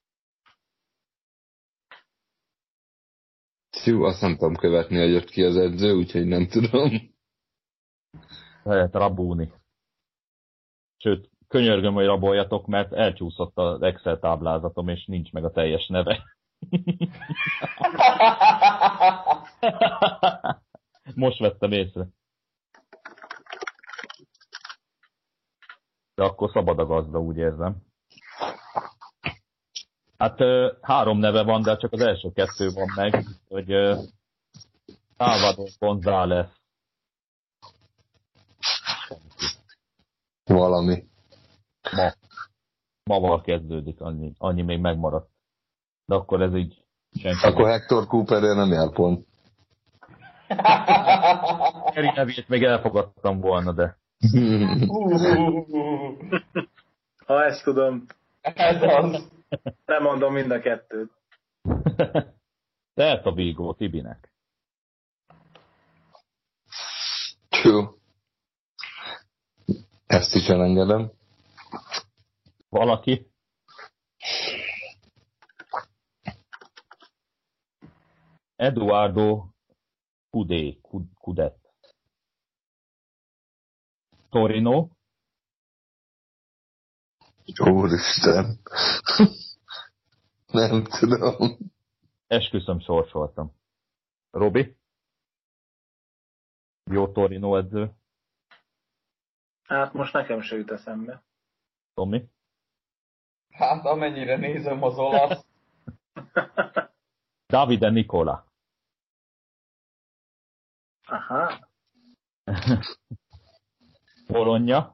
Szjú, azt nem tudom követni, hogy jött ki az edző, úgyhogy nem tudom. Lehet rabulni. Sőt, könyörgöm, hogy raboljatok, mert elcsúszott az Excel táblázatom, és nincs meg a teljes neve. Most vettem észre. De akkor szabad a gazda, úgy érzem. Hát három neve van, de csak az első kettő van meg, hogy Salvador González. Valami. Ma. Maval kezdődik, annyi, annyi még megmaradt. De akkor ez így senki. Akkor Hector Cooperre nem jár pont. Keri nevét még elfogadtam volna, de... Ha ezt tudom, Ez az. nem mondom mind a kettőt. Lehet a Vigo Tibinek. Jó. Ezt is elengedem. Valaki? Eduardo Cudé, Cudet. Torino. Úristen. Nem tudom. Esküszöm, sorsoltam. Robi? Jó Torino edző. Hát most nekem se jut eszembe. Tomi? Hát amennyire nézem az olasz. Davide Nicola. Aha. Bologna.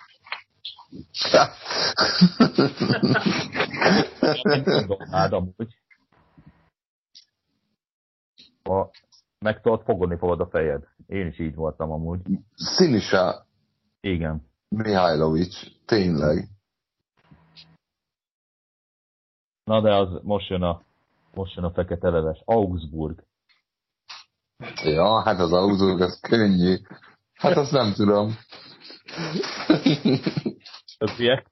Dobnád amúgy. A, meg tudod fogni fogod a fejed. Én is így voltam amúgy. Sinisa Igen. Mihajlovics, tényleg. Na de az most jön a, most jön a fekete leves. Augsburg. Ja, hát az Augsburg, az könnyű. Hát azt nem tudom. Többiek?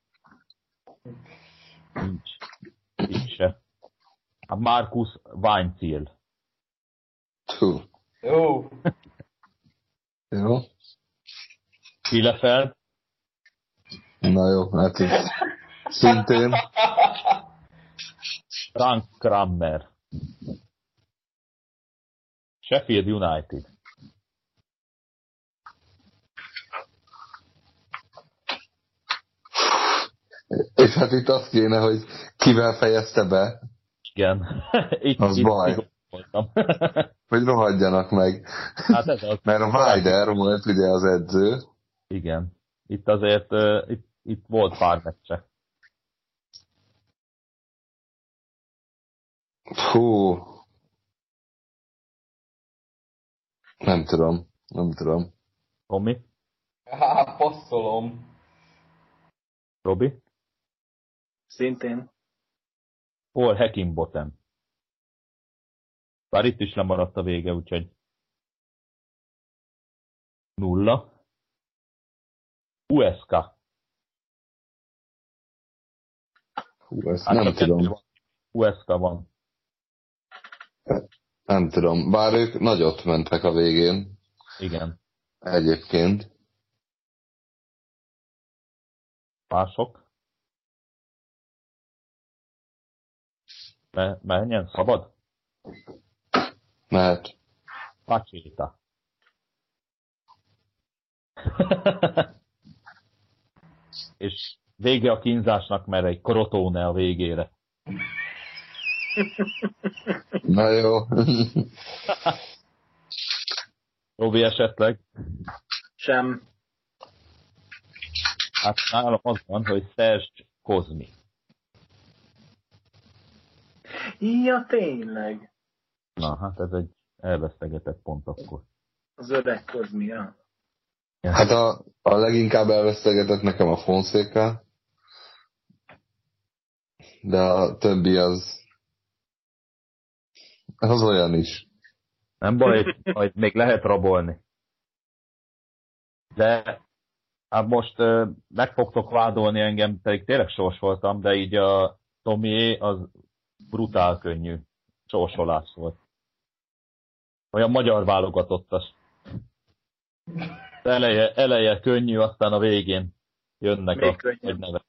Nincs. Nincs se. A Markus Weinziel. Hú. Jó. Jó. Bielefeld. Na jó, hát ez szintén. Frank Kramer. Sheffield United. És hát itt azt kéne, hogy kivel fejezte be. Igen. Itt, Az itt baj. voltam. Hogy rohadjanak meg. Hát ez az. Mert a Weider volt ugye az edző. Igen. Itt azért uh, itt, itt volt pár meccse. Hú. Nem tudom. Nem tudom. Tomi? Hát, passzolom. Robi? Szintén. Paul Heckingbottom. Bár itt is lemaradt a vége, úgyhogy nulla. U S K. Hú, ezt Hát nem csak tudom. van. U S K van. Nem tudom. Bár ők nagyot mentek a végén. Igen. Egyébként. Mások? Me- menjen, szabad? Mehet. Pacséta. És vége a kínzásnak, mert egy Crotone a végére. Na jó. Robi esetleg? Sem. Hát nálam az van, hogy Serge Kozmi. Ja, tényleg. Na, hát ez egy elvesztegetett pont akkor. Az öreg Kozmia. Hát a, a leginkább elvesztegetett nekem a Fonseca. De a többi az az olyan is. Nem baj, majd még lehet rabolni. De hát most uh, meg fogtok vádolni engem, pedig tényleg sors voltam, de így a Tomié az brutál könnyű sorsolás volt. Olyan magyar válogatottas. Eleje, eleje könnyű, aztán a végén jönnek Még a könnyebb. nagy nevek.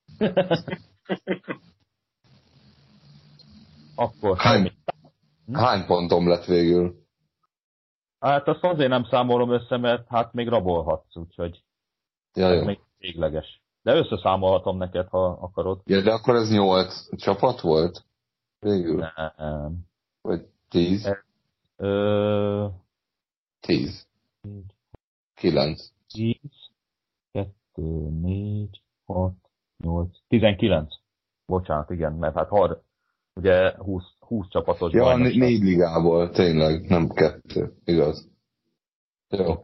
Akkor Hány, Hm? hány pontom lett végül? Hát azt azért nem számolom össze, mert hát még rabolhatsz, úgyhogy Ja, ez jó. még végleges. De összeszámolhatom neked, ha akarod. Ja, de akkor ez nyolc csapat volt? Végül? Nem. Vagy tíz? Ö... Tíz. Kilenc. tíz, kettő, négy, hat, nyolc, tizenkilenc. Bocsánat, igen, mert hát har, ugye húsz, húsz csapatos Ja, bajnokság. né- négy ligából, tényleg, nem kettő, igaz. Jó.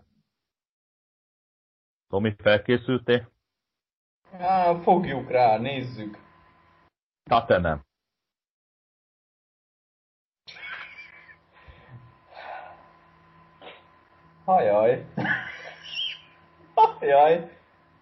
Tomi, felkészültél? Hát, fogjuk rá, nézzük. Hát te nem. Hajaj. Hajaj.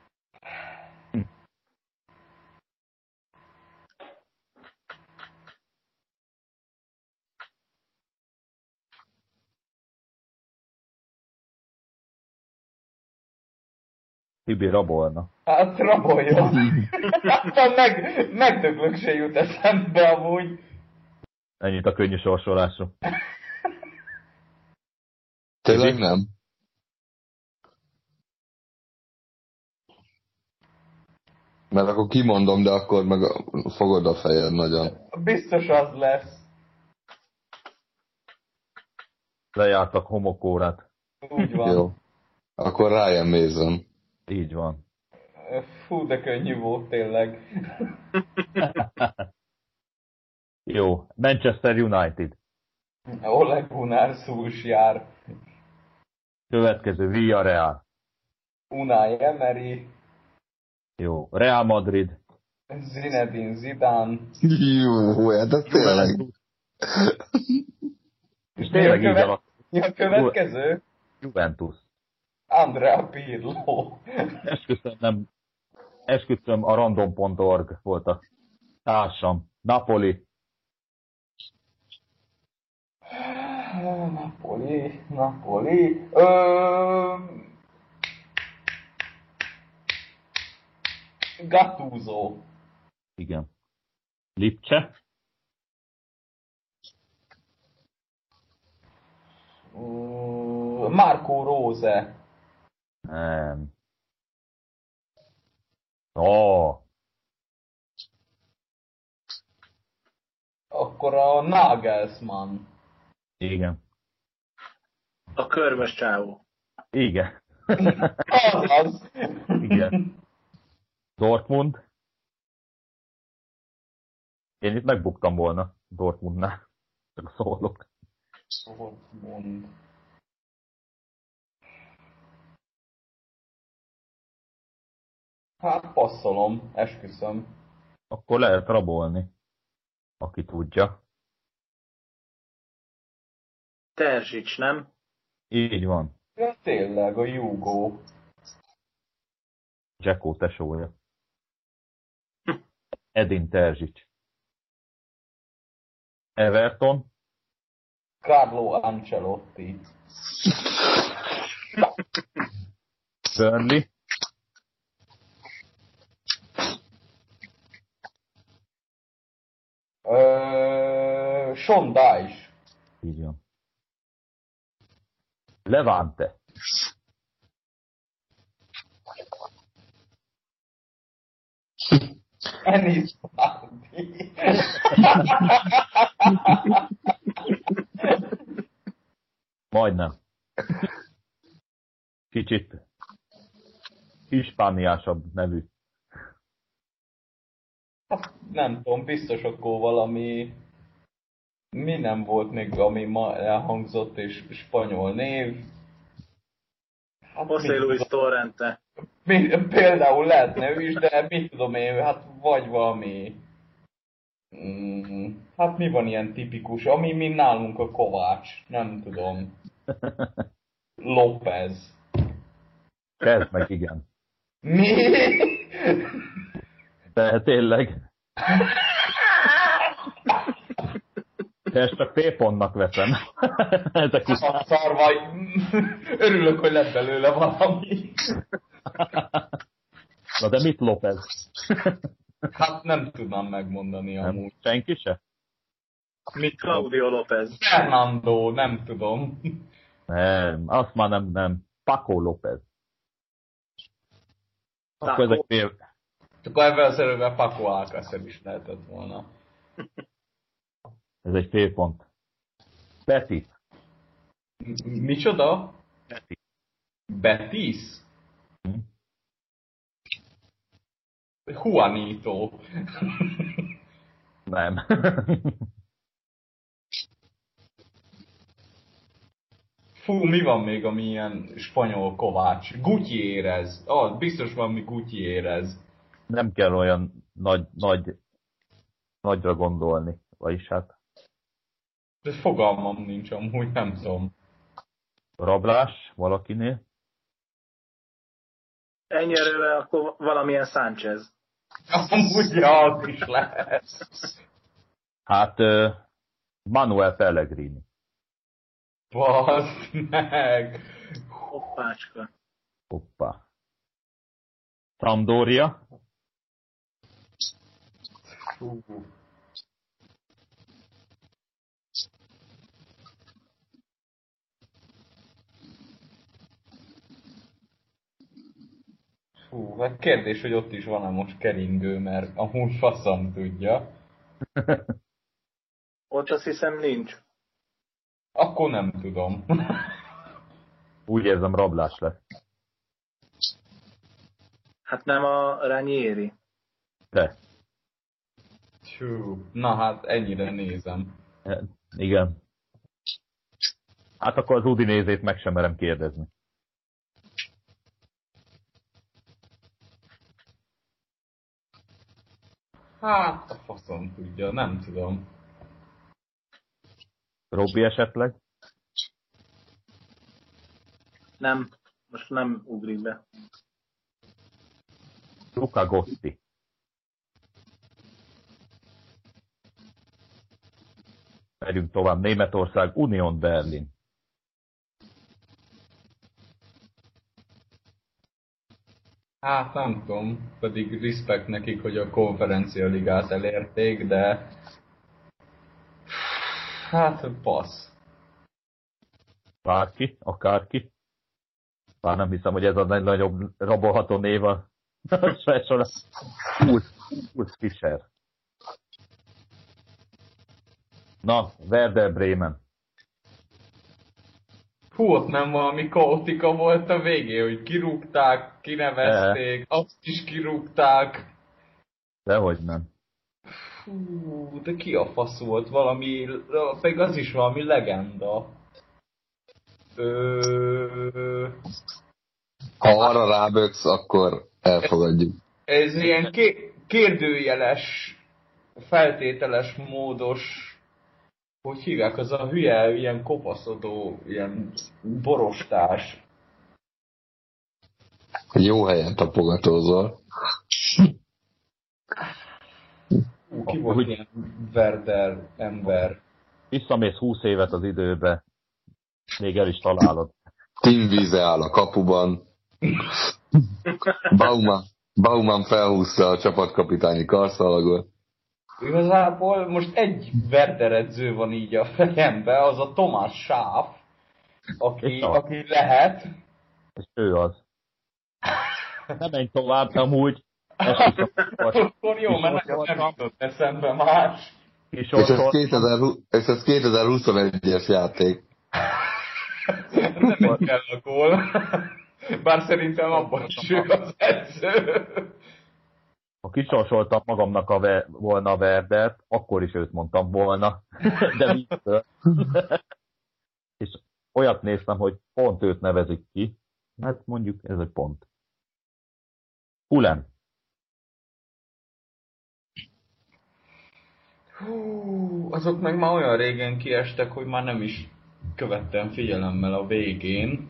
Tibi rabolna. Hát raboljon. Hát meg, megdöglök se jut eszembe amúgy. Ennyit a könnyű sorsolásról. Tényleg nem? Mert akkor kimondom, de akkor meg fogod a fejed nagyon. Biztos az lesz. Lejártak homokórát. Úgy van. Jó. Akkor Ryan Mason. Így van. Fú, de könnyű volt tényleg. Jó, Manchester United. Ole Gunnar Solskjaer. Következő Villarreal. Unai Emery. Jó, Real Madrid. Zinedine Zidane. Jó, hát ez tényleg. És tényleg így alatt. Mi a következő? Juventus. Andrea Pirlo. Esküszöm, nem, esküszöm a random pont org volt a társam. Napoli. Napoli, Napoli. Ö... Gattuso. Igen. Lipcse. Ö... Marco Rose. Nem. Ó. Akkor a Nagelsmann. Igen. A körmös csávó. Igen. Azaz. Igen. Dortmund. Én itt megbuktam volna Dortmundnál. Csak szólok. Dortmund. Hát passzolom, esküszöm. Akkor lehet rabolni. Aki tudja. Terzsics, nem? Így van. Ja, tényleg, a Jugo. Dzsekó tesója. Edin Terzic. Everton. Carlo Ancelotti. Burnley. Ö, Sean Dyche. Így van. Levante. Enis Pardi. Majdnem. Kicsit hispániásabb nevű. Nem tudom, biztos akkor valami... Mi nem volt még, ami ma elhangzott, és spanyol név? Hát José mit Luis tudom, Torrente. mi- például lehetne ő is, de mit tudom én, hát vagy valami... Mm, hát mi van ilyen tipikus, ami mi nálunk a Kovács, nem tudom. López. Kezd meg, igen. Mi? De tényleg. De ezt csak félpontnak veszem. Ezek is. A szar vagy. Örülök, hogy lett belőle valami. Na de mit López? Hát nem tudnám megmondani Nem, amúgy. senki se? Mit Claudio López. Fernando, nem tudom. Nem, azt már nem, nem. Paco López. Akkor ezek fél... Csak ebben az erőben Paco Alcácer is lehetett volna. Ez egy félpont. Betis. M- Micsoda? Betis. Betis? Hm? Juanito. Nem. Fú, mi van még, ami ilyen spanyol Kovács? Gutierrez. Ah, biztos valami Gutierrez. Nem kell olyan nagy, nagy, nagyra gondolni. Vagyis hát De fogalmam nincs amúgy, nem tudom. rablás valakinél. Ennyire akkor valamilyen Sánchez. Amúgy ja, az is lehet. Hát uh, Manuel Pellegrini. Basz meg. Hoppácska. Hoppá. Sampdoria. Fú. Fú, hát kérdés, hogy ott is van-e most keringő, mert amúgy faszam tudja. Ott azt hiszem nincs. Akkor nem tudom. Úgy érzem, rablás lesz. Hát nem a Ranieri. De. Hú, na hát ennyire nézem. E, igen. Hát akkor az Udinézét meg sem merem kérdezni. Hát a faszom tudja, nem tudom. Robbi esetleg? Nem, most nem ugrik be. Luca Gotti. Megyünk tovább. Németország, Union Berlin. Hát nem tudom, pedig respekt nekik, hogy a konferencia ligát elérték, de hát passz. Bárki, akárki. Bár nem hiszem, hogy ez a legnagyobb rabolható név a során. Urs Fischer. Na, Werder Bremen. Hú, ott nem valami kaotika volt a végén, hogy kirúgták, kinevezték, azt is kirúgták. Dehogy nem. Hú, de ki a fasz volt? Valami, pedig az is valami legenda. Ö... Ha arra ráböksz, akkor elfogadjuk. Ez ilyen ké- kérdőjeles, feltételes módos, hogy hívják, az a hülye, ilyen kopaszodó, ilyen borostás. Jó helyen tapogatózol. Ú, ki volt ilyen Werder ember? Visszamész húsz évet az időbe, még el is találod. Tim Wiese áll a kapuban. Baumann, Baumann felhúzta a csapatkapitányi karszalagot. Igazából most egy Werder edző van így a fejembe, az a Thomas Schaaf, aki, aki lehet. És ő az. Nem menj tovább, amúgy. Akkor jó, mert nekem nem jutott eszembe más. És ez, kétezer-húsz, és ez kétezer-huszonegyes játék. Nem kell a gól. Bár szerintem abban is ő az edző. Ha kisorsoltam magamnak a ve- volna a Werdert, akkor is őt mondtam volna. De vissza. És olyat néztem, hogy pont őt nevezik ki. Hát mondjuk ez egy pont. Fulham. Hú, azok meg már olyan régen kiestek, hogy már nem is követtem figyelemmel a végén.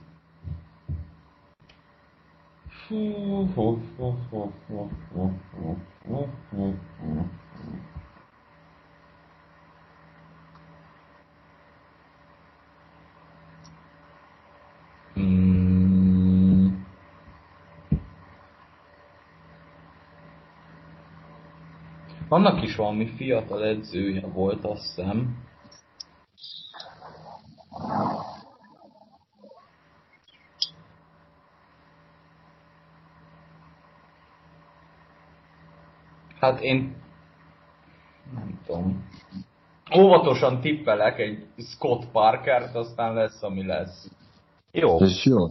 Hú, hú, hú, hú, hú, hú, hú, hú, hú, hú. Mm. Annak is valami fiatal edzője volt, azt hiszem. Hát én nem tudom. Óvatosan tippelek egy Scott Parkert, aztán lesz, ami lesz. Jó, És jó.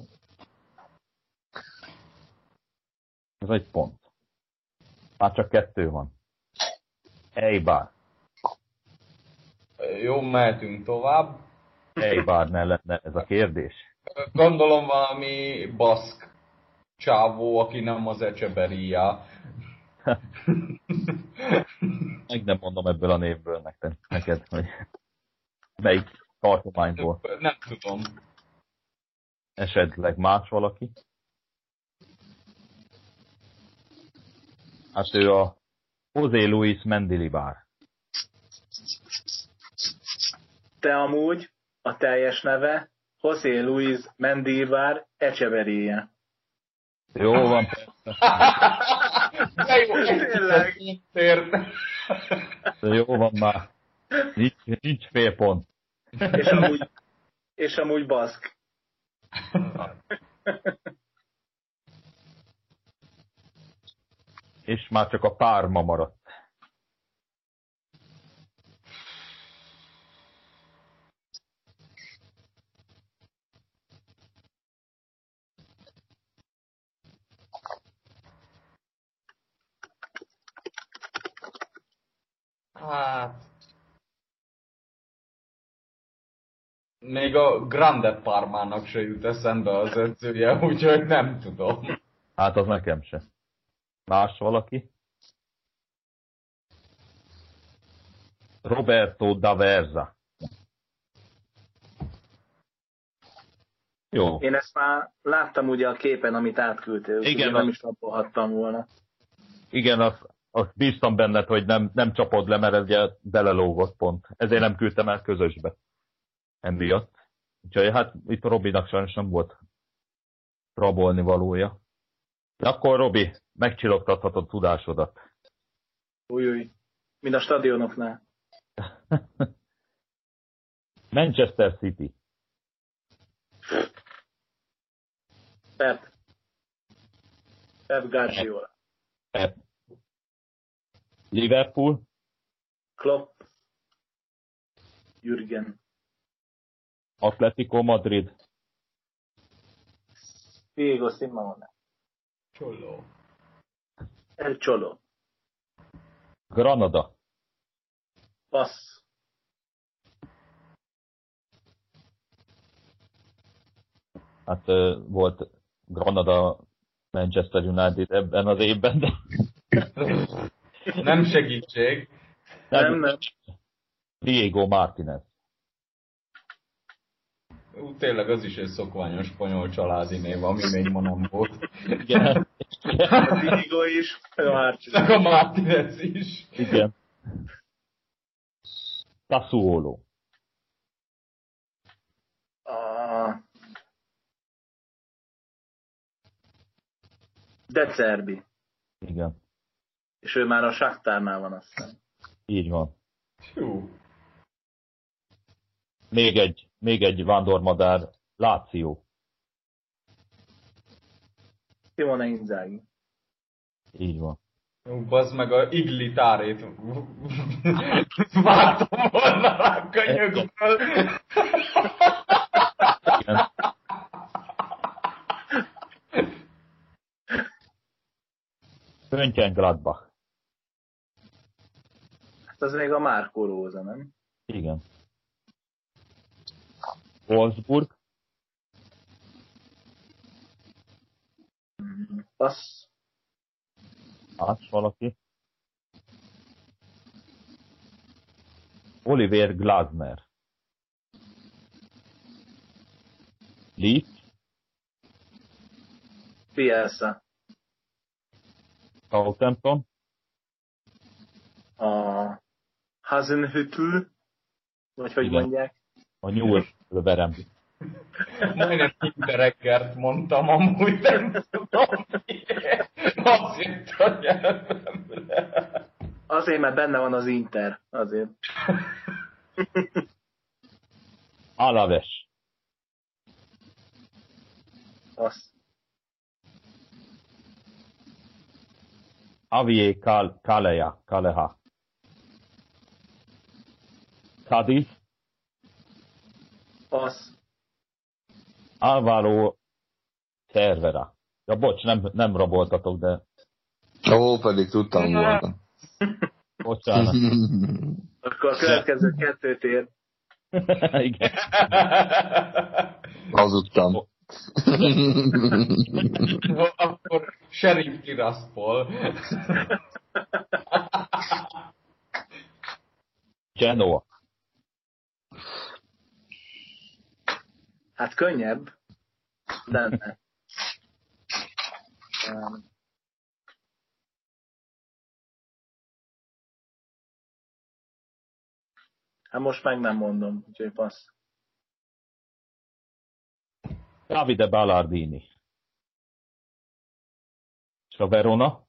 ez egy pont. Már csak kettő van. Eibar. Jó, mehetünk tovább. Eibar ne lenne ez a kérdés. Gondolom valami baszk csávó, aki nem az Echeverria. Meg nem mondom ebből a névből neked, neked hogy melyik tartományból. Nem tudom. Esetleg más valaki. Hát ő a José Luis Mendilibar. Te amúgy a teljes neve José Luis Mendilibar Echeverria. Jó van. De jó, tényleg. De jó van már. Nincs, nincs fél pont. És amúgy, és amúgy baszk. És már csak a Párma maradt. Még a Grande Parmának se jut eszembe az edzője, úgyhogy nem tudom. Hát az nekem se. Más valaki? Roberto D'Aversa. Jó. Én ezt már láttam ugye a képen, amit átküldtél, Igen, nem az... is lapolhattam volna. Igen, azt, azt bíztam benned, hogy nem, nem csapod le, mert ez ugye belelógott pont. Ezért nem küldtem el közösbe. Emiatt. Úgyhogy hát itt Robinak sajnos nem volt rabolni valója. De akkor Robi, megcsillogtathatod tudásodat. Új, új. Mint a stadionoknál. Manchester City. Pep. Pep Guardiola. Pep. Liverpool. Klopp. Jürgen. Atletico Madrid. Diego Simeone. Csolo. El Cholo. Granada. Passz. Hát uh, volt Granada Manchester United ebben az évben, de... Nem segítség. Nem, nem. Diego Martínez. Ú, tényleg az is egy szokványos spanyol családi név, ami még ma nem volt. Igen. A Diego is, a Martínez. A Martínez is. Igen. Sassuolo. A... De Zerbi. Igen. És ő már a Shakhtarnál van, azt hiszem. Így van. Hú. Még egy, még egy vándormadár. Lazio. Simone Inzaghi. Így van. Ú, bazd meg a iglitárét. Vártam volna rá könyökből. Igen. Mönchengladbach. Hát az még a Marco Róza, nem? Igen. Wolfsburg. Passz. Más valaki. Oliver Glasner. Leeds. Bielsa. Southampton. A Hasenhüttl, vagy hogy Igen. mondják. A Newellverem. Majdnem Hintereggert mondtam amúgy, nem tudom miért. Azért a nyelvemre. Azért, mert benne van az Inter. Azért. Alaves. Azt. Javier Cal- Calea. Caleha. Cadiz. Passz. Álvaro Cervera. Ja, bocs, nem, nem raboltatok, de Ó, pedig tudtam volna. bocsánat. Akkor a következő kettőt ér. Igen. Hazudtam. Akkor Sheriff Tiraspol. Genoa. Hát könnyebb. Lenne. Um, Hát most meg nem mondom, úgyhogy passz. Davide Ballardini. És a Verona?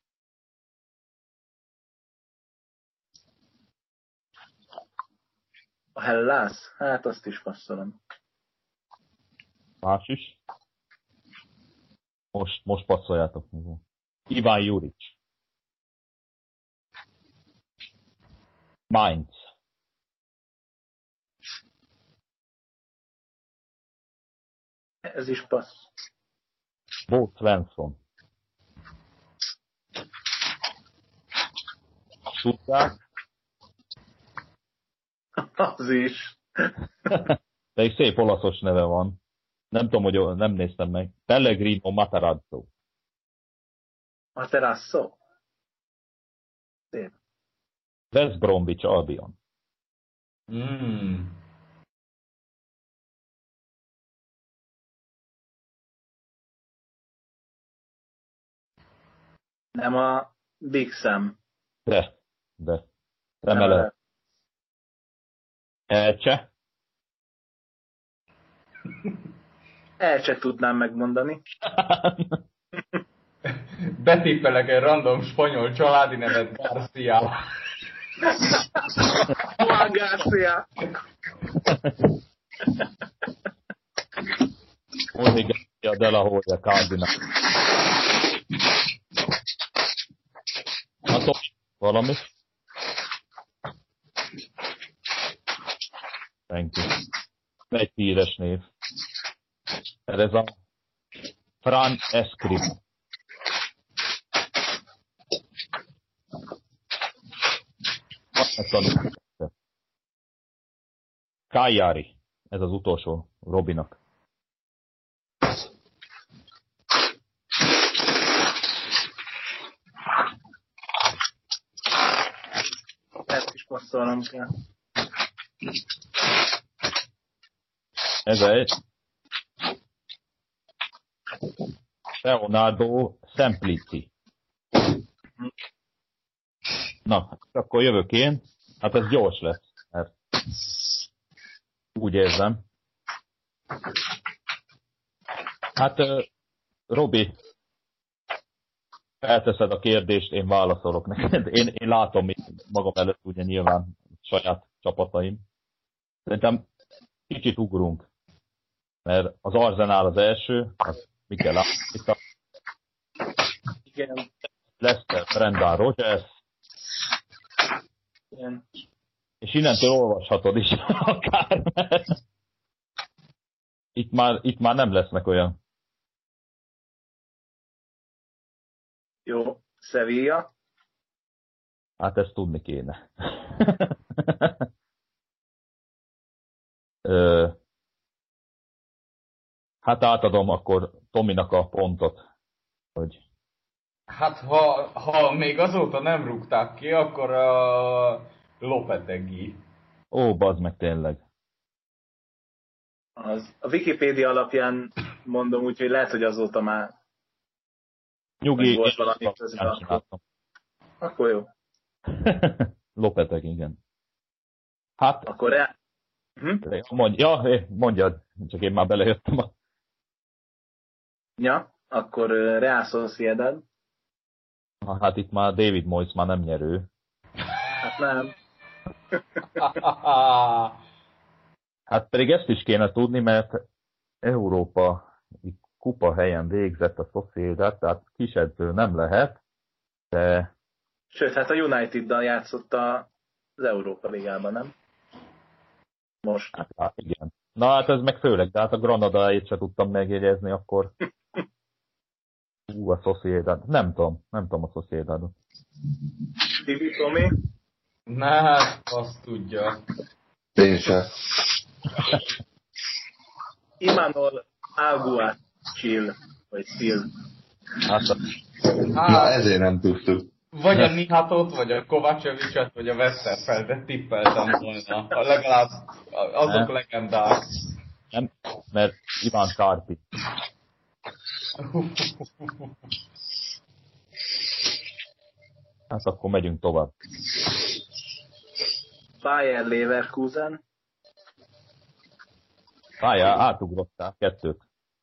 A Hellas? Hát azt is passzolom. Más is? Most, most passzoljátok. Iván Juric. Mainz. Ez is passz. Bo Svensson. Stuttgart. Az is. Pedig szép olaszos neve van. Nem tudom, hogy nem néztem meg. Pellegrino Matarazzo. Matarazzo? Szép. West Bromwich Albion. Mm. Nem a Big Sam. De, de. Remélem. Elcse? Elcse tudnám megmondani. Betippelek egy random spanyol családi nevet, Garcia. Juan Garcia. José Garcia de la Hoya Cardinal. Hát valami. Thank you. Egy híres név. Ez a Fran Escribá. Cagliari. Ez az utolsó Robinak. Ezt is passzolnom kell. Ez egy Leonardo Semplici. Na, akkor jövök én. Hát ez gyors lesz, mert úgy érzem. Hát, Robi, felteszed a kérdést, én válaszolok neked. Én, én látom magam előtt ugye nyilván saját csapataim. Szerintem kicsit ugrunk, mert az Arsenal az első, az Mikel Arteta. Igen. Leicester, Brendan Rodgers. Igen. És innentől olvashatod is akár, mert itt már, itt már nem lesznek olyan. Jó, Sevilla. Hát ezt tudni kéne. Ö, hát átadom akkor Tominak a pontot, hogy... Hát ha, ha még azóta nem rúgták ki, akkor a Lopetegui. Ó, bazd meg tényleg. Az, a Wikipédia alapján mondom úgy, hogy lehet, hogy azóta már Nyugi, volt valami közben. Akkor, akkor jó. Lopeteg, igen. Hát, akkor el... Hm? Mondj, ja, mondjad, csak én már belejöttem. A... Ja, akkor Real Sociedad. Hát itt már David Moyes már nem nyerő. Hát nem. Hát pedig ezt is kéne tudni, mert Európa kupa helyen végzett a Sociedad, tehát kisedző nem lehet, de... Sőt, hát a United-dal játszott az Európa Ligában, nem? Most. Hát, hát igen. Na hát ez meg főleg, de hát a Granada-ét se tudtam megjegyezni, akkor... Ú, a Sociedad. Nem tudom, nem tudom a Sociedadot. Tibi, Tomi? Na hát, azt tudja. Én sem. Imanol Alguacil, vagy Sil. Hát, Hát, na ezért nem tudtuk. Vagy a Nihatot, vagy a Kovacevic-et, vagy a Westerfeldet tippeltem volna. A legalább azok nem. legendák. Nem, mert Iván Kárpi. Hát akkor megyünk tovább. Bayer Leverkusen. Pályá, átugrottál kettőt.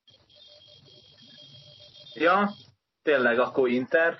Ja, tényleg, akkor Inter.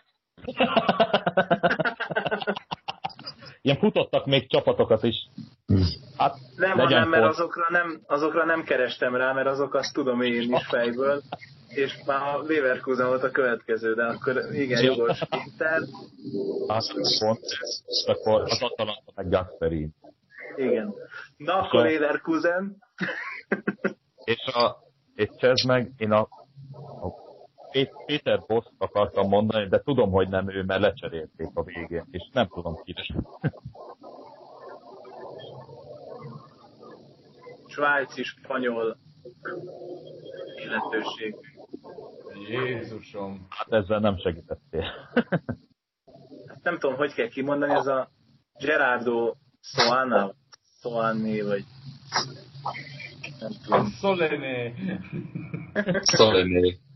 Ilyen futottak még csapatokat is. Hát, nem, nem, mert azokra nem, azokra nem kerestem rá, mert azokat tudom én is fejből. És már a Leverkusen volt a következő, de akkor igen, jogos Inter. Hát pont, akkor az Atalanta meg Gasperini. Igen. Na akkor Leverkusen. És a és ez meg, én a, a Péter Bosz akartam mondani, de tudom, hogy nem ő, mert lecserélték a végén, és nem tudom ki. svájci, spanyol illetőség. Jézusom. Hát ezzel nem segítettél. Hát nem tudom, hogy kell kimondani, ez a Gerardo Soana, Soani, vagy nem tudom. Szolené. Szolené.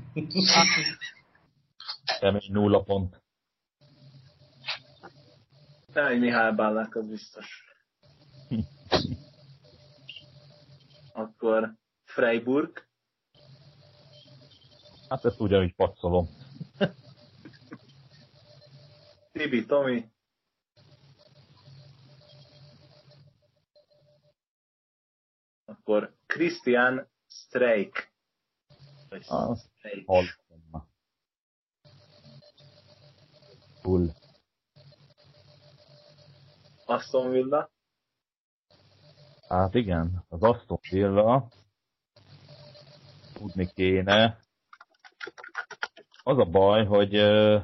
Kemény nulla pont. Nem egy Mihály Bállák, az biztos. Akkor Freiburg. Hát ezt ugyanúgy patszolom. Tibi, Tomi. Akkor Christian Streich. Vagy Ah, Streich. hallottam már. Full. Aston Villa. Hát igen, az Aston Villa tudni kéne. Az a baj, hogy uh,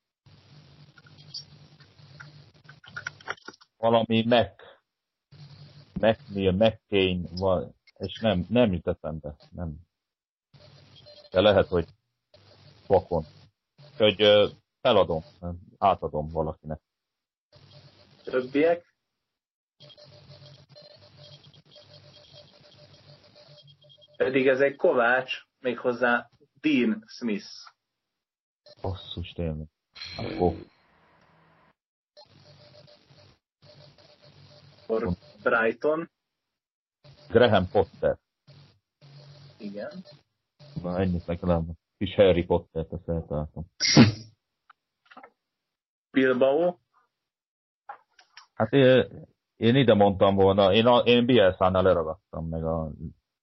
valami Mac, McNeil, McCain, val- és nem, nem jut eszembe, nem. De lehet, hogy vakon. Hogy uh, feladom, átadom valakinek. Többiek. Pedig ez egy Kovács, méghozzá Dean Smith. Basszus, tényleg. Akkor Akkor Brighton. Graham Potter. Igen. Na, ennyit legalább. Kis Harry Pottert, ezt eltaláltam. Bilbao. Hát én, én ide mondtam volna, én, a, én Bielsa-nál leragadtam meg a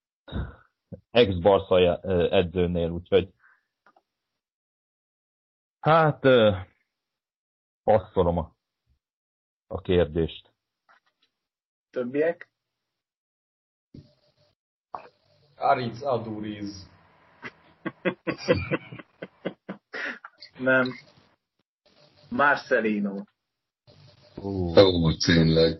ex-Barca edzőnél, úgyhogy hát passzolom a, a kérdést. Többiek. Aritz Aduriz. Nem. Marcelino. Uh, Ó, tényleg.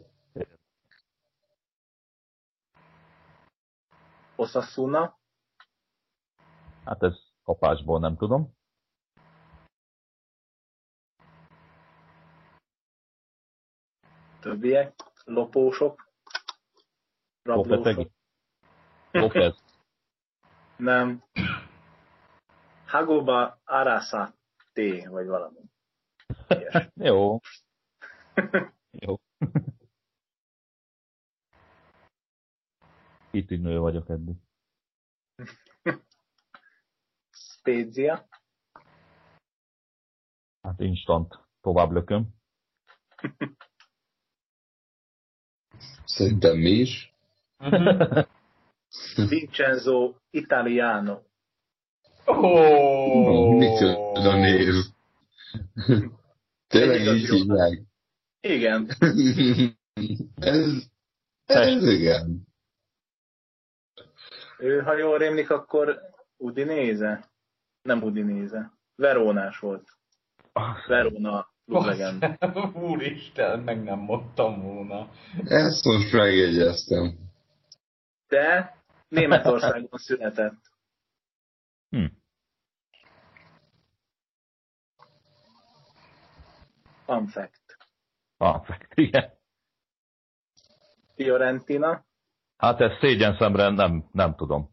Osasuna. hát ez kapásból nem tudom. Többiek. Lopósok. Rablósok. Lopetegi. Lopez. Nem. Hagoba Arasate, vagy valami. Ilyes. Jó. Jó. Kitűnő vagyok eddig. Spezia. Hát instant tovább lököm. Szerintem mi is. Vincenzo Italiano. Oh, Micsoda név. Tényleg így hívják. Igen. ez, ez igen. Ő, ha jól rémlik, akkor Udinese? Nem Udinese. Verónás volt. Verona klublegend. Úristen, meg nem mondtam volna. Ezt most megjegyeztem. De Németországban született. Hm. Fun fact. Ah, igen. Fiorentina. Hát ez szégyen szemre nem, nem tudom.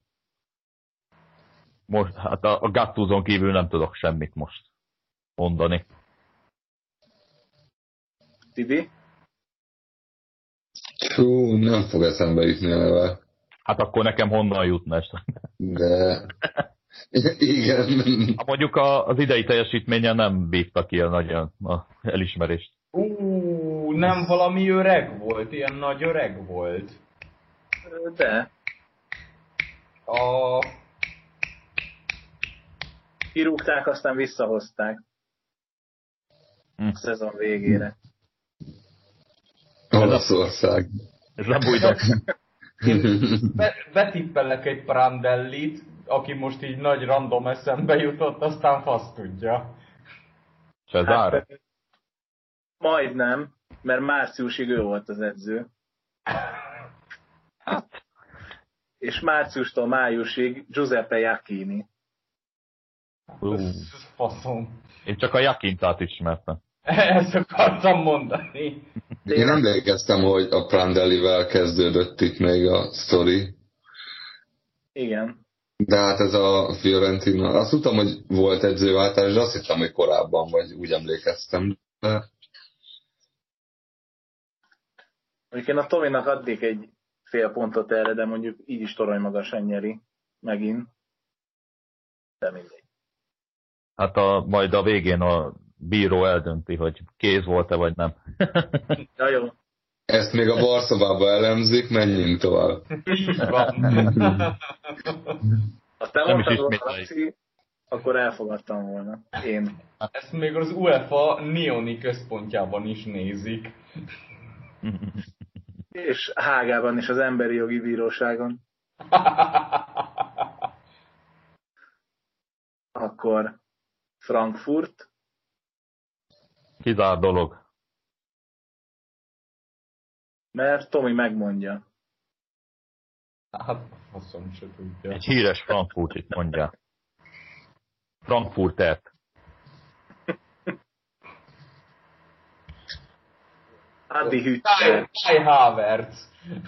Most, hát a, a Gattuzon kívül nem tudok semmit most mondani. Tibi. Hú, nem fog eszembe jutni a neve. Hát akkor nekem honnan jutna ez? De... Igen. Hát mondjuk a, az idei teljesítménye nem bírta ki a nagyon a elismerést. Ú, nem valami öreg volt, ilyen nagy öreg volt. De. A... Kirúgták, aztán visszahozták. Hm. A szezon végére. Olaszország. Ez nem újdon. Be, betippellek egy Prandellit, aki most így nagy random eszembe jutott, aztán fasz tudja. Cezár? Hát, majdnem, mert márciusig ő volt az edző. Hát, és márciustól májusig Giuseppe Iacchini. Uh. Ez faszom. Én csak a Jakintát ismertem. Ezt akartam mondani. Én emlékeztem, hogy a Prandellivel kezdődött itt még a sztori. Igen. De hát ez a Fiorentina, azt tudtam, hogy volt edzőváltás, de azt hittem, hogy korábban, vagy úgy emlékeztem. De... Mondjuk én a Tominak adnék egy fél pontot erre, de mondjuk így is torony magasan nyeri megint. De mindegy. Hát a, majd a végén a bíró eldönti, hogy kéz volt-e vagy nem. Ja, jó. Ezt még a Barszobába elemzik, menjünk tovább. Így van. Ha te Nem is mondtad volna, ismételjük. Laci, akkor elfogadtam volna. Én. Ezt még az UEFA Nioni központjában is nézik. És Hágában is az Emberi Jogi Bíróságon. Akkor Frankfurt. Kizár dolog. Mert Tomi megmondja. Hát, faszom se tudja. Egy híres Frankfurtit mondja. Frankfurtert. Adi Hütter. Kai Havertz.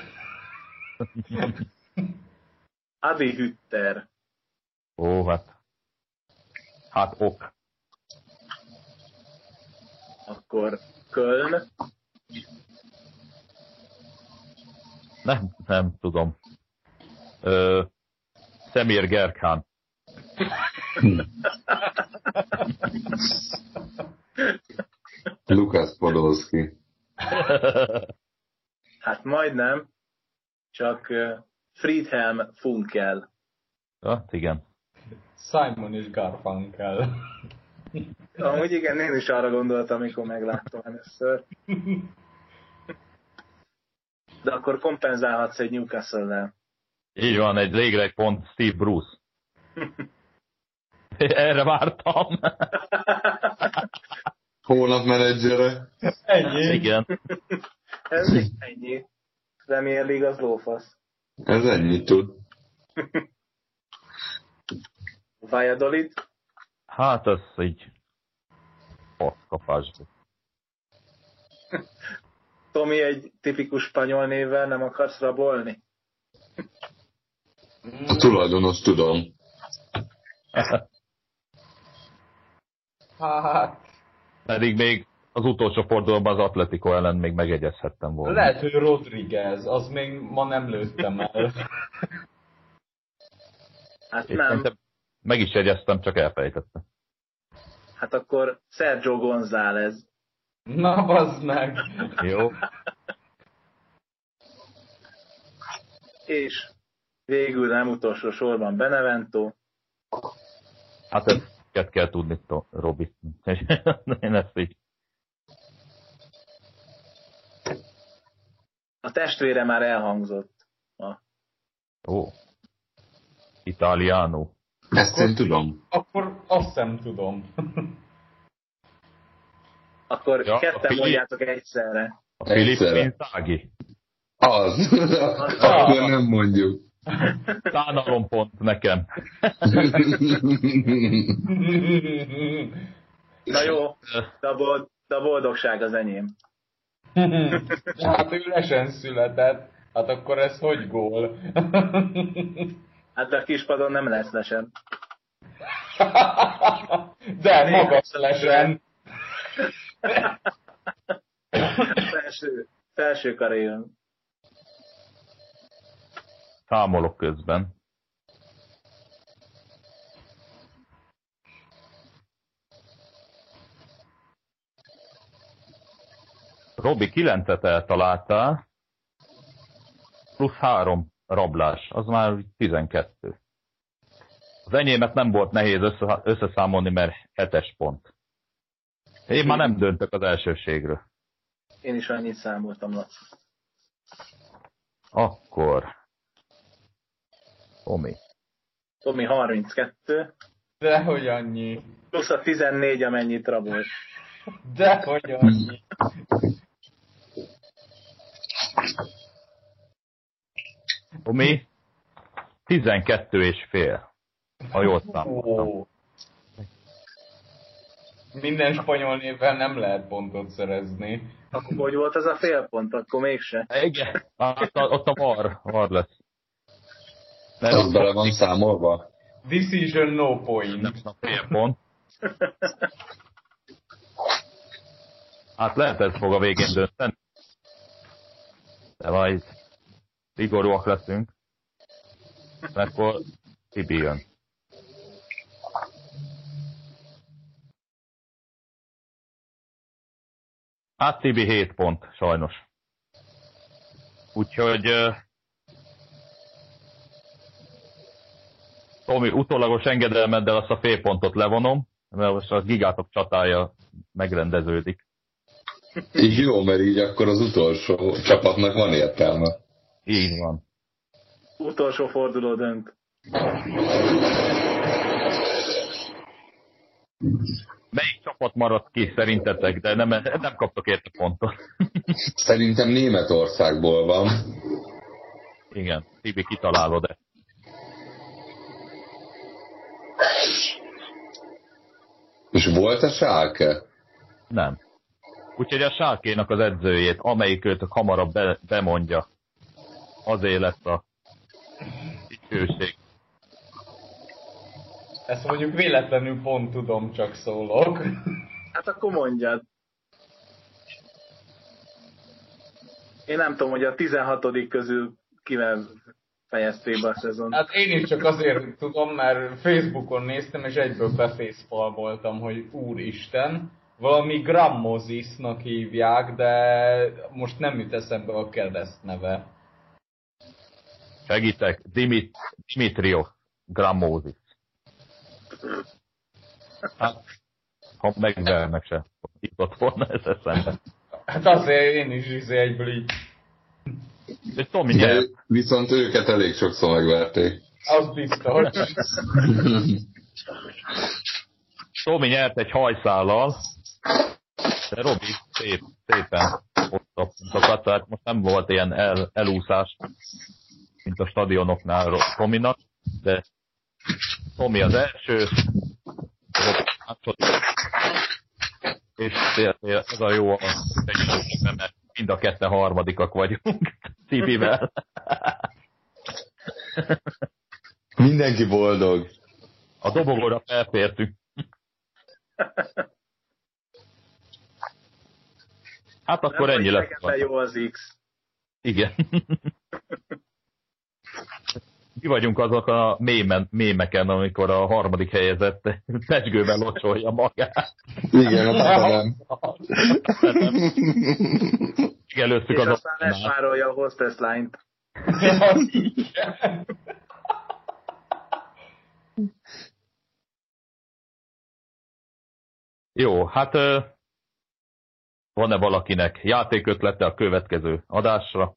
Adi Hütter. Ó, hát. Hát ok. Akkor Köln. Nem, nem tudom. Ö, Szemér Gerkán. Lukasz Podolski. Hát majdnem. Csak uh, Friedhelm Funkel. Ja, igen. Simon és Garfunkel. Amúgy igen, én is arra gondoltam, amikor megláttam először. De akkor kompenzálhatsz egy Newcastle-lel. Így van, egy végre egy pont Steve Bruce. Erre vártam. Hónap menedzsere. Ennyi. Igen. Ez ennyi. Premier League az lófasz. Ez ennyit tud. Valladolid. Hát ez így paszkapásból. Tomi, egy tipikus spanyol névvel nem akarsz rabolni? A tulajdonos tudom. Hát, Pedig még az utolsó fordulóban az Atletico ellen még megegyezhettem volna. lehet, hogy Rodriguez, az még ma nem lőttem el. Hát Én nem. szerintem meg is jegyeztem, csak elfelejtettem. Hát akkor Sergio González. Na, bazd meg! Jó. És végül nem utolsó sorban Benevento. Hát ezt kell tudni, Robi. Én ezt így. A testvére már elhangzott. A Ó. Italiano. Ezt én tudom. Akkor azt sem tudom. Akkor Ja, a ketten Fili- mondjátok egyszerre. A Filippo Egyszerre. Inzaghi. Az. Akkor nem mondjuk. Szánalom pont nekem. Na jó, de a, bold, de a boldogság az enyém. Hát ő lesen született. Hát akkor ez hogy gól? Hát de a kispadon nem lesz lesen. De magas lesen. Felső, felső karéjon. Számolok közben. Robi, kilencet eltaláltál, plusz három rablás, az már tizenkettő. Az enyémet nem volt nehéz össze, összeszámolni, mert hetes pont. Én már nem döntök az elsőségről. Én is annyit számoltam, Laci. Akkor... Tomi. Tomi harminckettő, Dehogy annyi. plusz a tizennégy, amennyit rabolt. Dehogy annyi. Tomi? tizenkettő és fél. Ha jól számoltam. Minden spanyol névvel nem lehet pontot szerezni. Akkor hogy volt az a fél pont? Akkor mégse. Igen, hát ott a var, var lesz. Mert az bele van számolva? Decision no point. Nem a fél pont. Hát lehet ez fog a végén dönteni. De majd szigorúak leszünk. Mert akkor Tibi jön. Hát Tibi hét pont, sajnos. Úgyhogy uh, Tomi, utólagos engedelmeddel azt a fél pontot levonom, mert most a gigátok csatája megrendeződik. Így jó, mert így akkor az utolsó csapatnak van értelme. Így van. Utolsó forduló dönt. Melyik csapat maradt ki szerintetek, de nem, nem kaptok érte pontot? Szerintem Németországból van. Igen, Tibi kitalálod ezt. És volt a Schalke? Nem. Úgyhogy a Schalkénak az edzőjét, amelyik őt hamarabb be, bemondja, azért lesz a dicsőség. Ezt mondjuk véletlenül pont tudom, csak szólok. Hát akkor mondjad. Én nem tudom, hogy a tizenhatodik közül kivel fejezték be a szezon. Hát én is csak azért tudom, mert Facebookon néztem, és egyből befészpalmoltam, hogy úristen, valami Grammozisnak hívják, de most nem jut eszembe a keresztneve. Segítek, Dimit, Dimitrios Grammozis. Hát, ha megvernek se, jutott volna ez eszembe. Hát azért én is izé egyből így. És Tomi nyert. Viszont őket elég sokszor megverték. Az biztos. Tomi nyert egy hajszállal, de Robi szép, szépen hozta a pontokat, tehát most nem volt ilyen el, elúszás, mint a stadionoknál Tominak, de Tomi az első, Robi második, és ez a jó a egyébként, mert mind a ketten harmadikak vagyunk Tibivel. Mindenki boldog. A dobogóra felfértünk. Hát akkor nem, ennyi lesz. Nem jó az X. Igen. Mi vagyunk azok a mémen, mémeken, amikor a harmadik helyezett pecskőben locsolja magát. Igen, a tapadám. Előztük és az aztán lesvárolja a hostess line-t. Jó, hát van-e valakinek játékötlete a következő adásra?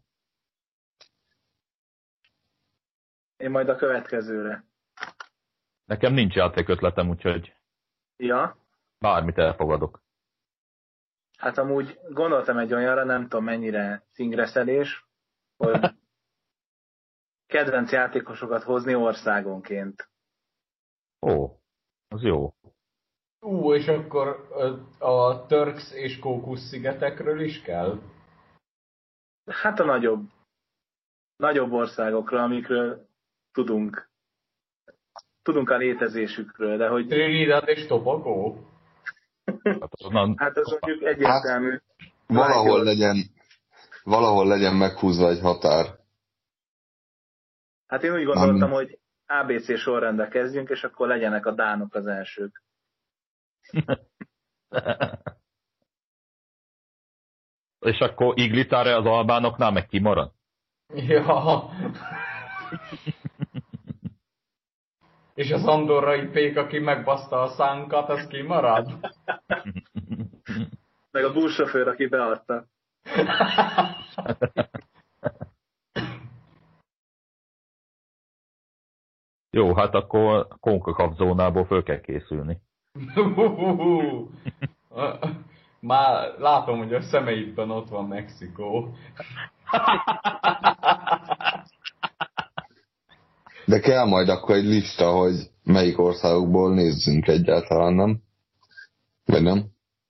Én majd a következőre. Nekem nincs játékötletem, úgyhogy Ja? bármit elfogadok. Hát amúgy gondoltam egy olyanra, nem tudom mennyire szingreszelés, hogy kedvenc játékosokat hozni országonként. Ó, az jó. Ú, és akkor a Turks és Caucasus szigetekről is kell? Hát a nagyobb, nagyobb országokra, amikről tudunk. Tudunk a létezésükről, de hogy... Trinidad és Tobago? Hát ez mondjuk egyértelmű. Hát, valahol legyen, valahol legyen meghúzva egy határ. Hát én úgy gondoltam, hogy á bé cé sorrendbe kezdjünk, és akkor legyenek a dánok az elsők. És akkor Iglitáre az albánoknál meg kimarad? Ja. És az andorrai pék, aki megbaszta a szánkat, az kimarad? Meg a buszsofőr, aki beadta. Jó, hát akkor CONCACAF zónából föl kell készülni. Már látom, hogy a szemeidben ott van Mexikó. De kell majd akkor egy lista, hogy melyik országokból nézzünk egyáltalán, nem? Vagy nem?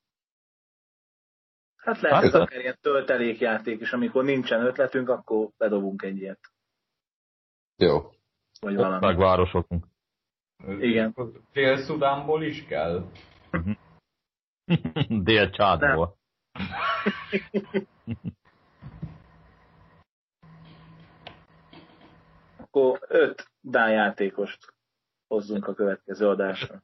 Hát lehet, Hát, hogy akár ilyen töltelékjáték is, amikor nincsen ötletünk, akkor bedobunk egy ilyet. Jó. Vagy valami. Megvárosokunk. Igen. Dél-Szudánból is kell. Dél-Csádból. Akkor öt dán játékost hozzunk a következő adásra.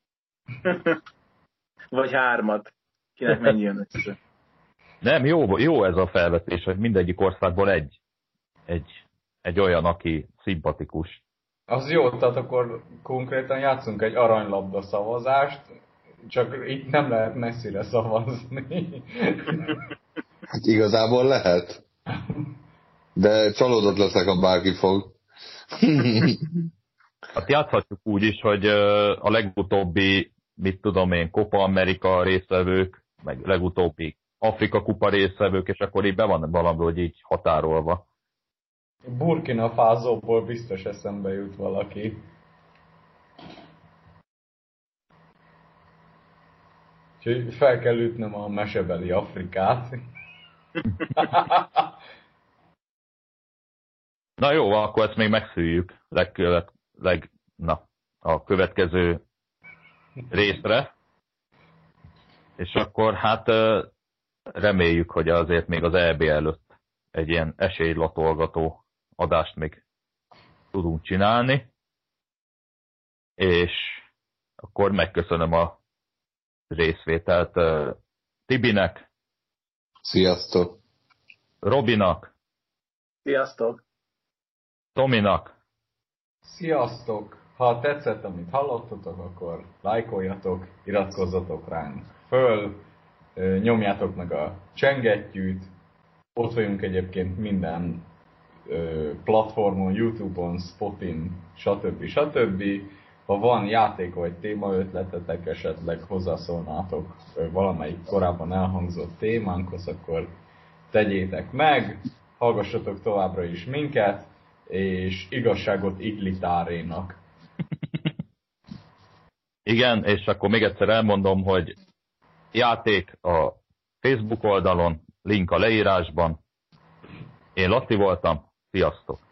Vagy hármat. Kinek mennyi jön össze. Nem, jó, jó ez a felvetés, hogy mindegyik országból egy, egy, egy olyan, aki szimpatikus. Az jó, tehát akkor konkrétan játszunk egy aranylabda szavazást, csak itt nem lehet messzire szavazni. Hát igazából lehet. De csalódott leszek, ha bárki fog. Hát játszhatjuk úgy is, hogy a legutóbbi, mit tudom én, Copa America résztvevők, meg legutóbbi Afrika kupa résztvevők, és akkor így be van valami, hogy így határolva. Burkina Fasóból biztos eszembe jut valaki. Úgyhogy fel kell ütnöm a mesebeli Afrikát. Na jó, akkor ezt még megszűjjük leg, leg, leg, na, a következő részre. És akkor hát reméljük, hogy azért még az é bé előtt egy ilyen esélylatolgató adást még tudunk csinálni. És akkor megköszönöm a részvételt Tibinek. Sziasztok. Robinak. Sziasztok. Tominak. Sziasztok! Ha tetszett, amit hallottatok, akkor lájkoljatok, iratkozzatok ránk föl, nyomjátok meg a csengettyűt, ott vagyunk egyébként minden platformon, YouTube-on, Spotin, stb. stb. Ha van játék vagy témaötletetek, esetleg hozzászólnátok valamelyik korábban elhangzott témánkhoz, akkor tegyétek meg, hallgassatok továbbra is minket, és igazságot Iglitárénak. Igen, és akkor még egyszer elmondom, hogy játék a Facebook oldalon, link a leírásban. Én Laci voltam, sziasztok!